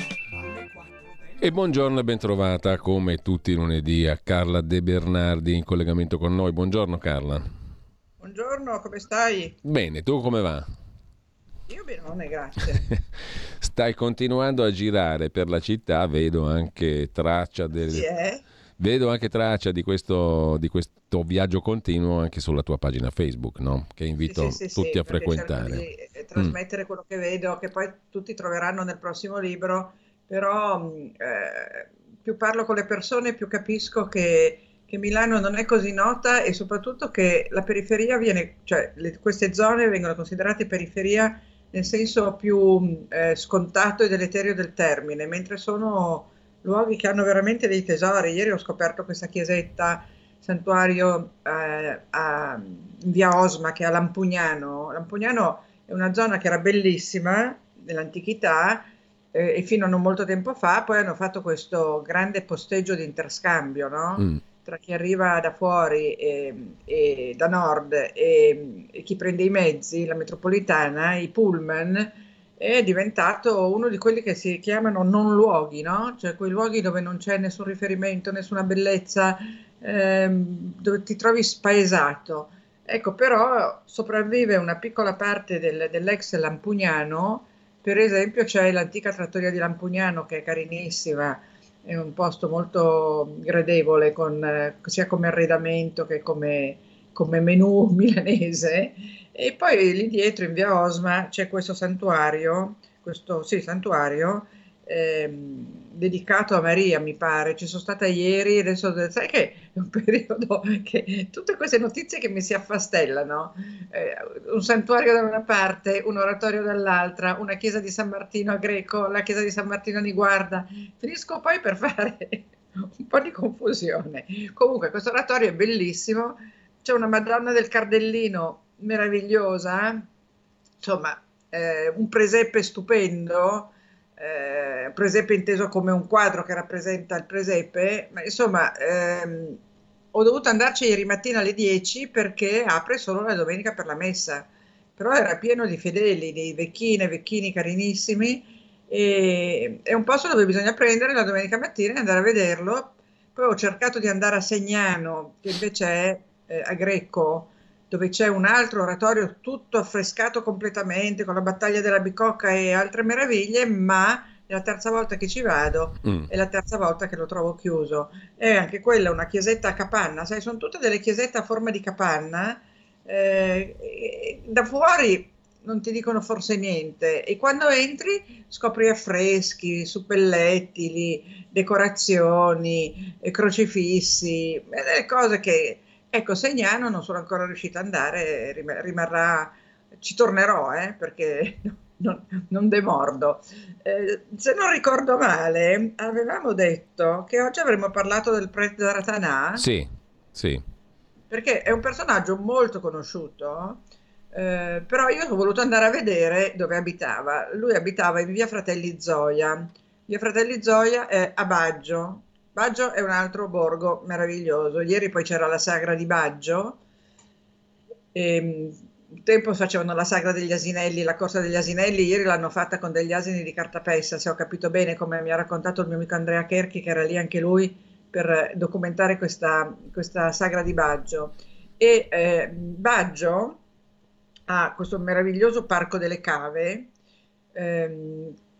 E buongiorno e bentrovata come tutti i lunedì a Carla De Bernardi in collegamento con noi. Buongiorno Carla. Buongiorno, come stai? Bene, tu come va? Io benone, grazie. Stai continuando a girare per la città, vedo anche traccia vedo anche traccia di questo viaggio continuo anche sulla tua pagina Facebook, no? Che invito tutti a frequentare. Di trasmettere quello che vedo, che poi tutti troveranno nel prossimo libro, però più parlo con le persone più capisco che Milano non è così nota e soprattutto che la periferia queste zone vengono considerate periferia nel senso più scontato e deleterio del termine, mentre sono luoghi che hanno veramente dei tesori. Ieri ho scoperto questa chiesetta, santuario in via Osma, che è a Lampugnano. Lampugnano è una zona che era bellissima nell'antichità e fino a non molto tempo fa poi hanno fatto questo grande posteggio di interscambio, no? Tra chi arriva da fuori e da nord e chi prende i mezzi, la metropolitana, i pullman, è diventato uno di quelli che si chiamano non luoghi, no? Cioè quei luoghi dove non c'è nessun riferimento, nessuna bellezza, dove ti trovi spaesato. Ecco, però sopravvive una piccola parte dell'ex Lampugnano. Per esempio c'è l'antica trattoria di Lampugnano, che è carinissima, è un posto molto gradevole sia come arredamento che come menù milanese. E poi lì dietro in via Osma c'è questo santuario, dedicato a Maria, mi pare. Ci sono stata ieri, adesso sai che è un periodo che tutte queste notizie che mi si affastellano, un santuario da una parte, un oratorio dall'altra, una chiesa di San Martino a Greco, la chiesa di San Martino a Niguarda, finisco poi per fare un po' di confusione. Comunque questo oratorio è bellissimo, c'è una Madonna del Cardellino meravigliosa, insomma un presepe stupendo, presepe inteso come un quadro che rappresenta il presepe, ma insomma ho dovuto andarci ieri mattina alle 10 perché apre solo la domenica per la messa, però era pieno di fedeli, di vecchini carinissimi, e è un posto dove bisogna prendere la domenica mattina e andare a vederlo. Poi ho cercato di andare a Segnano, che invece è a Greco, dove c'è un altro oratorio tutto affrescato completamente con la battaglia della Bicocca e altre meraviglie, ma è la terza volta che ci vado e la terza volta che lo trovo chiuso. È anche quella una chiesetta a capanna, sai, sono tutte delle chiesette a forma di capanna, da fuori non ti dicono forse niente, e quando entri scopri affreschi, suppellettili, decorazioni, crocifissi, delle cose che... Ecco, Segnano non sono ancora riuscita ad andare, rimarrà, ci tornerò, perché non demordo. Se non ricordo male, avevamo detto che oggi avremmo parlato del prete Ratanà. Sì. Perché è un personaggio molto conosciuto, però io ho voluto andare a vedere dove abitava. Lui abitava in via Fratelli Zoia. Via Fratelli Zoia è a Baggio. Baggio è un altro borgo meraviglioso. Ieri poi c'era la sagra di Baggio. Un tempo facevano la sagra degli asinelli, la corsa degli asinelli. Ieri l'hanno fatta con degli asini di cartapesta, se ho capito bene, come mi ha raccontato il mio amico Andrea Cherchi, che era lì anche lui per documentare questa sagra di Baggio. E Baggio ha questo meraviglioso parco delle cave,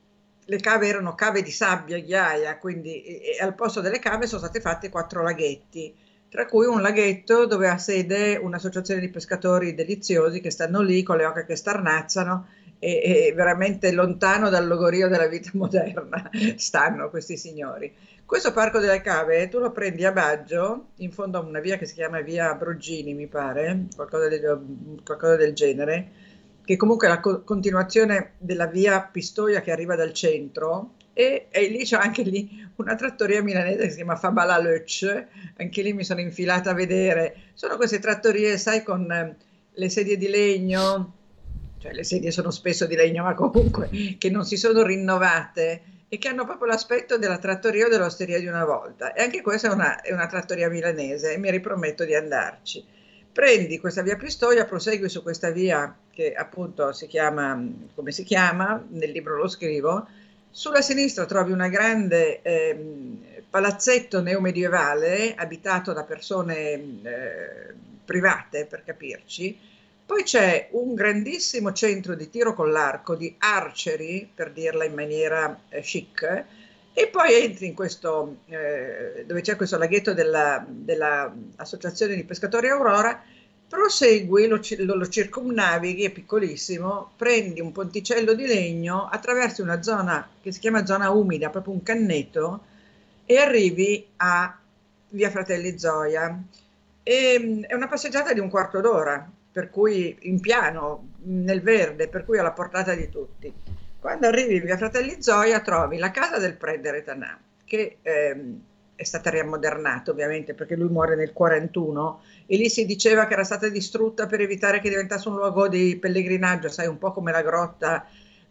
le cave erano cave di sabbia, ghiaia, quindi e al posto delle cave sono state fatte 4 laghetti, tra cui un laghetto dove ha sede un'associazione di pescatori deliziosi che stanno lì con le oche che starnazzano e veramente lontano dal logorio della vita moderna stanno questi signori. Questo Parco delle Cave tu lo prendi a Baggio, in fondo a una via che si chiama via Broggini, mi pare, qualcosa del genere, che comunque è la continuazione della via Pistoia che arriva dal centro, e lì c'è anche lì una trattoria milanese che si chiama Fabala Lötsch, anche lì mi sono infilata a vedere. Sono queste trattorie, sai, con le sedie di legno, cioè le sedie sono spesso di legno, ma comunque che non si sono rinnovate e che hanno proprio l'aspetto della trattoria o dell'osteria di una volta. E anche questa è una trattoria milanese e mi riprometto di andarci. Prendi questa via Pistoia, prosegui su questa via che appunto si chiama, come si chiama, nel libro lo scrivo. Sulla sinistra trovi una grande palazzetto neomedievale abitato da persone private, per capirci. Poi c'è un grandissimo centro di tiro con l'arco, di archery, per dirla in maniera chic, e poi entri in questo, dove c'è questo laghetto dell'Associazione di Pescatori Aurora, prosegui, lo circumnavighi, è piccolissimo, prendi un ponticello di legno, attraversi una zona che si chiama zona umida, proprio un canneto, e arrivi a via Fratelli Zoia. È una passeggiata di un quarto d'ora, per cui in piano, nel verde, per cui alla portata di tutti. Quando arrivi in via Fratelli Zoia trovi la casa del prete Retanà, che è stata riammodernata ovviamente perché lui muore nel 41 e lì si diceva che era stata distrutta per evitare che diventasse un luogo di pellegrinaggio, sai, un po' come la grotta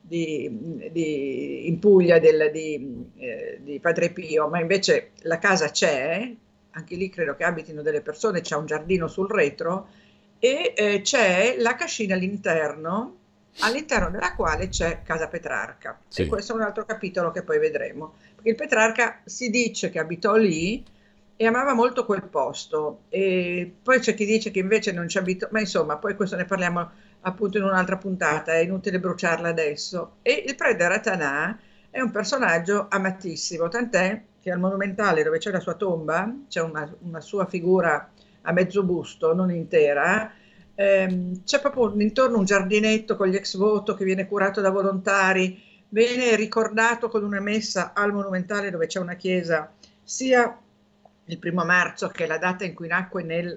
in Puglia di Padre Pio, ma invece la casa c'è, anche lì credo che abitino delle persone, c'è un giardino sul retro e c'è la cascina all'interno della quale c'è Casa Petrarca. Sì. E questo è un altro capitolo che poi vedremo. Perché il Petrarca si dice che abitò lì e amava molto quel posto. E poi c'è chi dice che invece non ci abitò, ma insomma, poi questo ne parliamo appunto in un'altra puntata, è inutile bruciarla adesso. E il prete Retanà è un personaggio amatissimo, tant'è che al Monumentale, dove c'è la sua tomba, c'è una sua figura a mezzo busto, non intera. C'è proprio intorno un giardinetto con gli ex voto che viene curato da volontari, viene ricordato con una messa al Monumentale dove c'è una chiesa, sia il 1 marzo, che è la data in cui nacque nel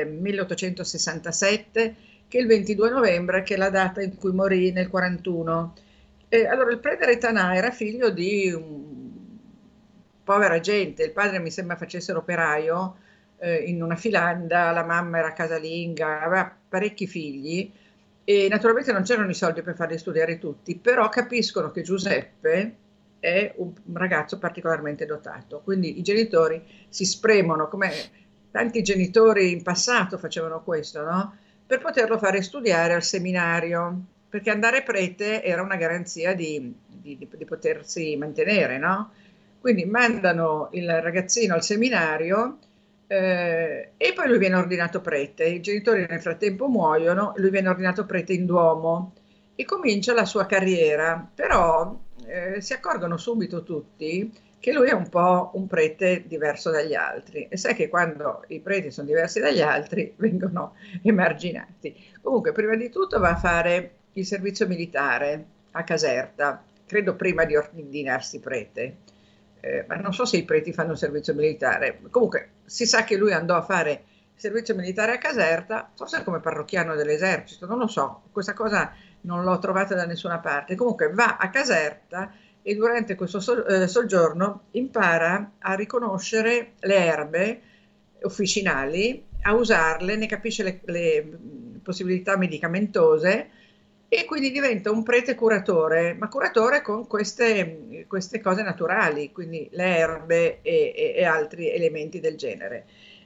1867, che il 22 novembre, che è la data in cui morì nel 41. Allora il prete Retanà era figlio di povera gente, il padre mi sembra facesse l'operaio in una filanda, la mamma era casalinga, aveva parecchi figli e naturalmente non c'erano i soldi per farli studiare tutti, però capiscono che Giuseppe è un ragazzo particolarmente dotato, quindi i genitori si spremono, come tanti genitori in passato facevano questo, no? Per poterlo fare studiare al seminario, perché andare prete era una garanzia di potersi mantenere, no? Quindi mandano il ragazzino al seminario e poi lui viene ordinato prete, i genitori nel frattempo muoiono, lui viene ordinato prete in Duomo e comincia la sua carriera, però si accorgono subito tutti che lui è un po' un prete diverso dagli altri e sai che quando i preti sono diversi dagli altri vengono emarginati. Comunque prima di tutto va a fare il servizio militare a Caserta, credo prima di ordinarsi prete. Ma non so se i preti fanno servizio militare, comunque si sa che lui andò a fare servizio militare a Caserta, forse come parrocchiano dell'esercito, non lo so, questa cosa non l'ho trovata da nessuna parte, comunque va a Caserta e durante questo soggiorno impara a riconoscere le erbe officinali, a usarle, ne capisce le possibilità medicamentose e quindi diventa un prete curatore, ma curatore con queste cose naturali, quindi le erbe e altri elementi del genere.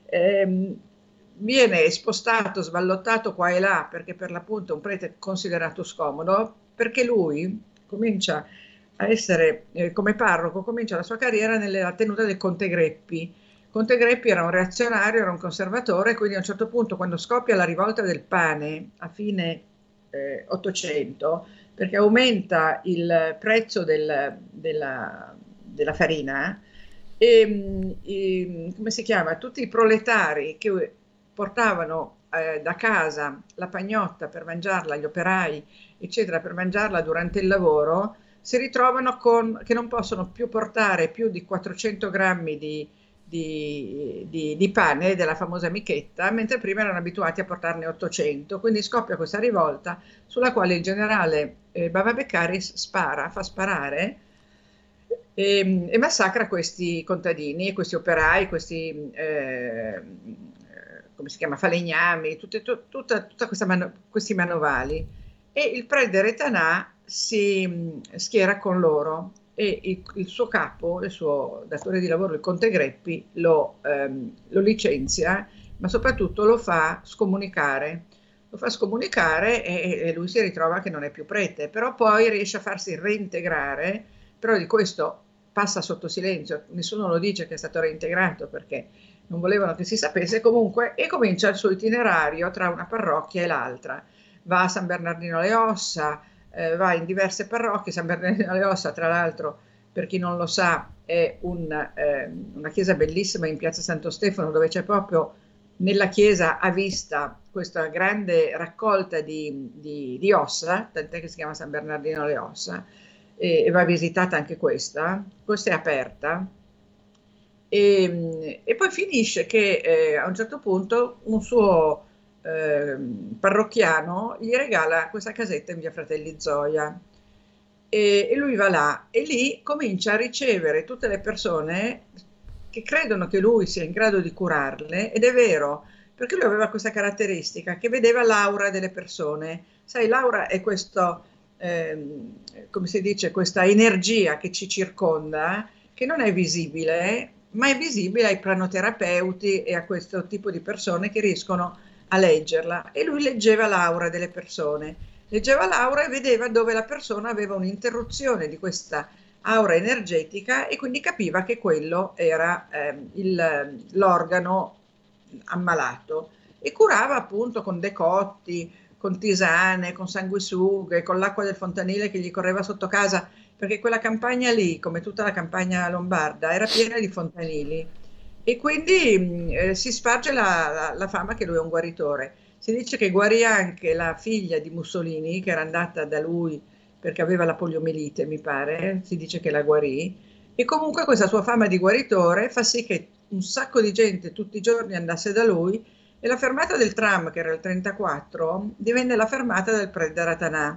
Viene spostato, sballottato qua e là, perché per l'appunto è un prete considerato scomodo, perché lui comincia a essere, come parroco, comincia la sua carriera nella tenuta del Conte Greppi. Conte Greppi era un reazionario, era un conservatore, quindi a un certo punto, quando scoppia la rivolta del pane a fine 800, perché aumenta il prezzo della farina e come si chiama? Tutti i proletari che portavano da casa la pagnotta per mangiarla, gli operai, eccetera, per mangiarla durante il lavoro, si ritrovano che non possono più portare più di 400 grammi di pane, della famosa michetta, mentre prima erano abituati a portarne 800. Quindi scoppia questa rivolta sulla quale il generale Bava Beccaris fa sparare e massacra questi contadini, questi operai, questi come si chiama, falegnami, tutta questi manovali. E il prete de Retanà si schiera con loro e il suo capo, il suo datore di lavoro, il conte Greppi, lo licenzia, ma soprattutto lo fa scomunicare. Lo fa scomunicare e lui si ritrova che non è più prete, però poi riesce a farsi reintegrare, però di questo passa sotto silenzio, nessuno lo dice che è stato reintegrato perché non volevano che si sapesse comunque, e comincia il suo itinerario tra una parrocchia e l'altra. Va a San Bernardino alle Ossa, va in diverse parrocchie. San Bernardino alle Ossa, tra l'altro, per chi non lo sa, è una chiesa bellissima in piazza Santo Stefano, dove c'è proprio nella chiesa a vista questa grande raccolta di ossa, tant'è che si chiama San Bernardino alle Ossa, e va visitata anche questa è aperta. E poi finisce che a un certo punto un suo parrocchiano gli regala questa casetta in via Fratelli Zoia e lui va là e lì comincia a ricevere tutte le persone che credono che lui sia in grado di curarle, ed è vero, perché lui aveva questa caratteristica che vedeva l'aura delle persone. Sai, l'aura è questo, come si dice, questa energia che ci circonda, che non è visibile, ma è visibile ai pranoterapeuti e a questo tipo di persone che riescono a leggerla. E lui leggeva l'aura delle persone, leggeva l'aura e vedeva dove la persona aveva un'interruzione di questa aura energetica e quindi capiva che quello era l'organo ammalato, e curava appunto con decotti, con tisane, con sanguisughe, con l'acqua del fontanile che gli correva sotto casa, perché quella campagna lì, come tutta la campagna lombarda, era piena di fontanili, e quindi si sparge la fama che lui è un guaritore. Si dice che guarì anche la figlia di Mussolini, che era andata da lui perché aveva la poliomielite, mi pare, si dice che la guarì, e comunque questa sua fama di guaritore fa sì che un sacco di gente tutti i giorni andasse da lui, e la fermata del tram, che era il 34, divenne la fermata del prete de Retanà.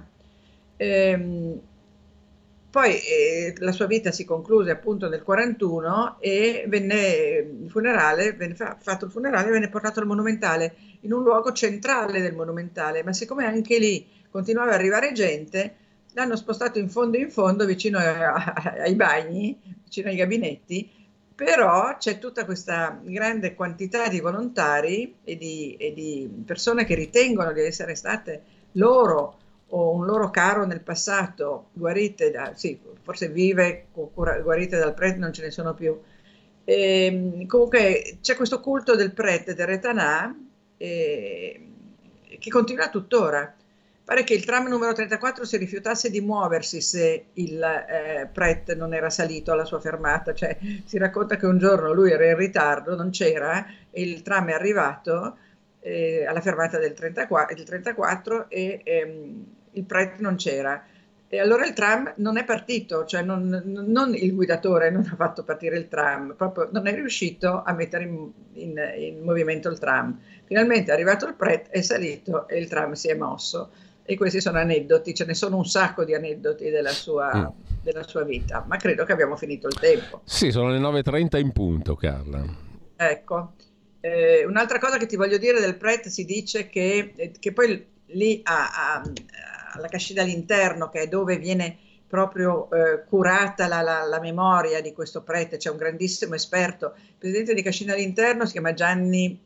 Poi la sua vita si concluse appunto nel 41 e venne fatto il funerale, venne portato al Monumentale, in un luogo centrale del Monumentale, ma siccome anche lì continuava ad arrivare gente, l'hanno spostato in fondo vicino ai bagni, vicino ai gabinetti, però c'è tutta questa grande quantità di volontari e di persone che ritengono di essere state loro o un loro caro nel passato guarite forse vive, guarite dal prete non ce ne sono più. Comunque c'è questo culto del prete de Retanà che continua tuttora. Pare che il tram numero 34 si rifiutasse di muoversi se il prete non era salito alla sua fermata, cioè si racconta che un giorno lui era in ritardo, non c'era, e il tram è arrivato alla fermata del 34 e il prete non c'era. E allora il tram non è partito, cioè non il guidatore non ha fatto partire il tram, proprio non è riuscito a mettere in movimento il tram. Finalmente è arrivato il prete, è salito e il tram si è mosso. E questi sono aneddoti, ce ne sono un sacco di aneddoti della sua vita, ma credo che abbiamo finito il tempo. Sì, sono le 9:30 in punto, Carla. Ecco, un'altra cosa che ti voglio dire del prete, si dice che poi lì alla Cascina all'Interno, che è dove viene proprio curata la memoria di questo prete, c'è un grandissimo esperto, il presidente di Cascina all'Interno si chiama Gianni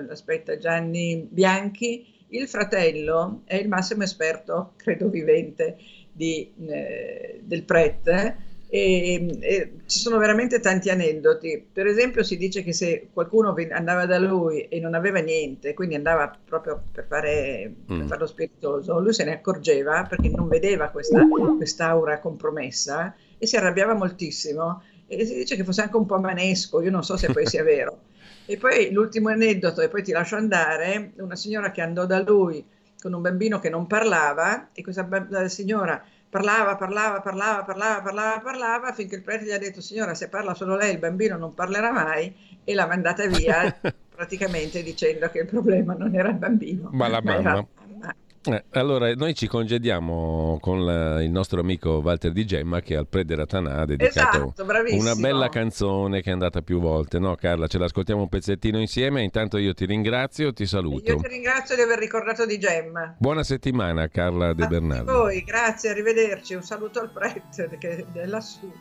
Bianchi. Il fratello è il massimo esperto, credo vivente, del prete, E ci sono veramente tanti aneddoti. Per esempio si dice che se qualcuno andava da lui e non aveva niente, quindi andava proprio per farlo spiritoso, lui se ne accorgeva perché non vedeva quest'aura compromessa e si arrabbiava moltissimo, e si dice che fosse anche un po' manesco, io non so se poi sia vero. E poi l'ultimo aneddoto, e poi ti lascio andare, una signora che andò da lui con un bambino che non parlava, e questa signora parlava finché il prete gli ha detto: signora, se parla solo lei il bambino non parlerà mai, e l'ha mandata via praticamente dicendo che il problema non era il bambino ma la mamma. Era... Allora noi ci congediamo con il nostro amico Walter Di Gemma, che al Prederatanà ha dedicato una bella canzone che è andata più volte, no Carla? Ce l'ascoltiamo un pezzettino insieme. Intanto io ti ringrazio, ti saluto. Io ti ringrazio di aver ricordato Di Gemma. Buona settimana Carla De Bernardi. A voi, grazie, arrivederci, un saluto al prete che è lassù.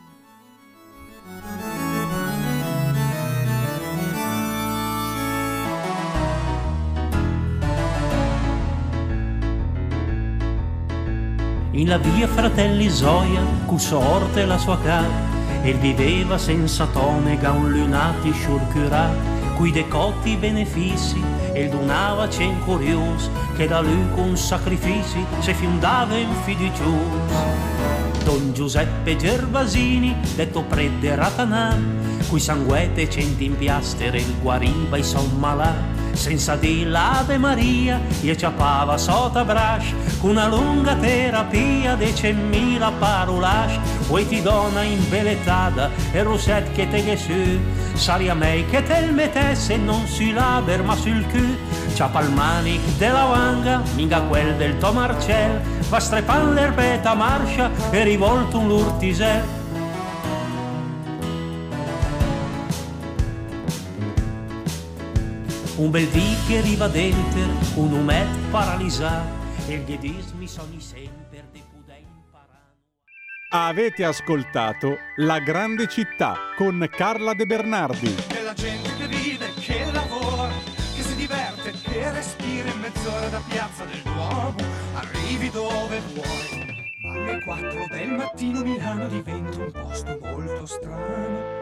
In la via Fratelli Zoia, col sorte la sua cara, e viveva senza tonega un lunati sciurcurà, cui decotti benefici, e donava cen curios, che da lui con sacrifici se fondava in fiducios. Don Giuseppe Gervasini, detto Prederatanà, cui sanguete centi in piastere il guariva i son malà, senza di l'Ave Maria, e ciapava sotto braccio, con una lunga terapia de 100.000 parolage, poi ti dona imbellettata, e Roset che te che su, saria mei che te il mettesse non sui laber ma sul cul, ciapa il manic della wanga, minga quel del Tomarcel, va strepan l'erbetta marcia, e rivolto un l'urtisel. Un bel dì che arriva dentro, un umet paralizzato, e il ghedismi sogni sempre di poter imparare. Avete ascoltato La Grande Città con Carla De Bernardi. Della gente che vive, che lavora, che si diverte, che respira in mezz'ora da Piazza del Duomo, arrivi dove vuoi. Ma alle 4 del mattino Milano diventa un posto molto strano.